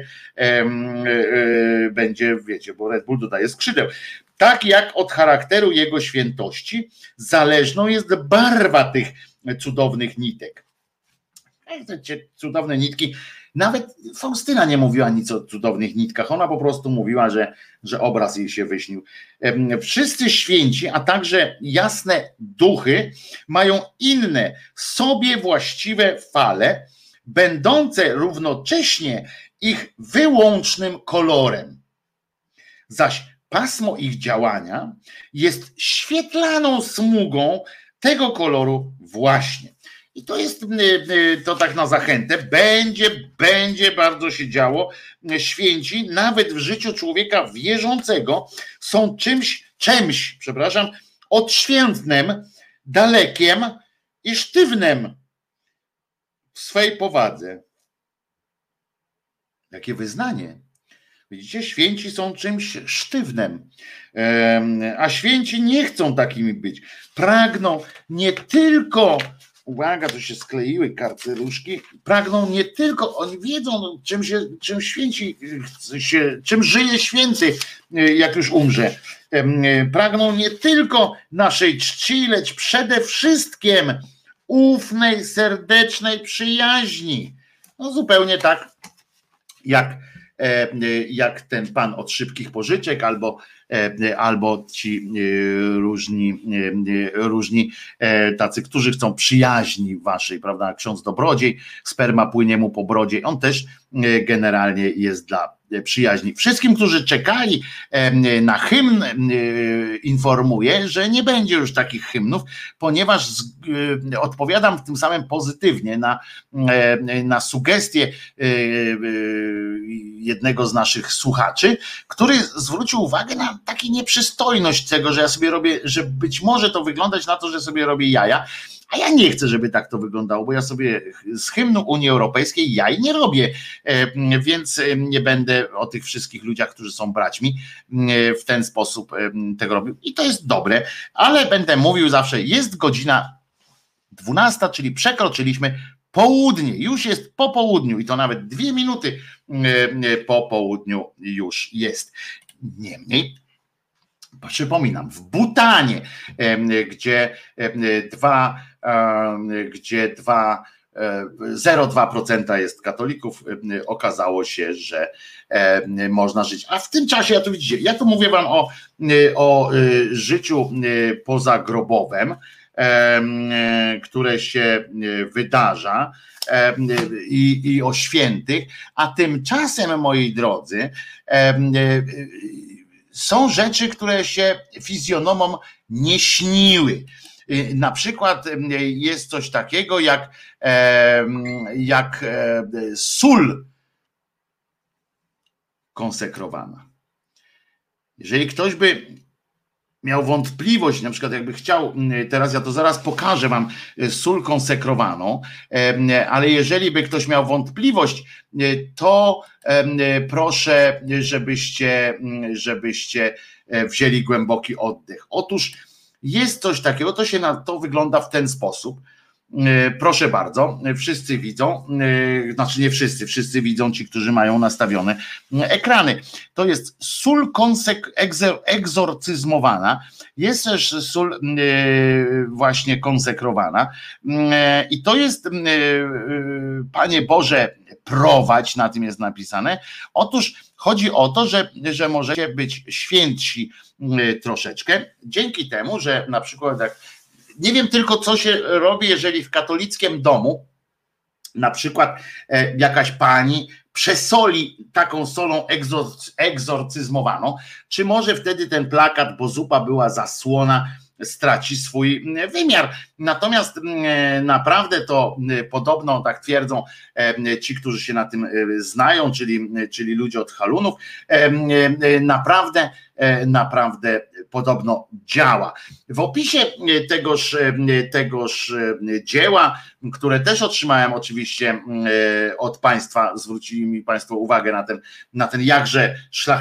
będzie, wiecie, bo Red Bull dodaje skrzydeł. Tak jak od charakteru jego świętości zależną jest barwa tych cudownych nitek. Te cudowne nitki. Nawet Faustyna nie mówiła nic o cudownych nitkach, ona po prostu mówiła, że obraz jej się wyśnił. Wszyscy święci, a także jasne duchy mają inne, sobie właściwe fale, będące równocześnie ich wyłącznym kolorem. Zaś pasmo ich działania jest świetlaną smugą tego koloru właśnie. I to jest to tak na zachętę, będzie bardzo się działo. Święci nawet w życiu człowieka wierzącego są czymś, odświętnym, dalekiem i sztywnym w swej powadze. Jakie wyznanie. Widzicie, święci są czymś sztywnym, a święci nie chcą takimi być. Pragną nie tylko, uwaga, tu się skleiły karceluszki, pragną nie tylko, oni wiedzą, czym święci, czym żyje święty, jak już umrze. Pragną nie tylko naszej czci, lecz przede wszystkim ufnej, serdecznej przyjaźni. No zupełnie tak, jak ten pan od szybkich pożyczek, albo ci różni tacy, którzy chcą przyjaźni waszej, prawda? Ksiądz Dobrodziej, sperma płynie mu po brodzie, on też generalnie jest dla przyjaźni. Wszystkim, którzy czekali na hymn, informuję, że nie będzie już takich hymnów, ponieważ odpowiadam tym samym pozytywnie na sugestie jednego z naszych słuchaczy, który zwrócił uwagę na taką nieprzystojność tego, że ja sobie robię, że być może to wyglądać na to, że sobie robię jaja, a ja nie chcę, żeby tak to wyglądało, bo ja sobie z hymnu Unii Europejskiej jaj nie robię, więc nie będę o tych wszystkich ludziach, którzy są braćmi, w ten sposób tego robił. I to jest dobre, ale będę mówił zawsze, jest godzina 12, czyli przekroczyliśmy południe, już jest po południu i to nawet 2 minuty po południu już jest. Niemniej, przypominam, w Butanie, gdzie 0,2% jest katolików, okazało się, że można żyć. A w tym czasie, ja tu mówię wam o życiu pozagrobowym, które się wydarza i o świętych, a tymczasem, moi drodzy, są rzeczy, które się fizjonomom nie śniły. Na przykład jest coś takiego jak sól konsekrowana. Jeżeli ktoś by miał wątpliwość, na przykład jakby chciał, teraz ja to zaraz pokażę wam sól konsekrowaną, ale jeżeli by ktoś miał wątpliwość, to proszę, żebyście wzięli głęboki oddech. Otóż jest coś takiego, to wygląda w ten sposób. Proszę bardzo, wszyscy widzą, znaczy nie wszyscy widzą, ci, którzy mają nastawione ekrany. To jest sól egzorcyzmowana, jest też sól właśnie konsekrowana i to jest, Panie Boże, prowadź, na tym jest napisane. Otóż chodzi o to, że możecie być świętsi troszeczkę, dzięki temu, że na przykład nie wiem tylko, co się robi, jeżeli w katolickim domu na przykład jakaś pani przesoli taką solą egzorcyzmowaną, czy może wtedy ten plakat, bo zupa była zasłona, straci swój wymiar. Natomiast naprawdę to podobno, tak twierdzą ci, którzy się na tym znają, czyli ludzie od halunów, naprawdę podobno działa. W opisie tegoż dzieła, które też otrzymałem oczywiście od Państwa, zwrócili mi Państwo uwagę na ten jakże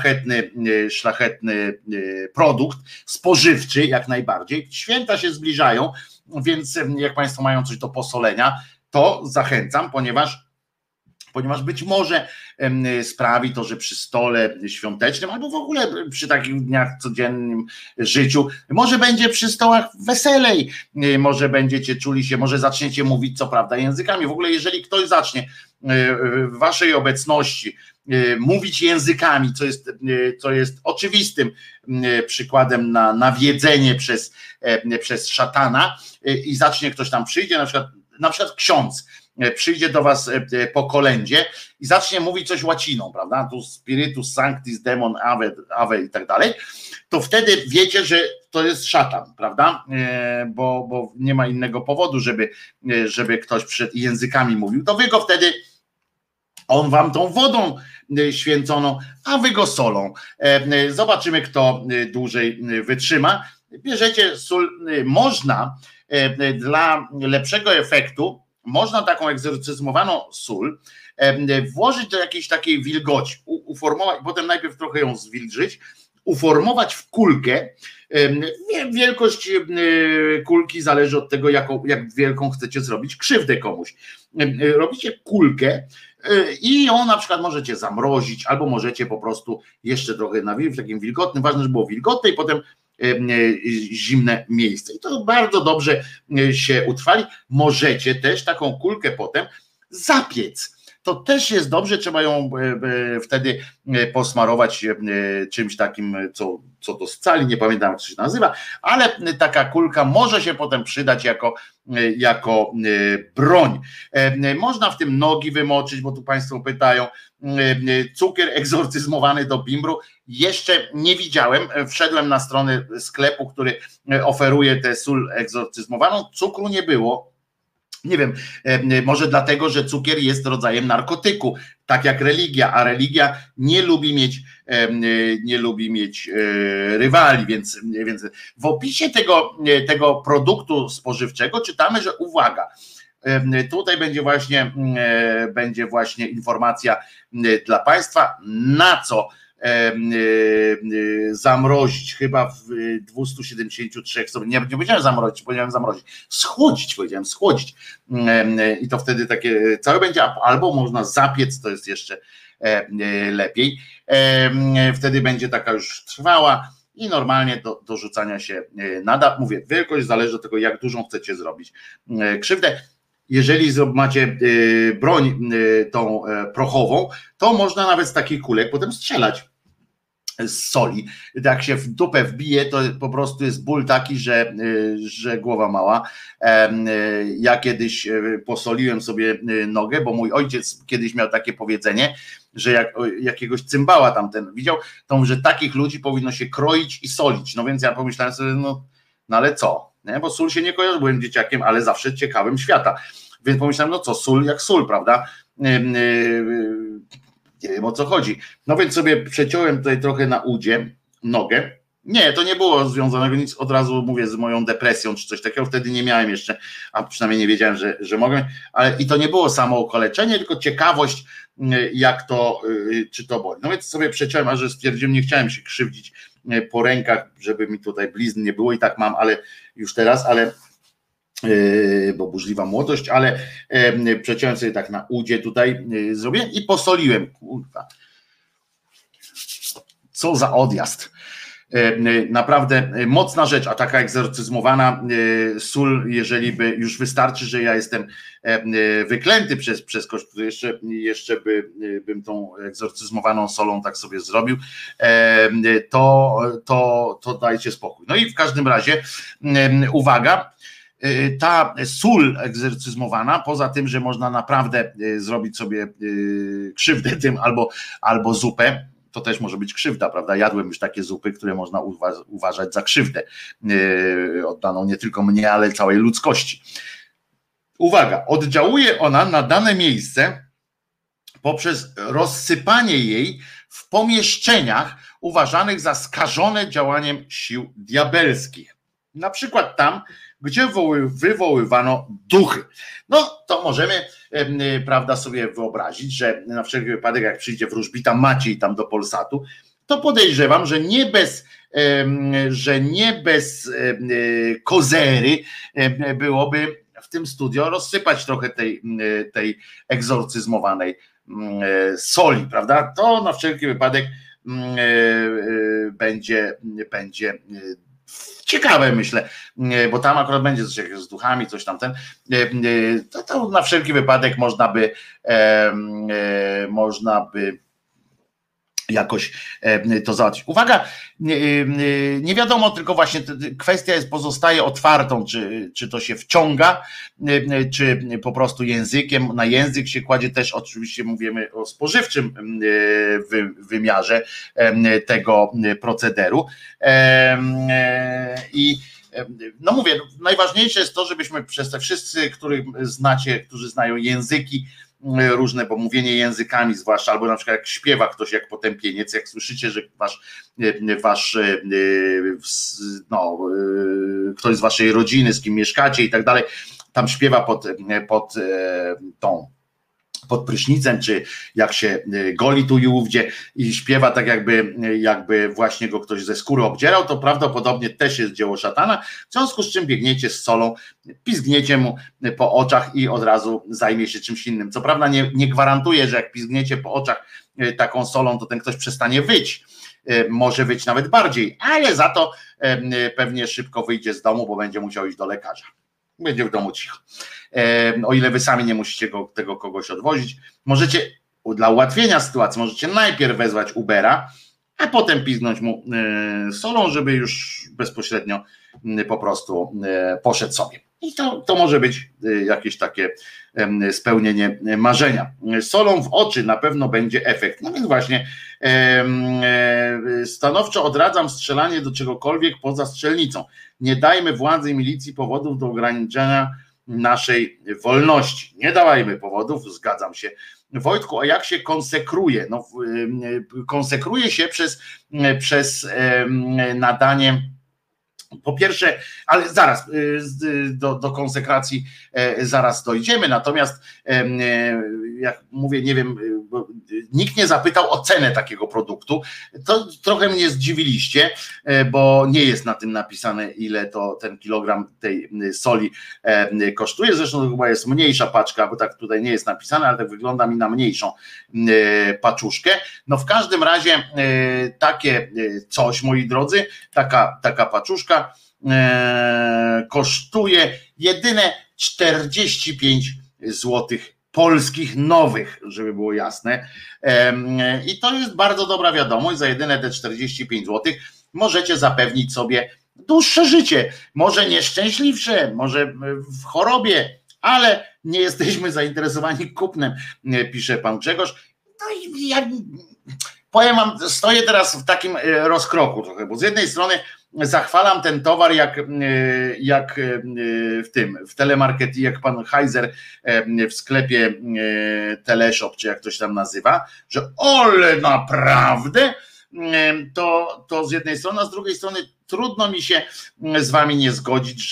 szlachetny produkt, spożywczy jak najbardziej. Święta się zbliżają, więc jak Państwo mają coś do posolenia, to zachęcam, ponieważ być może sprawi to, że przy stole świątecznym albo w ogóle przy takich dniach w codziennym życiu, może będzie przy stołach weselej, może będziecie czuli się, może zaczniecie mówić co prawda językami. W ogóle jeżeli ktoś zacznie w waszej obecności mówić językami, co jest oczywistym przykładem na nawiedzenie przez szatana i zacznie ktoś tam przyjdzie, na przykład ksiądz, przyjdzie do was po kolędzie i zacznie mówić coś łaciną, prawda? Tu spiritus sanctis demon ave i tak dalej, to wtedy wiecie, że to jest szatan, prawda? Bo nie ma innego powodu, żeby ktoś przed językami mówił. To wy go wtedy, on wam tą wodą święconą, a wy go solą. Zobaczymy, kto dłużej wytrzyma. Bierzecie sól, można dla lepszego efektu, można taką egzorcyzmowaną sól włożyć do jakiejś takiej wilgoci, uformować, potem najpierw trochę ją zwilżyć, uformować w kulkę. Wielkość kulki zależy od tego, jak wielką chcecie zrobić krzywdę komuś. Robicie kulkę i ją na przykład możecie zamrozić, albo możecie po prostu jeszcze trochę nawilżyć w takim wilgotnym, ważne, żeby było wilgotne i potem zimne miejsce. I to bardzo dobrze się utrwali. Możecie też taką kulkę potem zapiec. To też jest dobrze, trzeba ją wtedy posmarować czymś takim, co to scali, nie pamiętam jak to się nazywa, ale taka kulka może się potem przydać jako broń. Można w tym nogi wymoczyć, bo tu Państwo pytają, cukier egzorcyzmowany do bimbru. Jeszcze nie widziałem, wszedłem na stronę sklepu, który oferuje tę sól egzorcyzmowaną, cukru nie było. Nie wiem, może dlatego, że cukier jest rodzajem narkotyku, tak jak religia, a religia nie lubi mieć rywali, więc w opisie tego produktu spożywczego czytamy, że uwaga, tutaj będzie właśnie informacja dla Państwa, na co zamrozić, chyba w 273 stopni, nie powiedziałem zamrozić, powiedziałem zamrozić, powiedziałem schłodzić i to wtedy takie całe będzie, albo można zapiec, to jest jeszcze lepiej, wtedy będzie taka już trwała i normalnie do rzucania się nada. Mówię, wielkość zależy od tego, jak dużą chcecie zrobić krzywdę. Jeżeli macie broń tą prochową, to można nawet z takich kulek potem strzelać. z soli. Jak się w dupę wbije, to po prostu jest ból taki, że głowa mała. Ja kiedyś posoliłem sobie nogę, bo mój ojciec kiedyś miał takie powiedzenie, że jak jakiegoś cymbała tamten widział, to mówi, że takich ludzi powinno się kroić i solić. No więc ja pomyślałem sobie, no ale co? Nie? Bo sól się nie kojarzy, byłem dzieciakiem, ale zawsze ciekawym świata. Więc pomyślałem, no co, sól jak sól, prawda? Nie wiem, o co chodzi. No więc sobie przeciąłem tutaj trochę na udzie nogę. Nie, to nie było związanego nic, od razu mówię, z moją depresją czy coś takiego. Wtedy nie miałem jeszcze, a przynajmniej nie wiedziałem, że mogę. Ale i to nie było samo okaleczenie, tylko ciekawość, jak to, czy to boli. No więc sobie przeciąłem, a że stwierdziłem, nie chciałem się krzywdzić po rękach, żeby mi tutaj blizn nie było i tak mam, ale już teraz, ale bo burzliwa młodość, ale przeciąłem sobie tak na udzie tutaj zrobię i posoliłem. Kurwa. Co za odjazd. Naprawdę mocna rzecz, a taka egzorcyzmowana sól, jeżeli by już wystarczy, że ja jestem wyklęty przez Kościół, jeszcze bym tą egzorcyzmowaną solą tak sobie zrobił, to dajcie spokój. No i w każdym razie uwaga, ta sól egzorcyzmowana, poza tym, że można naprawdę zrobić sobie krzywdę tym albo zupę, to też może być krzywda, prawda? Jadłem już takie zupy, które można uważać za krzywdę oddaną nie tylko mnie, ale całej ludzkości. Uwaga, oddziałuje ona na dane miejsce poprzez rozsypanie jej w pomieszczeniach uważanych za skażone działaniem sił diabelskich. Na przykład tam, gdzie wywoływano duchy. No to możemy, prawda, sobie wyobrazić, że na wszelki wypadek, jak przyjdzie wróżbita Maciej tam do Polsatu, to podejrzewam, że nie bez kozery byłoby w tym studio rozsypać trochę tej egzorcyzmowanej soli, prawda? To na wszelki wypadek będzie ciekawe, myślę, bo tam akurat będzie coś z duchami, coś tamten, to na wszelki wypadek można by jakoś to załatwić. Uwaga, nie wiadomo, tylko właśnie kwestia pozostaje otwartą, czy to się wciąga, czy po prostu językiem, na język się kładzie, też oczywiście mówimy o spożywczym wymiarze tego procederu. I no mówię, najważniejsze jest to, żebyśmy przez te wszyscy, których znacie, którzy znają języki różne, bo mówienie językami zwłaszcza, albo na przykład jak śpiewa ktoś jak potępieniec, jak słyszycie, że ktoś z waszej rodziny, z kim mieszkacie i tak dalej, tam śpiewa pod prysznicem, czy jak się goli tu i ówdzie i śpiewa tak jakby właśnie go ktoś ze skóry obdzierał, to prawdopodobnie też jest dzieło szatana, w związku z czym biegniecie z solą, pizgniecie mu po oczach i od razu zajmie się czymś innym. Co prawda nie gwarantuję, że jak pizgniecie po oczach taką solą, to ten ktoś przestanie wyć, może wyć nawet bardziej, ale za to pewnie szybko wyjdzie z domu, bo będzie musiał iść do lekarza. Będzie w domu cicho. O ile wy sami nie musicie tego kogoś odwozić, możecie dla ułatwienia sytuacji, możecie najpierw wezwać Ubera, a potem piznąć mu solą, żeby już bezpośrednio po prostu poszedł sobie. I to może być jakieś takie spełnienie marzenia. Solą w oczy na pewno będzie efekt. No więc właśnie stanowczo odradzam strzelanie do czegokolwiek poza strzelnicą. Nie dajmy władzy i milicji powodów do ograniczenia naszej wolności. Nie dawajmy powodów, zgadzam się. Wojtku, a jak się konsekruje? No, konsekruje się przez nadanie. Po pierwsze, ale zaraz do konsekracji zaraz dojdziemy, natomiast jak mówię, nie wiem, bo nikt nie zapytał o cenę takiego produktu, to trochę mnie zdziwiliście, bo nie jest na tym napisane, ile to ten kilogram tej soli kosztuje, zresztą to chyba jest mniejsza paczka, bo tak tutaj nie jest napisane, ale tak wygląda mi na mniejszą paczuszkę. No w każdym razie takie coś, moi drodzy, taka paczuszka kosztuje jedyne 45 zł polskich nowych, żeby było jasne. I to jest bardzo dobra wiadomość, za jedyne te 45 zł możecie zapewnić sobie dłuższe życie, może nieszczęśliwsze, może w chorobie, ale nie jesteśmy zainteresowani kupnem, pisze pan Grzegorz. No i ja powiem wam, stoję teraz w takim rozkroku trochę, bo z jednej strony zachwalam ten towar jak w telemarketingu, jak pan Heiser w sklepie Teleshop, czy jak to się tam nazywa, że ole naprawdę, to z jednej strony, a z drugiej strony trudno mi się z wami nie zgodzić,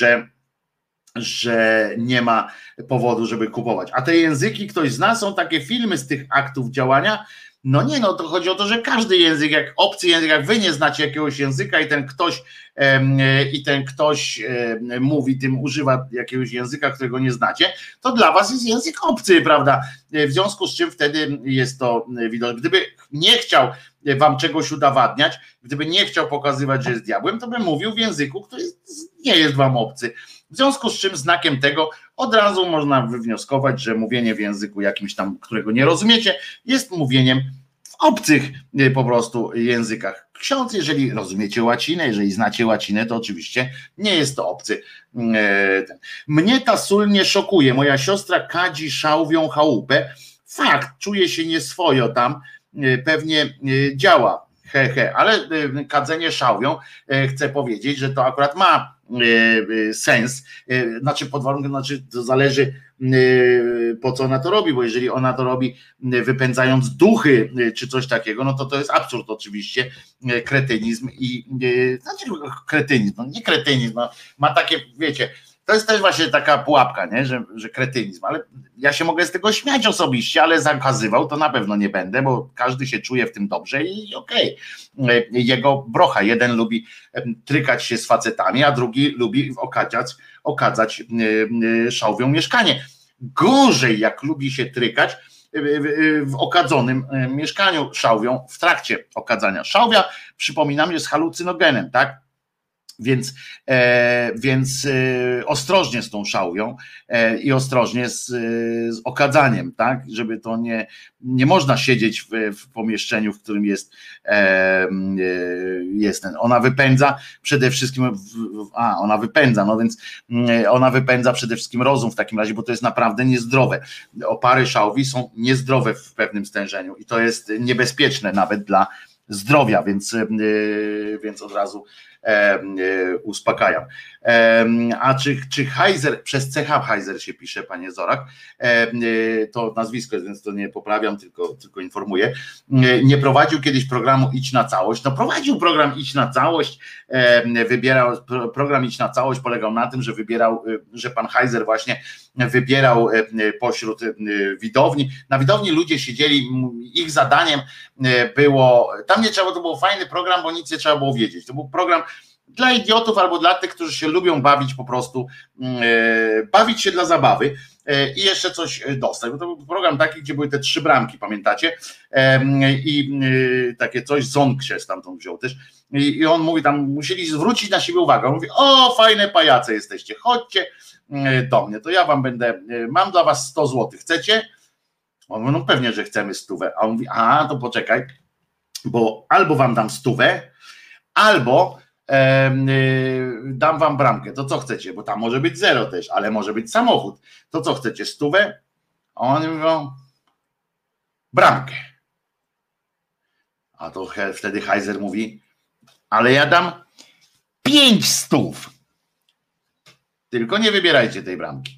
że nie ma powodu, żeby kupować. A te języki ktoś zna, są takie filmy z tych aktów działania. No nie, no to chodzi o to, że każdy język, jak obcy język, jak wy nie znacie jakiegoś języka i ten ktoś mówi, tym używa jakiegoś języka, którego nie znacie, to dla was jest język obcy, prawda? W związku z czym wtedy jest to widoczne. Gdyby nie chciał wam czegoś udowadniać, gdyby nie chciał pokazywać, że jest diabłem, to by mówił w języku, który nie jest wam obcy. W związku z czym znakiem tego od razu można wywnioskować, że mówienie w języku jakimś tam, którego nie rozumiecie, jest mówieniem w obcych po prostu językach. Ksiądz, jeżeli rozumiecie łacinę, jeżeli znacie łacinę, to oczywiście nie jest to obcy. Mnie ta sól nie szokuje. Moja siostra kadzi szałwią chałupę. Fakt, czuje się nieswojo tam, pewnie działa. Ale kadzenie szałwią, chcę powiedzieć, że to akurat ma sens, znaczy pod warunkiem, znaczy to zależy po co ona to robi, bo jeżeli ona to robi wypędzając duchy czy coś takiego, no to jest absurd oczywiście, kretynizm i znaczy kretynizm, no nie kretynizm, no, ma takie, wiecie, to jest też właśnie taka pułapka, nie? Że kretynizm, ale ja się mogę z tego śmiać osobiście, ale zakazywał to na pewno nie będę, bo każdy się czuje w tym dobrze i okej. Jego brocha, jeden lubi trykać się z facetami, a drugi lubi okadzać szałwią mieszkanie. Gorzej jak lubi się trykać w okadzonym mieszkaniu szałwią w trakcie okadzania. Szałwia, przypominam, jest halucynogenem, tak? Więc ostrożnie z tą szałwią i ostrożnie z okadzaniem, tak, żeby to nie można siedzieć w pomieszczeniu, w którym jest ten. Ona wypędza przede wszystkim, ona wypędza przede wszystkim rozum w takim razie, bo to jest naprawdę niezdrowe. Opary szałwi są niezdrowe w pewnym stężeniu i to jest niebezpieczne nawet dla zdrowia, więc od razu uspokajam. A czy Heiser, przez CH Heiser się pisze, panie Zorak, to nazwisko jest, więc to nie poprawiam, tylko informuję. Nie prowadził kiedyś programu Idź na całość. No prowadził program Idź na całość, program Idź na całość polegał na tym, że pan Heiser właśnie wybierał pośród widowni. Na widowni ludzie siedzieli, ich zadaniem było, tam nie trzeba, to był fajny program, bo nic nie trzeba było wiedzieć. To był program dla idiotów albo dla tych, którzy się lubią bawić po prostu, bawić się dla zabawy i jeszcze coś dostać. Bo to był program taki, gdzie były te 3 bramki, pamiętacie? I takie coś, Ząg się stamtąd wziął też. I on mówi, tam musieli zwrócić na siebie uwagę. On mówi, o, fajne pajace jesteście, chodźcie do mnie, to ja wam mam dla was 100 zł, chcecie? On mówi, no pewnie, że chcemy 100. A on mówi, to poczekaj, bo albo wam dam 100, albo dam wam bramkę, to co chcecie, bo tam może być 0 też, ale może być samochód, to co chcecie, 100? A oni mówią, bramkę. A to wtedy Heiser mówi, ale ja dam 500. Tylko nie wybierajcie tej bramki.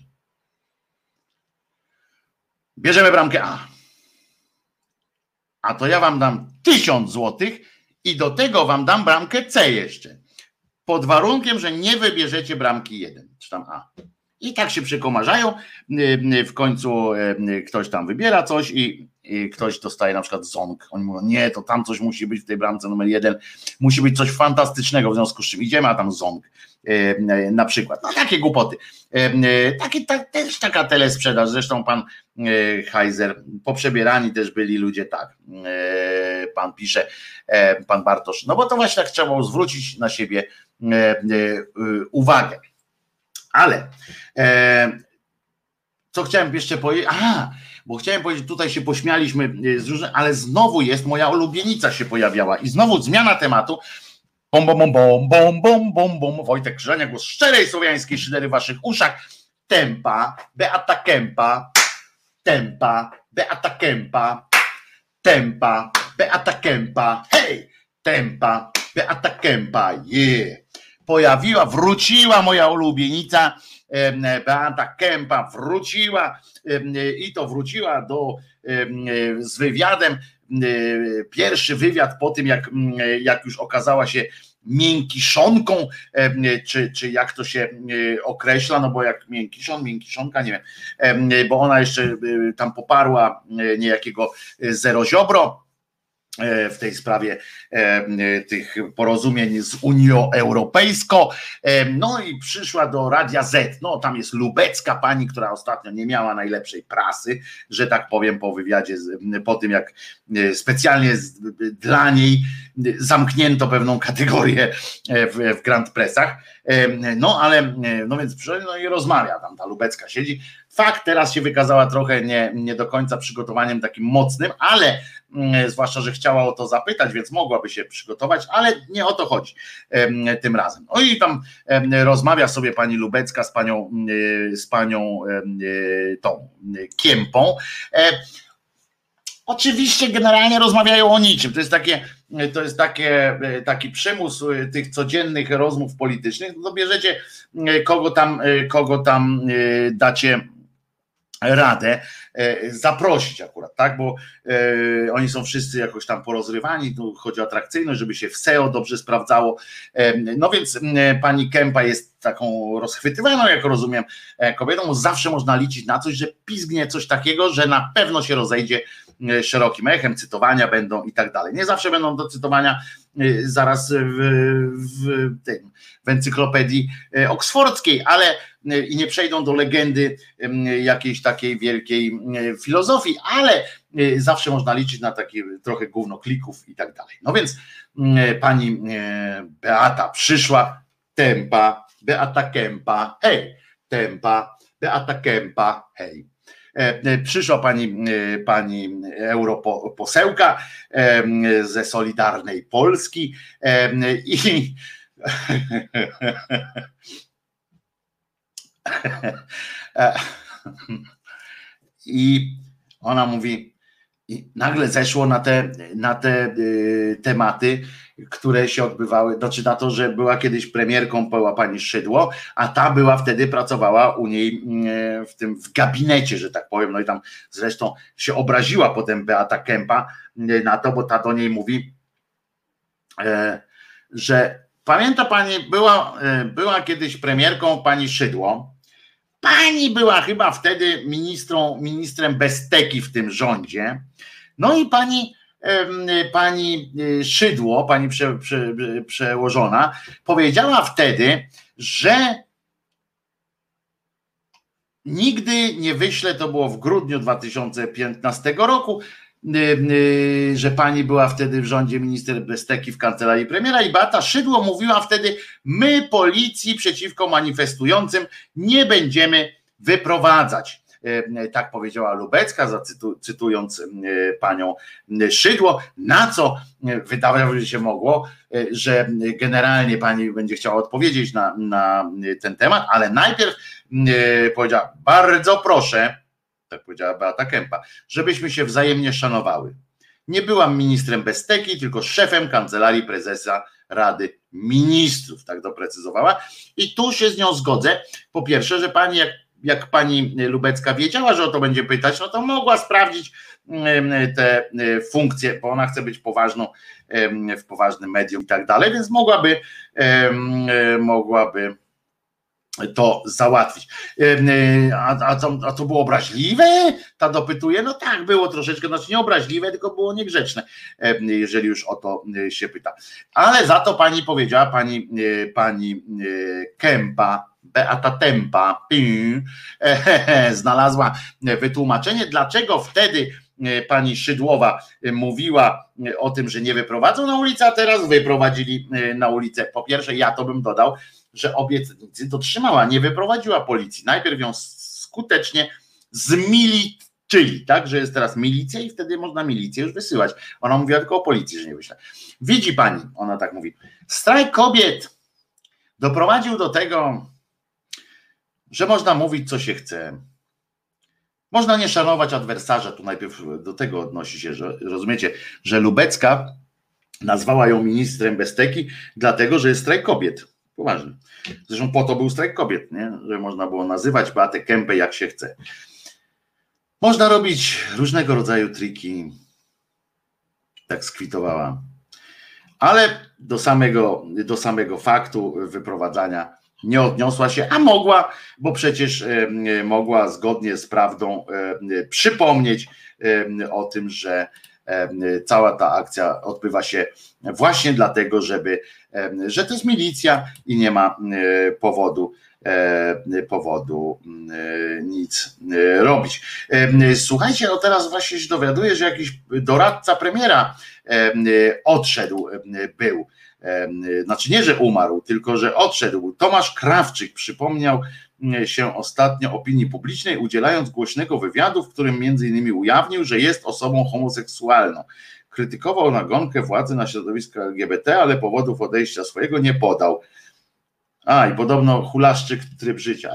Bierzemy bramkę A. A to ja wam dam 1000 złotych i do tego wam dam bramkę C jeszcze. Pod warunkiem, że nie wybierzecie bramki 1, czy tam A. I tak się przekomarzają. W końcu ktoś tam wybiera coś i ktoś dostaje na przykład ząg. Oni mówią, nie, to tam coś musi być w tej bramce numer 1. Musi być coś fantastycznego, w związku z czym idziemy, a tam ząg. Na przykład. No takie głupoty. Też taka telesprzedaż. Zresztą pan Heiser, poprzebierani też byli ludzie, tak. Pan pisze, pan Bartosz. No bo to właśnie tak trzeba zwrócić na siebie uwagę. Ale co chciałem jeszcze powiedzieć? bo chciałem powiedzieć, tutaj się pośmialiśmy z różnych, ale znowu jest, moja ulubienica się pojawiała i znowu zmiana tematu. Bom, bom, bom, bom, bom, bom, bom, bom. Wojtek Krzyżania, głos szczerej słowiańskiej szydery w waszych uszach. Tempa, Beata Kempa, tempa, Beata Kempa, tempa, Beata Kempa, hej, tempa, Beata Kempa, wróciła moja ulubienica, Beata Kempa wróciła i to wróciła z wywiadem, pierwszy wywiad po tym jak już okazała się miękiszonką, czy jak to się określa, no bo jak miękiszonka, nie wiem, bo ona jeszcze tam poparła niejakiego Zeroziobro w tej sprawie tych porozumień z Unią Europejską, no i przyszła do Radia Z, no tam jest lubecka pani, która ostatnio nie miała najlepszej prasy, że tak powiem, po wywiadzie, po tym jak specjalnie dla niej zamknięto pewną kategorię w Grand Pressach, no ale, no więc no i rozmawia tam, ta lubecka siedzi. Fakt, teraz się wykazała trochę nie do końca przygotowaniem takim mocnym, ale zwłaszcza, że chciała o to zapytać, więc mogłaby się przygotować, ale nie o to chodzi tym razem. No i tam rozmawia sobie pani Lubecka z panią tą Kiempą. Oczywiście generalnie rozmawiają o niczym. To jest taki przymus tych codziennych rozmów politycznych. No to bierzecie kogo tam dacie radę zaprosić akurat, tak, bo oni są wszyscy jakoś tam porozrywani, tu chodzi o atrakcyjność, żeby się w SEO dobrze sprawdzało, no więc pani Kempa jest taką rozchwytywaną, jak rozumiem, kobietą, zawsze można liczyć na coś, że pizgnie coś takiego, że na pewno się rozejdzie szerokim echem, cytowania będą i tak dalej. Nie zawsze będą do cytowania zaraz w encyklopedii oksfordzkiej, ale i nie przejdą do legendy jakiejś takiej wielkiej filozofii, ale zawsze można liczyć na takie trochę gówno klików i tak dalej. No więc pani Beata przyszła, tempa, Beata Kempa, hej, tempa, Beata Kempa, hej. Przyszła pani europosełka ze Solidarnej Polski i ona mówi, i nagle zeszło na te tematy, które się odbywały, znaczy na to, że była kiedyś premierką, była pani Szydło, a ta pracowała u niej w gabinecie, że tak powiem, no i tam zresztą się obraziła potem Beata Kempa na to, bo ta do niej mówi, że pamięta pani, była kiedyś premierką pani Szydło, pani była chyba wtedy ministrem Besteki w tym rządzie, no i pani Szydło, pani przełożona, powiedziała wtedy, że nigdy nie wyśle, to było w grudniu 2015 roku, że pani była wtedy w rządzie minister Besteki w kancelarii premiera i Beata Szydło mówiła wtedy, my policji przeciwko manifestującym nie będziemy wyprowadzać. Tak powiedziała Lubecka, cytując panią Szydło, na co wydawało się mogło, że generalnie pani będzie chciała odpowiedzieć na ten temat, ale najpierw powiedziała, bardzo proszę, tak powiedziała Beata Kempa, żebyśmy się wzajemnie szanowały. Nie byłam ministrem Besteki, tylko szefem kancelarii prezesa Rady Ministrów, tak doprecyzowała. I tu się z nią zgodzę. Po pierwsze, że pani, jak pani Lubecka wiedziała, że o to będzie pytać, no to mogła sprawdzić te funkcje, bo ona chce być poważną, w poważnym medium i tak dalej, więc mogłaby to załatwić. A to było obraźliwe? Ta dopytuje, no tak, było troszeczkę, znaczy nie obraźliwe, tylko było niegrzeczne, jeżeli już o to się pyta. Ale za to pani powiedziała, pani Kempa, Beata Tempa znalazła wytłumaczenie, dlaczego wtedy pani Szydłowa mówiła o tym, że nie wyprowadzą na ulicę, a teraz wyprowadzili na ulicę. Po pierwsze, ja to bym dodał, że obietnicy dotrzymała, nie wyprowadziła policji. Najpierw ją skutecznie Czyli tak, że jest teraz milicja i wtedy można milicję już wysyłać. Ona mówiła tylko o policji, że nie wyśle. Widzi pani, ona tak mówi, strajk kobiet doprowadził do tego, że można mówić, co się chce. Można nie szanować adwersarza, tu najpierw do tego odnosi się, że rozumiecie, że Lubecka nazwała ją ministrem Besteki, dlatego, że jest strajk kobiet. Poważnie. Zresztą po to był strajk kobiet, nie? Że można było nazywać Beatę Kempę jak się chce. Można robić różnego rodzaju triki, tak skwitowała, ale do samego faktu wyprowadzania nie odniosła się, a mogła, bo przecież mogła zgodnie z prawdą przypomnieć o tym, że cała ta akcja odbywa się właśnie dlatego, że to jest milicja i nie ma powodu nic robić. Słuchajcie, teraz właśnie się dowiaduję, że jakiś doradca premiera odszedł był. Znaczy nie, że umarł, tylko że odszedł. Tomasz Krawczyk przypomniał się ostatnio opinii publicznej, udzielając głośnego wywiadu, w którym między innymi ujawnił, że jest osobą homoseksualną. Krytykował nagonkę władzy na środowisko LGBT, ale powodów odejścia swojego nie podał. I podobno hulaszczyk tryb życia.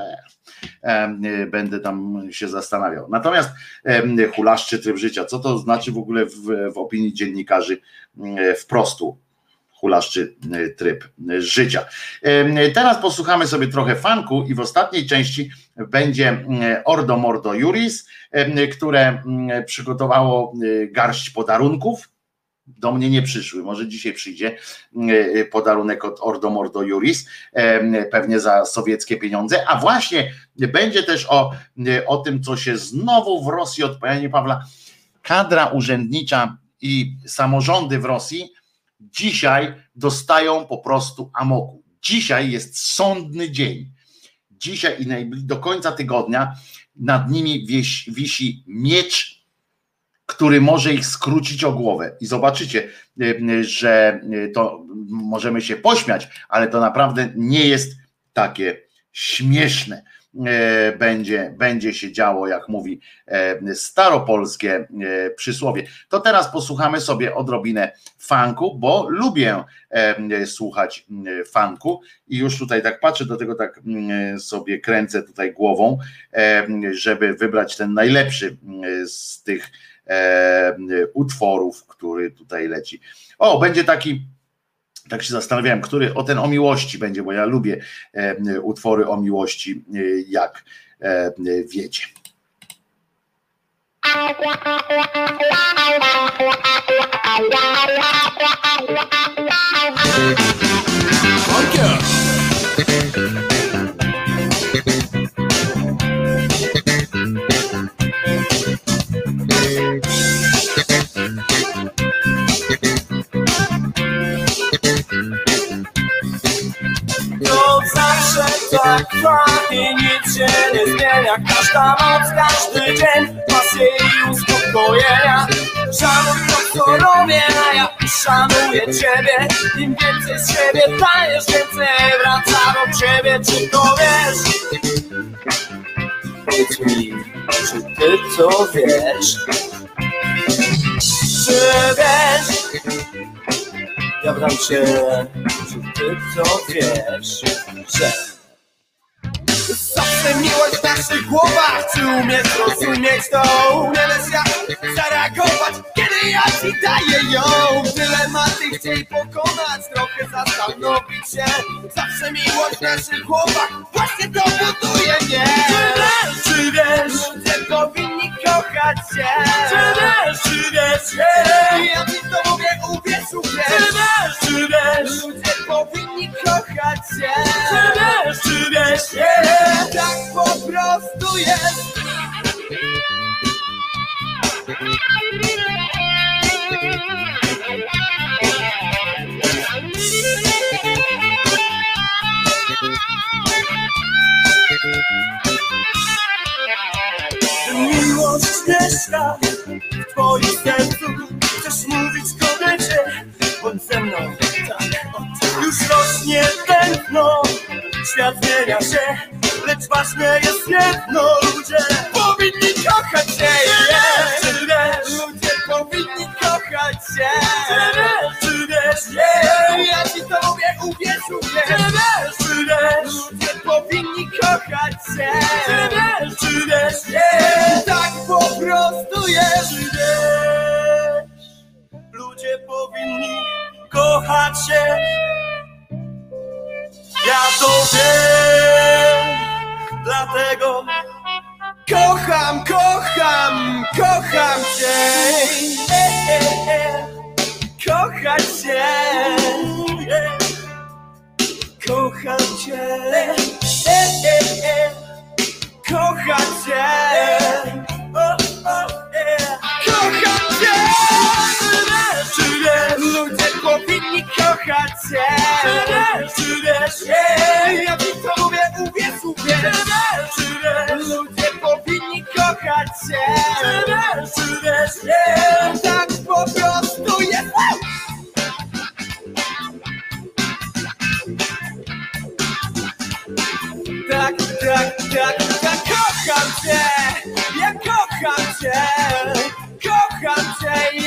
Będę tam się zastanawiał. Natomiast hulaszczy tryb życia, co to znaczy w ogóle w opinii dziennikarzy wprostu? Hulaszczy tryb życia. Teraz posłuchamy sobie trochę funku i w ostatniej części będzie Ordo Mordo Juris, które przygotowało garść podarunków. Do mnie nie przyszły, może dzisiaj przyjdzie podarunek od Ordo Mordo Juris, pewnie za sowieckie pieniądze, a właśnie będzie też o tym, co się znowu w Rosji od Janie Pawła, kadra urzędnicza i samorządy w Rosji dzisiaj dostają po prostu amoku. Dzisiaj jest sądny dzień. Dzisiaj i do końca tygodnia nad nimi wisi miecz, który może ich skrócić o głowę. I zobaczycie, że to możemy się pośmiać, ale to naprawdę nie jest takie śmieszne. Będzie się działo, jak mówi staropolskie przysłowie. To teraz posłuchamy sobie odrobinę funku, bo lubię słuchać funku i już tutaj tak patrzę, do tego tak sobie kręcę tutaj głową, żeby wybrać ten najlepszy z tych utworów, który tutaj leci. Będzie taki, tak się zastanawiałem, który ten o miłości będzie, bo ja lubię utwory o miłości, jak wiecie. To zawsze tak trwa i nic się nie zmienia. Każda noc, każdy dzień pasje i uspokojenia. Szanuj to, co robię, a ja szanuję ciebie. Im więcej z siebie dajesz, więcej wraca do ciebie. Czy to wiesz? Powiedz mi, czy ty to wiesz? Czy wiesz? Ja pytam cię, czy ty to wiesz, że zawsze miłość w naszych głowach. Czy umiesz zrozumieć to? Umiesz jak zareagować, kiedy ja ci daję ją? Dylematy chciej pokonać, trochę zastanowić się. Zawsze miłość w naszych głowach właśnie to buduje mnie. Czy wiesz, ludzie powinni kochać się? Czy wiesz, ja ci to mówię, uwierz, czy wiesz, ludzie powinni kochać się? Czy wiesz, tak po prostu jest. Miłość mieszka w twoim sercu. Chcesz mówić kobiecie, bądź ze mną, tak. Już rośnie tętno, świat zmienia się, lecz ważne jest jedno, ludzie powinni kochać się. się. Czy wiesz, ja ci to mówię, uwierz, ludzie powinni kochać się. Czy wiesz, tak po prostu jest. Czy wiesz, ludzie powinni kochać się. Ja to wiem, dlatego kocham cię. Kochać cię. Kocham cię. Kocham cię. Kocham cię. Ludzie powinni kochać cię. Czy wiesz, ja ci to mówię, uwierz. Ludzie powinni kochać cię. Czy wiesz, tak po prostu jest. Tak, kocham cię. Ja kocham cię. Kocham cię,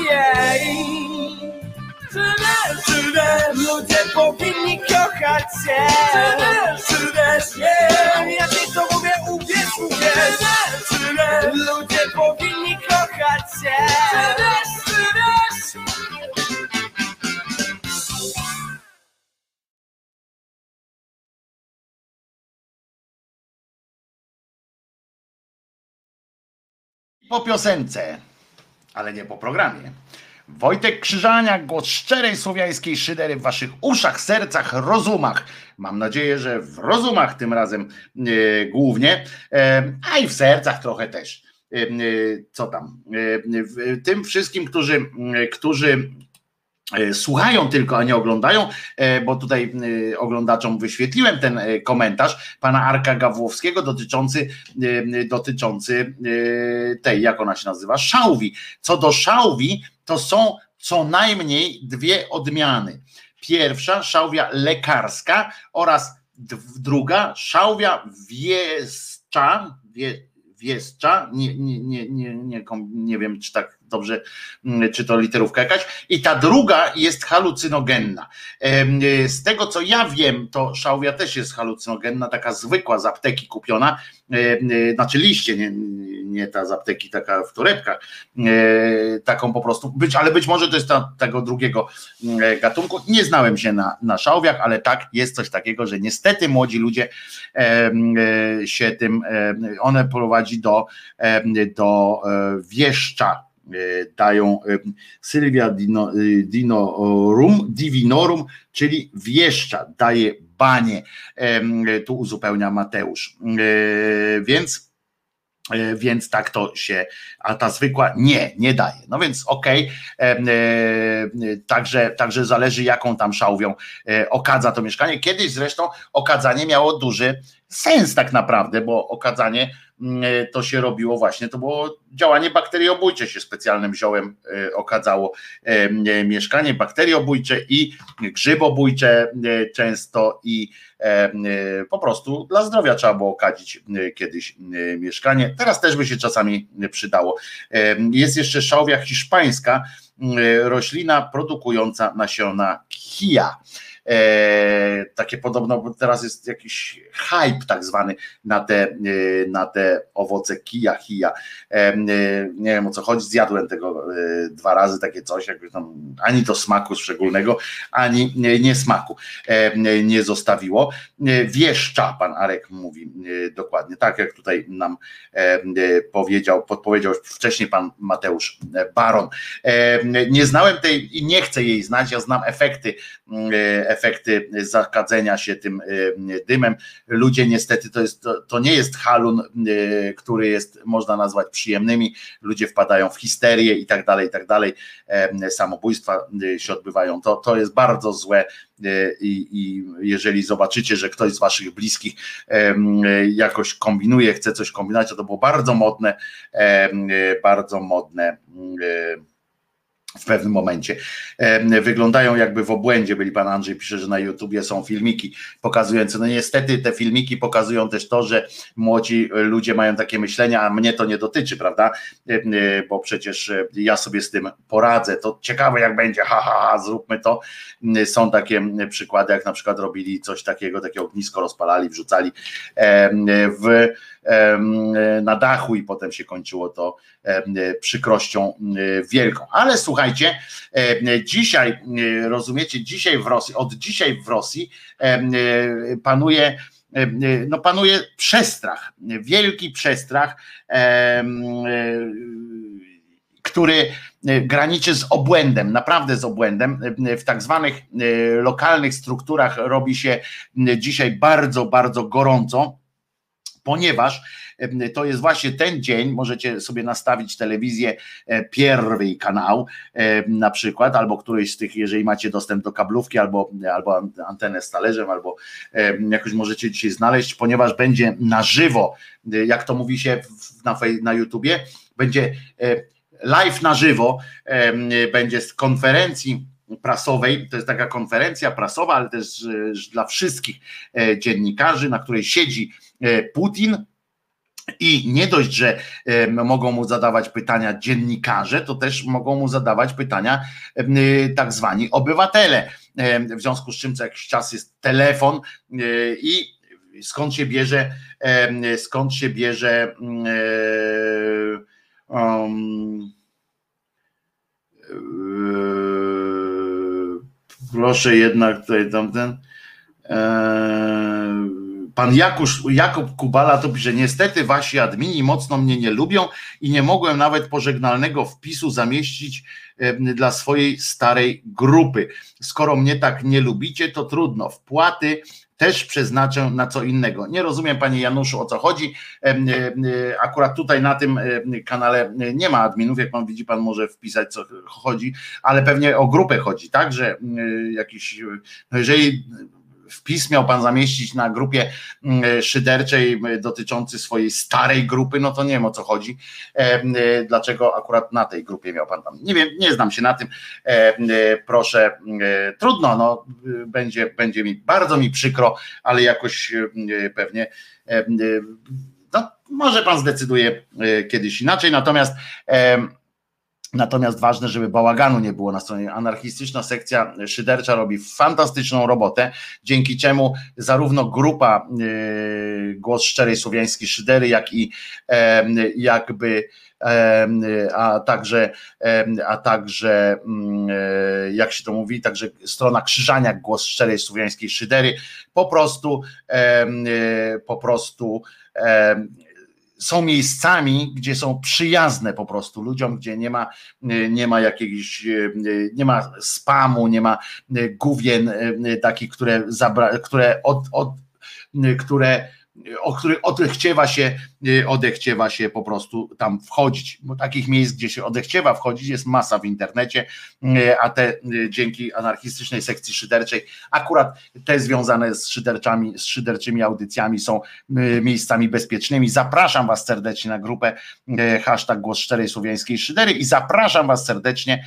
Czy wiesz, ludzie powinni kochać cię. Czy wiesz, ja ci to mówię, uwierz. Czy wiesz, ludzie powinni kochać cię. Czy wiesz. Po piosence, ale nie po programie. Wojtek Krzyżaniak, głos szczerej słowiańskiej szydery w waszych uszach, sercach, rozumach. Mam nadzieję, że w rozumach tym razem głównie, a i w sercach trochę też. Co tam? Tym wszystkim, którzy słuchają tylko, a nie oglądają, bo tutaj oglądaczom wyświetliłem ten komentarz pana Arka Gawłowskiego dotyczący tej, jak ona się nazywa, szałwi. Co do szałwi, to są co najmniej dwie odmiany. Pierwsza, szałwia lekarska oraz druga, szałwia wieszcza, nie wiem, czy tak dobrze, czy to literówka jakaś, i ta druga jest halucynogenna. Z tego co ja wiem, to szałwia też jest halucynogenna, taka zwykła z apteki kupiona, znaczy liście, nie ta z apteki, taka w torebkach, taką po prostu, ale być może to jest tego drugiego gatunku. Nie znałem się na szałwiach, ale tak, jest coś takiego, że niestety młodzi ludzie się tym, one prowadzi do wieszcza, dają Sylwia Divinorum, czyli wieszcza, daje banie, tu uzupełnia Mateusz, więc tak to się, a ta zwykła nie daje. No więc okej, także zależy, jaką tam szałwią okadza to mieszkanie. Kiedyś zresztą okadzanie miało duży sens tak naprawdę, bo okadzanie to się robiło właśnie, to było działanie bakteriobójcze, się specjalnym ziołem okadzało mieszkanie, bakteriobójcze i grzybobójcze często, i po prostu dla zdrowia trzeba było okadzić kiedyś mieszkanie. Teraz też by się czasami przydało. Jest jeszcze szałwia hiszpańska, roślina produkująca nasiona chia. Takie podobno, bo teraz jest jakiś hype tak zwany na te owoce kija. Nie wiem, o co chodzi, zjadłem tego 2 razy, takie coś, jakby tam ani to smaku szczególnego, ani nie smaku nie zostawiło. Wieszcza, pan Arek mówi dokładnie, tak jak tutaj nam podpowiedział wcześniej pan Mateusz Baron. Nie znałem tej i nie chcę jej znać, ja znam efekty zakadzenia się tym dymem. Ludzie niestety, to nie jest halun, który jest, można nazwać, przyjemnymi. Ludzie wpadają w histerię i tak dalej, samobójstwa się odbywają. To jest bardzo złe i jeżeli zobaczycie, że ktoś z waszych bliskich jakoś kombinuje, chce coś kombinować, to było bardzo modne w pewnym momencie. Wyglądają jakby w obłędzie byli. Pan Andrzej pisze, że na YouTubie są filmiki pokazujące. No niestety te filmiki pokazują też to, że młodzi ludzie mają takie myślenia, a mnie to nie dotyczy, prawda? Bo przecież ja sobie z tym poradzę. To ciekawe jak będzie, zróbmy to. Są takie przykłady, jak na przykład robili coś takiego, takie ognisko rozpalali, wrzucali na dachu i potem się kończyło to przykrością wielką. Ale słuchajcie, dzisiaj, rozumiecie, od dzisiaj w Rosji panuje przestrach, wielki przestrach, który graniczy z obłędem, naprawdę z obłędem. W tak zwanych lokalnych strukturach robi się dzisiaj bardzo, bardzo gorąco, ponieważ to jest właśnie ten dzień, możecie sobie nastawić telewizję Pierwszy kanał na przykład, albo któryś z tych, jeżeli macie dostęp do kablówki, albo antenę z talerzem, albo jakoś możecie dzisiaj znaleźć, ponieważ będzie na żywo, jak to mówi się na YouTubie, będzie live na żywo, będzie z konferencji prasowej, to jest taka konferencja prasowa, ale też dla wszystkich dziennikarzy, na której siedzi Putin i nie dość, że mogą mu zadawać pytania dziennikarze, to też mogą mu zadawać pytania tak zwani obywatele, w związku z czym co jakiś czas jest telefon i skąd się bierze proszę jednak tutaj tamten pan Jakub Kubala to pisze, niestety wasi admini mocno mnie nie lubią i nie mogłem nawet pożegnalnego wpisu zamieścić dla swojej starej grupy. Skoro mnie tak nie lubicie, to trudno, wpłaty też przeznaczę na co innego. Nie rozumiem, panie Januszu, o co chodzi. Akurat tutaj na tym kanale nie ma adminów, jak pan widzi, pan może wpisać, co chodzi, ale pewnie o grupę chodzi, tak, że jakiś, no jeżeli wpis miał pan zamieścić na grupie szyderczej dotyczący swojej starej grupy, no to nie wiem, o co chodzi. Dlaczego akurat na tej grupie miał pan tam? Nie wiem, nie znam się na tym. Proszę, trudno, no będzie mi bardzo mi przykro, ale jakoś pewnie no, może pan zdecyduje kiedyś inaczej, natomiast ważne, żeby bałaganu nie było na stronie. Anarchistyczna sekcja szydercza robi fantastyczną robotę, dzięki czemu zarówno grupa Głos Szczerej Słowiańskiej Szydery, jak i a także jak się to mówi, także strona Krzyżaniak Głos Szczerej Słowiańskiej Szydery po prostu są miejscami, gdzie są przyjazne po prostu ludziom, gdzie nie ma jakiejś, nie ma spamu, nie ma gówien takich, o których odechciewa się po prostu tam wchodzić, bo takich miejsc, gdzie się odechciewa wchodzić, jest masa w internecie, a te dzięki anarchistycznej sekcji szyderczej, akurat te związane z szyderczymi audycjami są miejscami bezpiecznymi. Zapraszam was serdecznie na grupę hashtag Głos Szczerej Słowiańskiej Szydery i zapraszam was serdecznie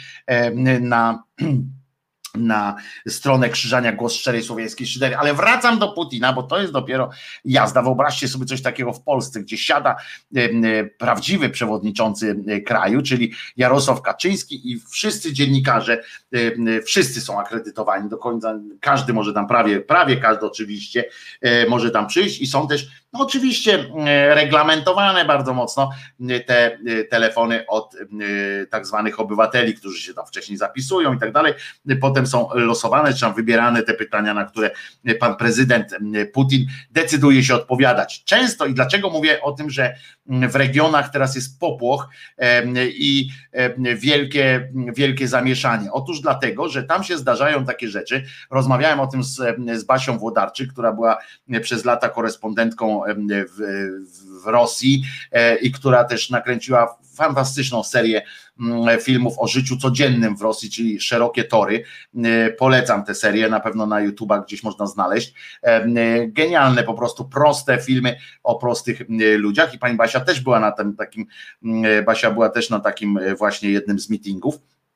na stronę Krzyżania Głos Szczerej Słowiańskiej Szydery, ale wracam do Putina, bo to jest dopiero jazda. Wyobraźcie sobie coś takiego w Polsce, gdzie siada prawdziwy przewodniczący kraju, czyli Jarosław Kaczyński i wszyscy dziennikarze, wszyscy są akredytowani do końca, każdy może tam, prawie każdy oczywiście może tam przyjść i są też no oczywiście reglamentowane bardzo mocno te telefony od tak zwanych obywateli, którzy się tam wcześniej zapisują i tak dalej, potem są losowane, czy tam wybierane te pytania, na które pan prezydent Putin decyduje się odpowiadać. Często i dlaczego mówię o tym, że w regionach teraz jest popłoch i wielkie zamieszanie. Otóż dlatego, że tam się zdarzają takie rzeczy. Rozmawiałem o tym z Basią Włodarczyk, która była przez lata korespondentką w Rosji i która też nakręciła fantastyczną serię filmów o życiu codziennym w Rosji, czyli Szerokie Tory. Polecam tę serię, na pewno na YouTubach gdzieś można znaleźć. Genialne, po prostu proste filmy o prostych ludziach i pani Basia też była na tym takim, Basia była też na takim właśnie jednym z meetingów.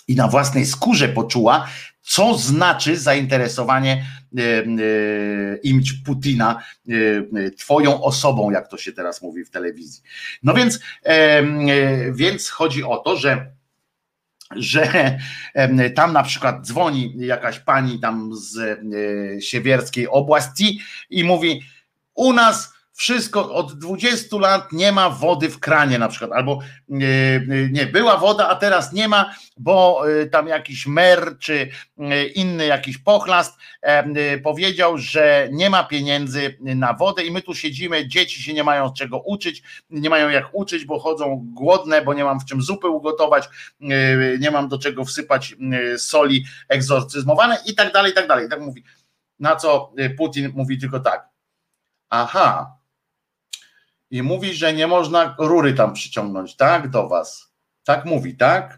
i na własnej skórze poczuła, co znaczy zainteresowanie image Putina twoją osobą, jak to się teraz mówi w telewizji. No więc chodzi o to, że tam na przykład dzwoni jakaś pani tam z siewierskiej oblasti i mówi, u nas wszystko od 20 lat nie ma wody w kranie na przykład, albo nie, była woda, a teraz nie ma, bo tam jakiś mer czy inny jakiś pochlast powiedział, że nie ma pieniędzy na wodę i my tu siedzimy, dzieci się nie mają czego uczyć, nie mają jak uczyć, bo chodzą głodne, bo nie mam w czym zupy ugotować, nie mam do czego wsypać soli egzorcyzmowane i tak dalej, i tak dalej. Tak mówi. Na co Putin mówi tylko tak, aha, i mówi, że nie można rury tam przyciągnąć, tak, do was. Tak mówi, tak?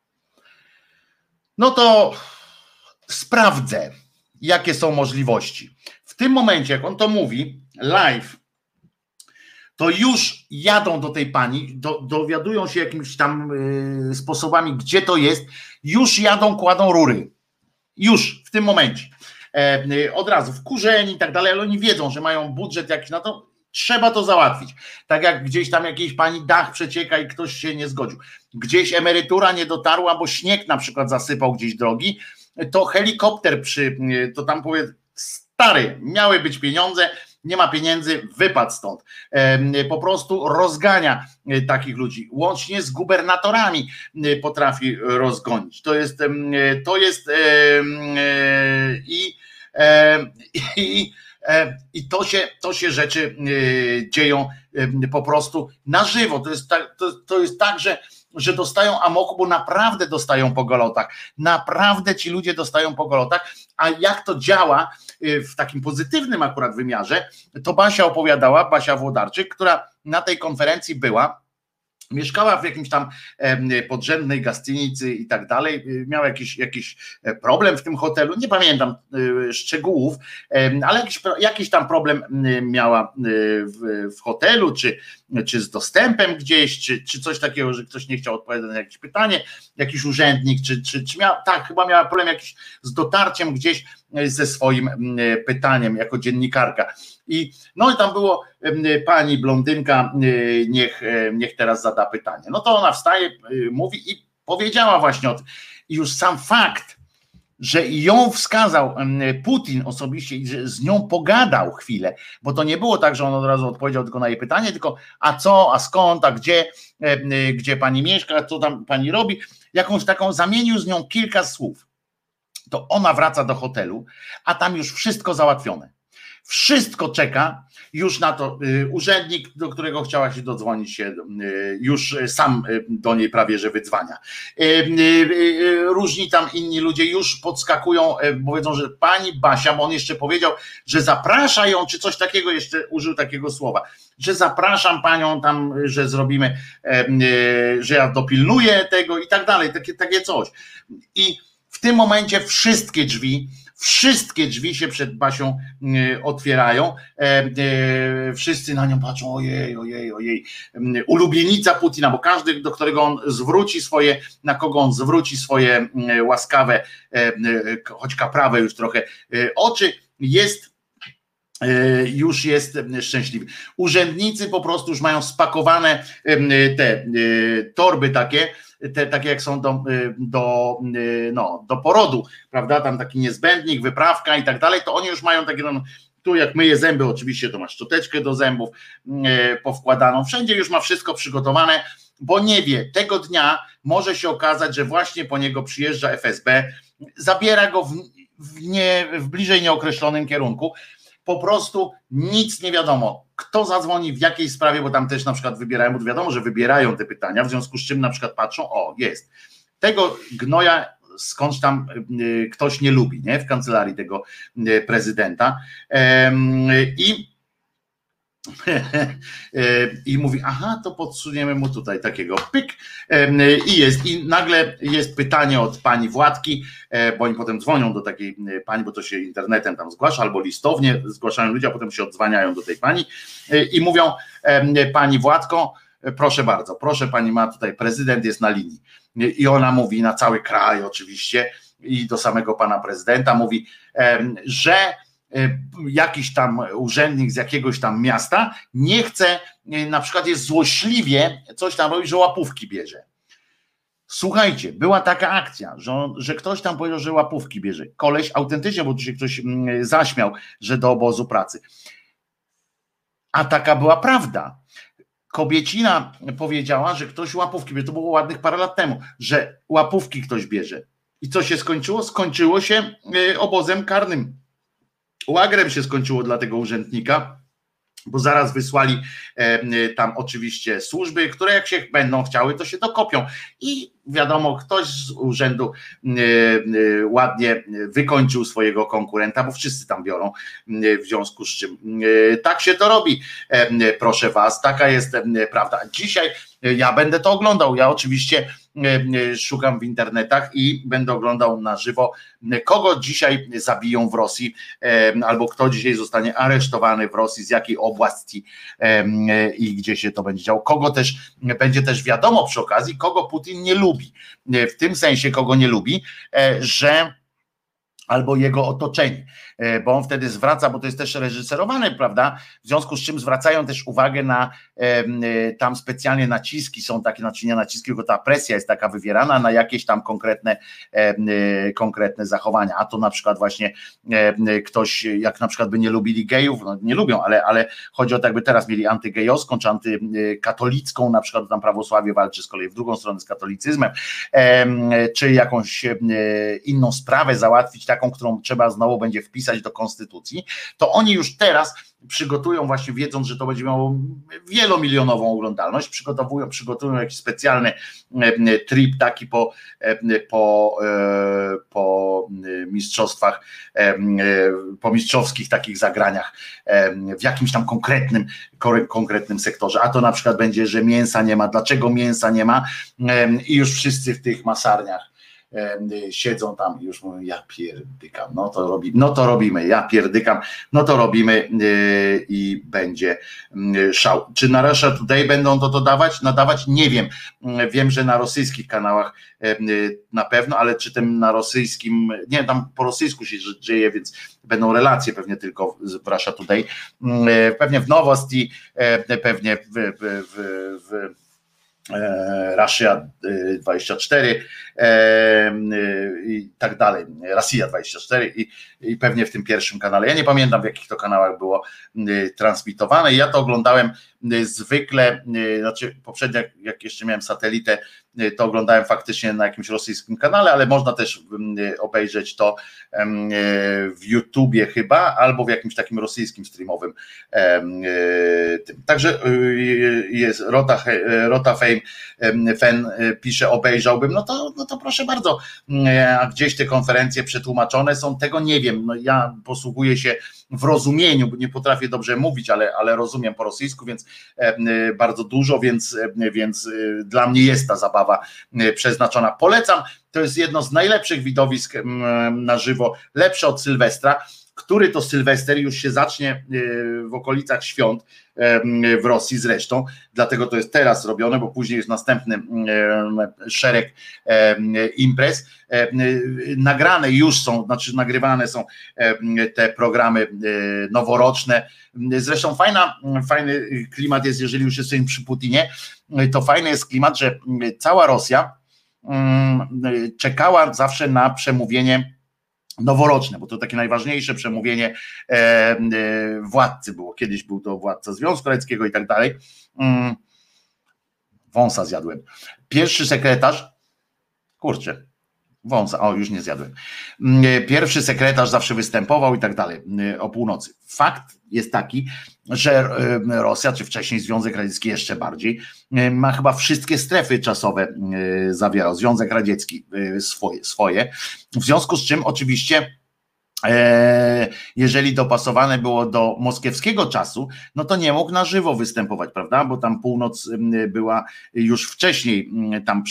No to sprawdzę, jakie są możliwości. W tym momencie, jak on to mówi, live, to już jadą do tej pani, dowiadują się jakimiś tam sposobami, gdzie to jest, już jadą, kładą rury. Już w tym momencie. Od razu wkurzeni i tak dalej, ale oni wiedzą, że mają budżet jakiś na to, trzeba to załatwić. Tak jak gdzieś tam jakiejś pani dach przecieka i ktoś się nie zgodził. Gdzieś emerytura nie dotarła, bo śnieg na przykład zasypał gdzieś drogi, to helikopter to tam powie, stary, miały być pieniądze, nie ma pieniędzy, wypadł stąd. Po prostu rozgania takich ludzi. Łącznie z gubernatorami potrafi rozgonić. I to się rzeczy dzieją po prostu na żywo. To jest tak, że dostają amoku, bo naprawdę dostają po golotach. Naprawdę ci ludzie dostają po golotach. A jak to działa w takim pozytywnym akurat wymiarze, to Basia opowiadała, Basia Włodarczyk, która na tej konferencji była, mieszkała w jakimś tam podrzędnej gastynicy i tak dalej, miała jakiś problem w tym hotelu, nie pamiętam szczegółów, ale jakiś tam problem miała w hotelu, czy z dostępem gdzieś, czy coś takiego, że ktoś nie chciał odpowiadać na jakieś pytanie, jakiś urzędnik, czy miała, tak, chyba miała problem jakiś z dotarciem gdzieś ze swoim pytaniem jako dziennikarka. I tam było pani blondynka, niech teraz zada pytanie. No to ona wstaje, mówi i powiedziała właśnie o tym. I już sam fakt, że ją wskazał Putin osobiście i że z nią pogadał chwilę, bo to nie było tak, że on od razu odpowiedział tylko na jej pytanie, tylko a co, a skąd, a gdzie pani mieszka, co tam pani robi, jakąś taką, zamienił z nią kilka słów. To ona wraca do hotelu, a tam już wszystko załatwione. Wszystko czeka już na to. Urzędnik, do którego chciała się dodzwonić, się już sam do niej prawie że wydzwania. Różni tam inni ludzie już podskakują, bo wiedzą, że pani Basia, bo on jeszcze powiedział, że zaprasza ją, czy coś takiego, jeszcze użył takiego słowa, że zapraszam panią tam, że zrobimy, że ja dopilnuję tego i tak dalej, takie coś. I w tym momencie wszystkie drzwi się przed Basią otwierają, wszyscy na nią patrzą, ojej, ulubienica Putina, bo każdy, do którego on zwróci na kogo on zwróci swoje łaskawe, choć kaprawe już trochę oczy, już jest szczęśliwy. Urzędnicy po prostu już mają spakowane te torby takie jak są do porodu, prawda, tam taki niezbędnik, wyprawka i tak dalej, to oni już mają takie, tu jak myje zęby oczywiście, to ma szczoteczkę do zębów powkładaną, wszędzie już ma wszystko przygotowane, bo nie wie, tego dnia może się okazać, że właśnie po niego przyjeżdża FSB, zabiera go w bliżej nieokreślonym kierunku, po prostu nic nie wiadomo, kto zadzwoni, w jakiej sprawie, bo tam też na przykład wybierają, bo wiadomo, że wybierają te pytania, w związku z czym na przykład patrzą, jest, tego gnoja skądś tam ktoś nie lubi, nie, w kancelarii tego prezydenta i mówi, aha, to podsuniemy mu tutaj takiego pyk i nagle jest pytanie od pani Władki, bo oni potem dzwonią do takiej pani, bo to się internetem tam zgłasza, albo listownie zgłaszają ludzie, a potem się odzwaniają do tej pani i mówią, pani Władko, proszę bardzo, proszę pani ma tutaj, prezydent jest na linii i ona mówi na cały kraj oczywiście i do samego pana prezydenta mówi, że jakiś tam urzędnik z jakiegoś tam miasta nie chce, na przykład jest złośliwie, coś tam robi, że łapówki bierze. Słuchajcie, była taka akcja, że ktoś tam powiedział, że łapówki bierze. Koleś autentycznie, bo tu się ktoś zaśmiał, że do obozu pracy. A taka była prawda. Kobiecina powiedziała, że ktoś łapówki bierze, to było ładnych parę lat temu, że łapówki ktoś bierze. I co się skończyło? Skończyło się obozem karnym. Łagrem się skończyło dla tego urzędnika, bo zaraz wysłali tam oczywiście służby, które jak się będą chciały, to się dokopią. I wiadomo, ktoś z urzędu ładnie wykończył swojego konkurenta, bo wszyscy tam biorą, w związku z czym tak się to robi, proszę was, taka jest prawda. Dzisiaj ja będę to oglądał, ja oczywiście szukam w internetach i będę oglądał na żywo, kogo dzisiaj zabiją w Rosji, albo kto dzisiaj zostanie aresztowany w Rosji, z jakiej oblasti i gdzie się to będzie działo. Kogo też będzie też wiadomo przy okazji, kogo Putin nie lubi. W tym sensie, kogo nie lubi, że albo jego otoczenie, bo on wtedy zwraca, bo to jest też reżyserowane, prawda, w związku z czym zwracają też uwagę na, tam specjalnie naciski są takie, znaczy nie naciski, tylko ta presja jest taka wywierana na jakieś tam konkretne zachowania, a to na przykład właśnie ktoś, jak na przykład by nie lubili gejów, no nie lubią, ale chodzi o to, jakby teraz mieli antygejowską, czy antykatolicką, na przykład tam prawosławie walczy z kolei w drugą stronę z katolicyzmem, czy jakąś inną sprawę załatwić, taką, którą trzeba znowu będzie wpisać do konstytucji, to oni już teraz przygotują, właśnie wiedząc, że to będzie miało wielomilionową oglądalność, przygotują jakiś specjalny trip taki po mistrzostwach, po mistrzowskich takich zagraniach w jakimś tam konkretnym sektorze, a to na przykład będzie, że mięsa nie ma, dlaczego mięsa nie ma i już wszyscy w tych masarniach siedzą tam i już mówią, ja pierdykam, no to robimy, ja pierdykam, no to robimy i będzie szał. Czy na Russia Today będą to nadawać? Nie wiem. Wiem, że na rosyjskich kanałach na pewno, ale czy tym na rosyjskim, nie, tam po rosyjsku się dzieje, więc będą relacje pewnie tylko w Russia Today, pewnie w Nowosti, pewnie w Russia 24 i tak dalej, Rosja 24 i pewnie w tym pierwszym kanale, ja nie pamiętam w jakich to kanałach było transmitowane, ja to oglądałem zwykle, znaczy poprzednio jak jeszcze miałem satelitę, to oglądałem faktycznie na jakimś rosyjskim kanale, ale można też obejrzeć to w YouTubie chyba, albo w jakimś takim rosyjskim streamowym. Także jest Rota Fame fan pisze, obejrzałbym, no to proszę bardzo, a gdzieś te konferencje przetłumaczone są, tego nie wiem, no ja posługuję się w rozumieniu, bo nie potrafię dobrze mówić, ale rozumiem po rosyjsku, więc bardzo dużo, więc dla mnie jest ta zabawa przeznaczona. Polecam, to jest jedno z najlepszych widowisk na żywo, lepsze od Sylwestra, który to Sylwester już się zacznie w okolicach świąt w Rosji zresztą, dlatego to jest teraz robione, bo później jest następny szereg imprez. Nagrane już są, znaczy nagrywane są te programy noworoczne. Zresztą fajny klimat jest, jeżeli już jesteśmy przy Putinie, to fajny jest klimat, że cała Rosja czekała zawsze na przemówienie noworoczne, bo to takie najważniejsze przemówienie władcy było. Kiedyś był to władca Związku Radzieckiego i tak dalej. Wąsa zjadłem. Pierwszy sekretarz, wąsa, już nie zjadłem. Pierwszy sekretarz zawsze występował i tak dalej o północy. Fakt jest taki, że Rosja, czy wcześniej Związek Radziecki jeszcze bardziej, ma chyba wszystkie strefy czasowe zawierał. Związek Radziecki swoje. W związku z czym oczywiście jeżeli dopasowane było do moskiewskiego czasu, no to nie mógł na żywo występować, prawda? Bo tam północ była już wcześniej tam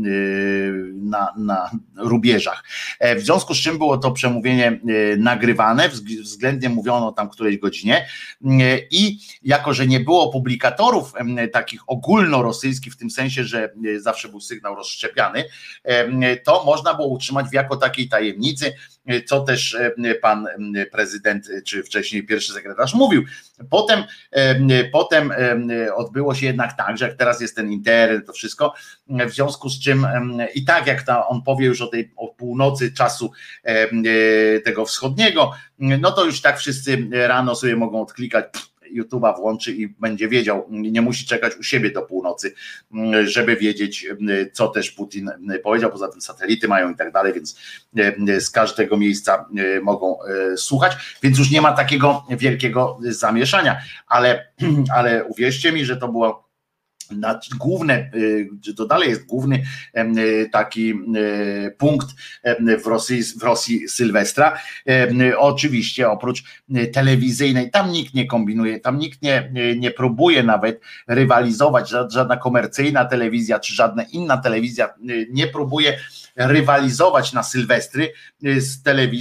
na rubieżach. W związku z czym było to przemówienie nagrywane, względnie mówiono tam którejś godzinie i jako, że nie było publikatorów takich ogólnorosyjskich, w tym sensie, że zawsze był sygnał rozszczepiany, to można było utrzymać jako takiej tajemnicy, co też pan prezydent, czy wcześniej pierwszy sekretarz mówił. Potem odbyło się jednak tak, że jak teraz jest ten internet, to wszystko, w związku z czym i tak jak on powie już o północy czasu tego wschodniego, no to już tak wszyscy rano sobie mogą odklikać, YouTube'a włączy i będzie wiedział, nie musi czekać u siebie do północy, żeby wiedzieć, co też Putin powiedział. Poza tym satelity mają i tak dalej, więc z każdego miejsca mogą słuchać, więc już nie ma takiego wielkiego zamieszania, ale uwierzcie mi, że to było główne, to dalej jest główny taki punkt w Rosji Sylwestra. Oczywiście oprócz telewizyjnej, tam nikt nie kombinuje, tam nikt nie próbuje nawet rywalizować, żadna komercyjna telewizja czy żadna inna telewizja nie próbuje rywalizować na Sylwestry z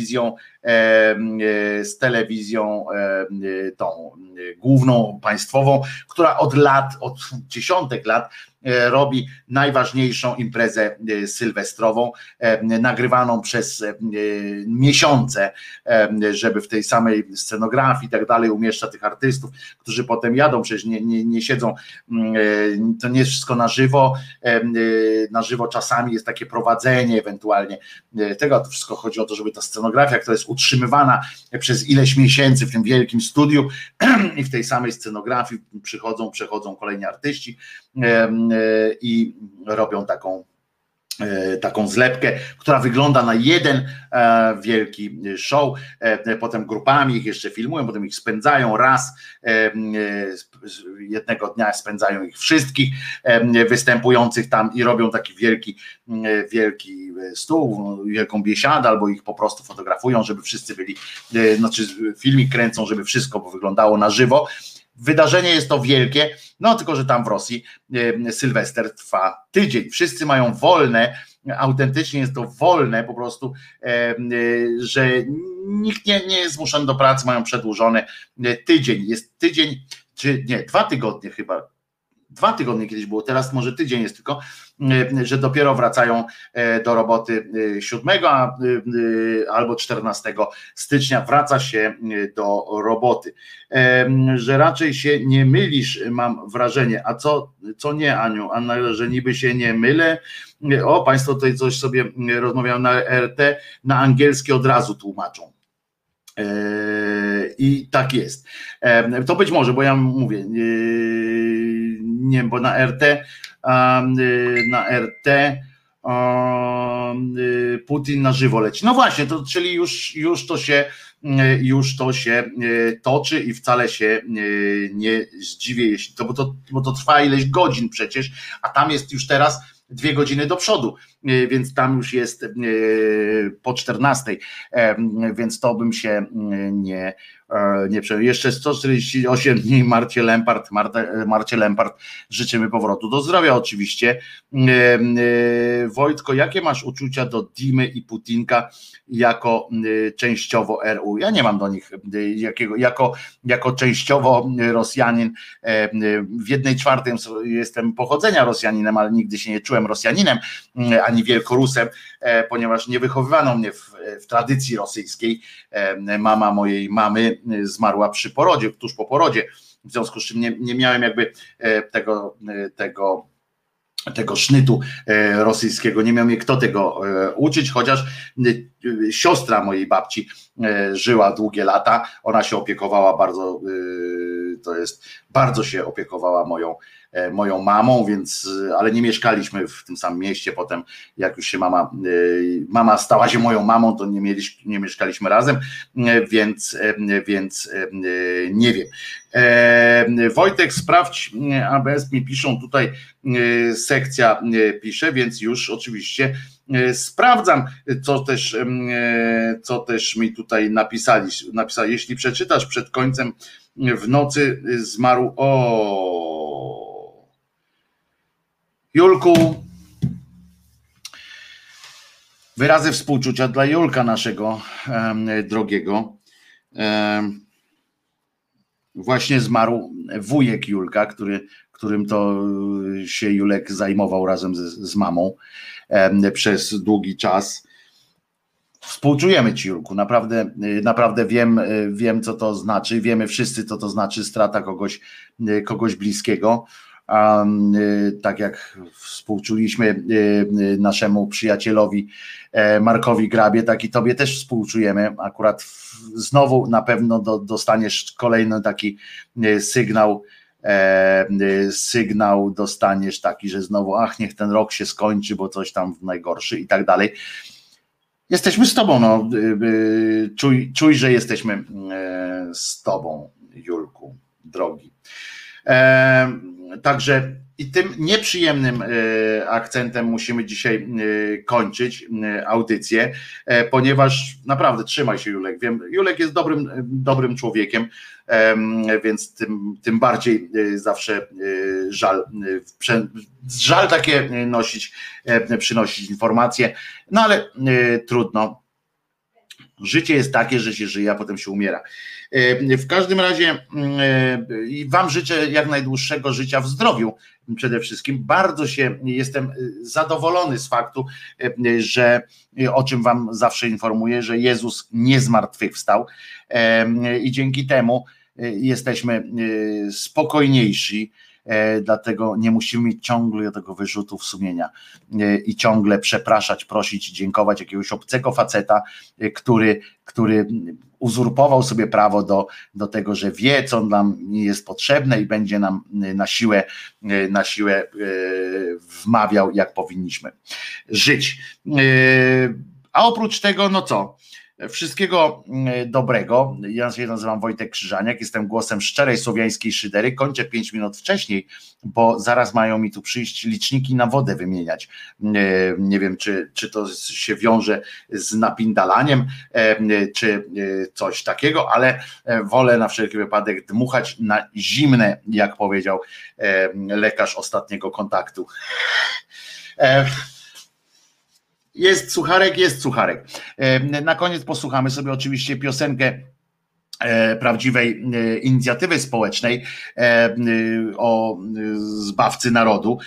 telewizją tą główną państwową, która od dziesiątek lat robi najważniejszą imprezę sylwestrową, nagrywaną przez miesiące, żeby w tej samej scenografii i tak dalej umieszcza tych artystów, którzy potem jadą, przecież nie siedzą, to nie jest wszystko na żywo czasami jest takie prowadzenie ewentualnie tego, to wszystko chodzi o to, żeby ta scenografia, która jest utrzymywana przez ileś miesięcy w tym wielkim studiu i w tej samej scenografii przechodzą kolejni artyści i robią taką zlepkę, która wygląda na jeden wielki show, potem grupami ich jeszcze filmują, potem ich spędzają raz, jednego dnia spędzają ich wszystkich występujących tam i robią taki wielki stół, wielką biesiadę, albo ich po prostu fotografują, żeby wszyscy byli, znaczy filmik kręcą, żeby wszystko wyglądało na żywo. Wydarzenie jest to wielkie, no tylko że tam w Rosji Sylwester trwa tydzień. Wszyscy mają wolne, autentycznie jest to wolne po prostu, że nikt nie jest zmuszony do pracy, mają przedłużone tydzień. Jest tydzień, czy nie, 2 tygodnie chyba. 2 tygodnie kiedyś było, teraz może tydzień jest tylko, że dopiero wracają do roboty 7 albo 14 stycznia wraca się do roboty. Że raczej się nie mylisz, mam wrażenie. A co nie, Aniu? Anna, że niby się nie mylę. O, Państwo tutaj coś sobie rozmawiają na RT, na angielski od razu tłumaczą. I tak jest. To być może, bo ja mówię, nie, bo na RT Putin na żywo leci. No właśnie, to czyli już to się toczy i wcale się nie zdziwię, jeśli bo to trwa ileś godzin przecież, a tam jest już teraz 2 godziny do przodu, więc tam już jest po 14, więc to bym się nie jeszcze 148 dni Marcie Lempart życzymy powrotu do zdrowia oczywiście. Wojtko, jakie masz uczucia do Dimy i Putinka jako częściowo RU? Ja nie mam do nich jako częściowo Rosjanin, w 1/4 jestem pochodzenia Rosjaninem, ale nigdy się nie czułem Rosjaninem ani Wielkorusem, ponieważ nie wychowywano mnie w tradycji rosyjskiej. Mama mojej mamy zmarła przy porodzie, tuż po porodzie, w związku z czym nie miałem jakby tego sznytu rosyjskiego, nie miał mnie kto tego uczyć, chociaż siostra mojej babci żyła długie lata, ona się opiekowała bardzo się opiekowała moją mamą, więc, ale nie mieszkaliśmy w tym samym mieście, potem jak już się mama stała się moją mamą, to nie mieszkaliśmy razem, więc nie wiem. Wojtek, sprawdź, ABS mi piszą tutaj, sekcja pisze, więc już oczywiście Sprawdzam, co też mi tutaj napisali. Jeśli przeczytasz przed końcem w nocy zmarł. Julku, wyrazy współczucia dla Julka, naszego drogiego. Właśnie zmarł wujek Julka, którym to się Julek zajmował razem z mamą przez długi czas. Współczujemy ci, Julku, naprawdę wiem, co to znaczy, wiemy wszyscy, co to znaczy strata kogoś bliskiego. Tak jak współczuliśmy naszemu przyjacielowi Markowi Grabie, tak i tobie też współczujemy. Akurat znowu na pewno dostaniesz kolejny taki sygnał dostaniesz taki, że znowu niech ten rok się skończy, bo coś tam najgorszy i tak dalej. Jesteśmy z tobą, no. Czuj, że jesteśmy z tobą, Julku, drogi. Także i tym nieprzyjemnym akcentem musimy dzisiaj kończyć audycję, ponieważ naprawdę trzymaj się, Julek. Wiem, Julek jest dobrym człowiekiem, więc tym bardziej zawsze żal takie przynosić informacje, no ale trudno. Życie jest takie, że się żyje, a potem się umiera. W każdym razie wam życzę jak najdłuższego życia w zdrowiu przede wszystkim. Bardzo jestem zadowolony z faktu, że o czym wam zawsze informuję, że Jezus nie zmartwychwstał i dzięki temu jesteśmy spokojniejsi. Dlatego nie musimy mieć ciągle tego wyrzutów sumienia i ciągle przepraszać, prosić, dziękować jakiegoś obcego faceta, który uzurpował sobie prawo do tego, że wie, co nam jest potrzebne i będzie nam na siłę wmawiał, jak powinniśmy żyć. A oprócz tego, no co? Wszystkiego dobrego. Ja się nazywam Wojtek Krzyżaniak, jestem głosem szczerej słowiańskiej szydery. Kończę 5 minut wcześniej, bo zaraz mają mi tu przyjść liczniki na wodę wymieniać. Nie wiem, czy to się wiąże z napindalaniem, czy coś takiego, ale wolę na wszelki wypadek dmuchać na zimne, jak powiedział lekarz ostatniego kontaktu. Jest sucharek. Na koniec posłuchamy sobie oczywiście piosenkę prawdziwej inicjatywy społecznej o zbawcy narodu,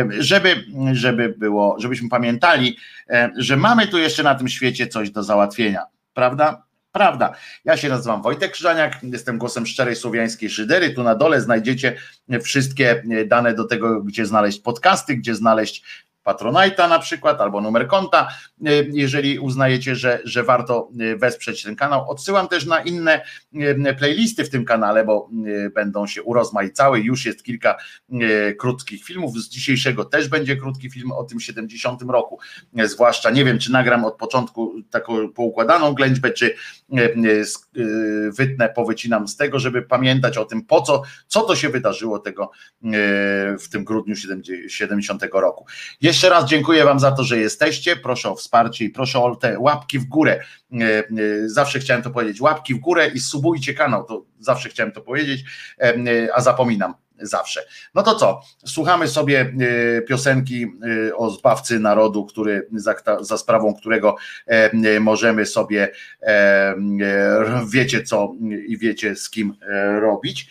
żebyśmy pamiętali, że mamy tu jeszcze na tym świecie coś do załatwienia, prawda? Prawda. Ja się nazywam Wojtek Krzyżaniak, jestem głosem szczerej słowiańskiej szydery. Tu na dole znajdziecie wszystkie dane do tego, gdzie znaleźć podcasty, gdzie znaleźć Patronite'a na przykład, albo numer konta, jeżeli uznajecie, że warto wesprzeć ten kanał. Odsyłam też na inne playlisty w tym kanale, bo będą się urozmaicały. Już jest kilka krótkich filmów. Z dzisiejszego też będzie krótki film o tym 70 roku. Zwłaszcza nie wiem, czy nagram od początku taką poukładaną ględźbę, czy wytnę, powycinam z tego, żeby pamiętać o tym, co to się wydarzyło w tym grudniu 70 roku. Jeszcze raz dziękuję wam za to, że jesteście, proszę o wsparcie i proszę o te łapki w górę, zawsze chciałem to powiedzieć, łapki w górę i subujcie kanał, to zawsze chciałem to powiedzieć, a zapominam zawsze. No to co, słuchamy sobie piosenki o zbawcy narodu, za sprawą którego możemy sobie, wiecie co i wiecie z kim robić.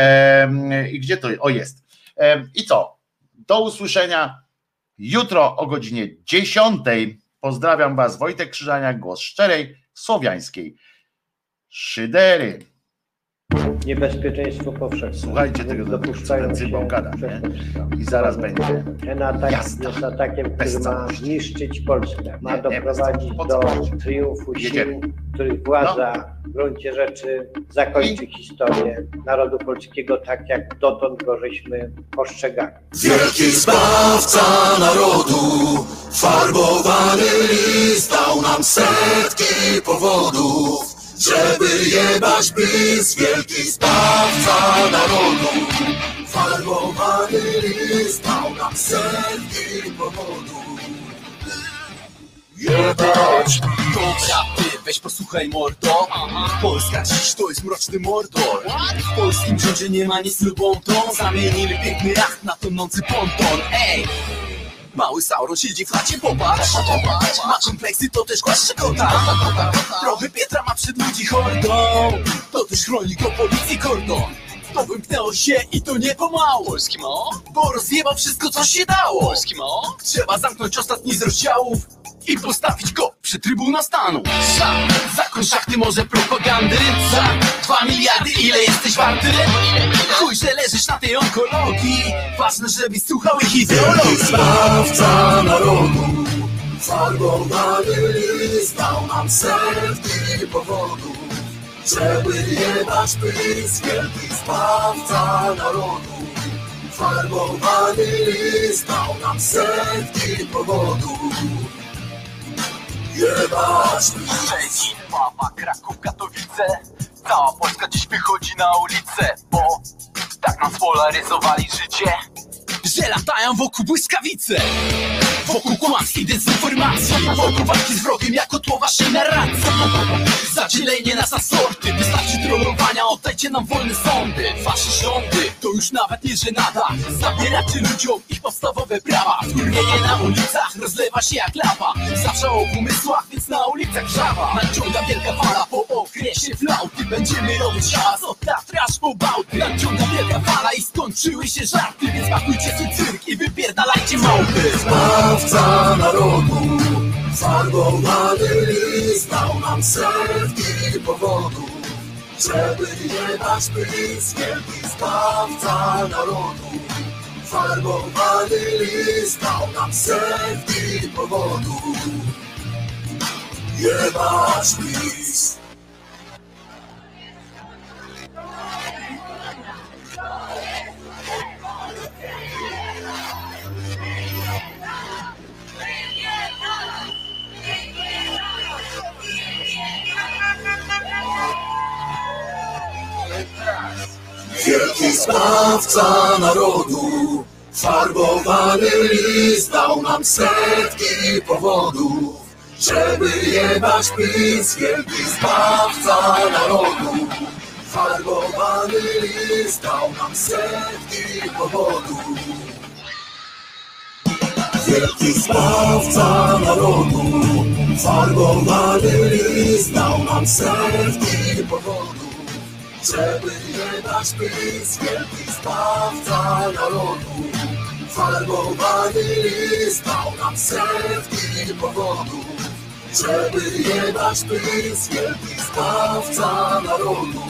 I gdzie to jest? I co? Do usłyszenia jutro o godzinie 10. Pozdrawiam was, Wojtek Krzyżaniak, głos szczerej słowiańskiej szydery. Niebezpieczeństwo powszechne. Słuchajcie tego, dopuszczają się gada, nie? I zaraz będzie. Ten atak jest atakiem, który ma zniszczyć Polskę. Ma doprowadzić do triumfu sił, których władza w gruncie rzeczy zakończy historię narodu polskiego tak, jak dotąd go żeśmy postrzegali. Wielki zbawca narodu, farbowany list dał nam setki powodów, żeby jebać PiS. Wielki zbawca narodu, farbowany list dał nam setki powodów. jebać. Dobra, ty weź posłuchaj mordo. Polska dziś to jest mroczny mordor. W polskim rządzie nie ma nic lub bonton. Zamienili piękny jacht na tonący ponton. Ej! Mały Sauron siedzi w chacie, popatrz. Ma kompleksy, to też głaszcze kota. Trochę Pietra ma przed ludzi hordą. To też chroni go policji kordon. To wymknęło się i to nie pomału. Polski mo? Bo rozjebał wszystko, co się dało. Polski mo? Trzeba zamknąć ostatni z rozdziałów i postawić go przy Trybunał Stanu. Zakon szachty, może propagandy. Za 2 miliardy ile jesteś warty? Chuj, że leżysz na tej onkologii. Ważne, żebyś słuchał ich ideologii. Zbawca narodu, farbowany list dał nam setki powodów, żeby jebać pysk. Wielki zbawca narodu, farbowany list dał nam setki powodów, jebać pysk. Szczecin, Wawa, Kraków, Katowice. Cała Polska dziś wychodzi na ulicę, bo tak nam spolaryzowali życie, że latają wokół błyskawice. Wokół kłamstw i dezinformacji, wokół walki z wrogiem jako tło waszej narracji. Zadzielenie nas na sorty, wystarczy trollowania, oddajcie nam wolne sądy. Wasze rządy to już nawet nie żenada. Zabieracie ludziom ich podstawowe prawa. Wkurwienie na ulicach rozlewa się jak lawa. Zawsze o umysłach, więc na ulicach żawa. Nadciąga wielka fala po okresie flauty. Będziemy robić hałas od Tatry aż po Bałty. Nadciąga wielka fala i skończyły się żarty, więc pakujcie swój cyrk i wypierdalajcie małpy. Zbawca narodu, farbowany list dał nam setki powodów, żeby jebać pysk. Wielki zbawca narodu, farbowany list dał nam setki powodów, jebać pysk. Wielki zbawca narodu, farbowany list dał nam setki powodów, żeby jebać pysk. Wielki zbawca narodu, farbowany list dał nam setki powodów. Wielki zbawca narodu, farbowany list dał nam setki powodów, żeby jebać pysk. Wielki zbawca narodu, farbowany list dał nam setki powodów, żeby jebać pysk. Wielki zbawca narodu,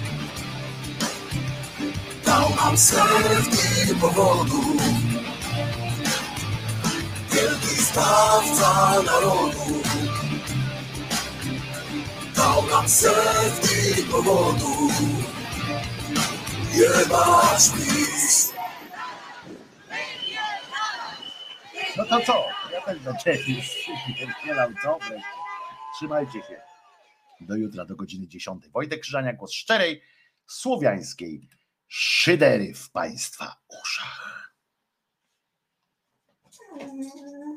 dał nam setki powodów. Wielki zbawca narodu, dał nam setki powodów, jebać pysk. No to co? Ja też do ciebie pierdzielał, co? Trzymajcie się. Do jutra, do godziny 10. Wojtek Krzyżania, głos szczerej, słowiańskiej szydery w państwa uszach.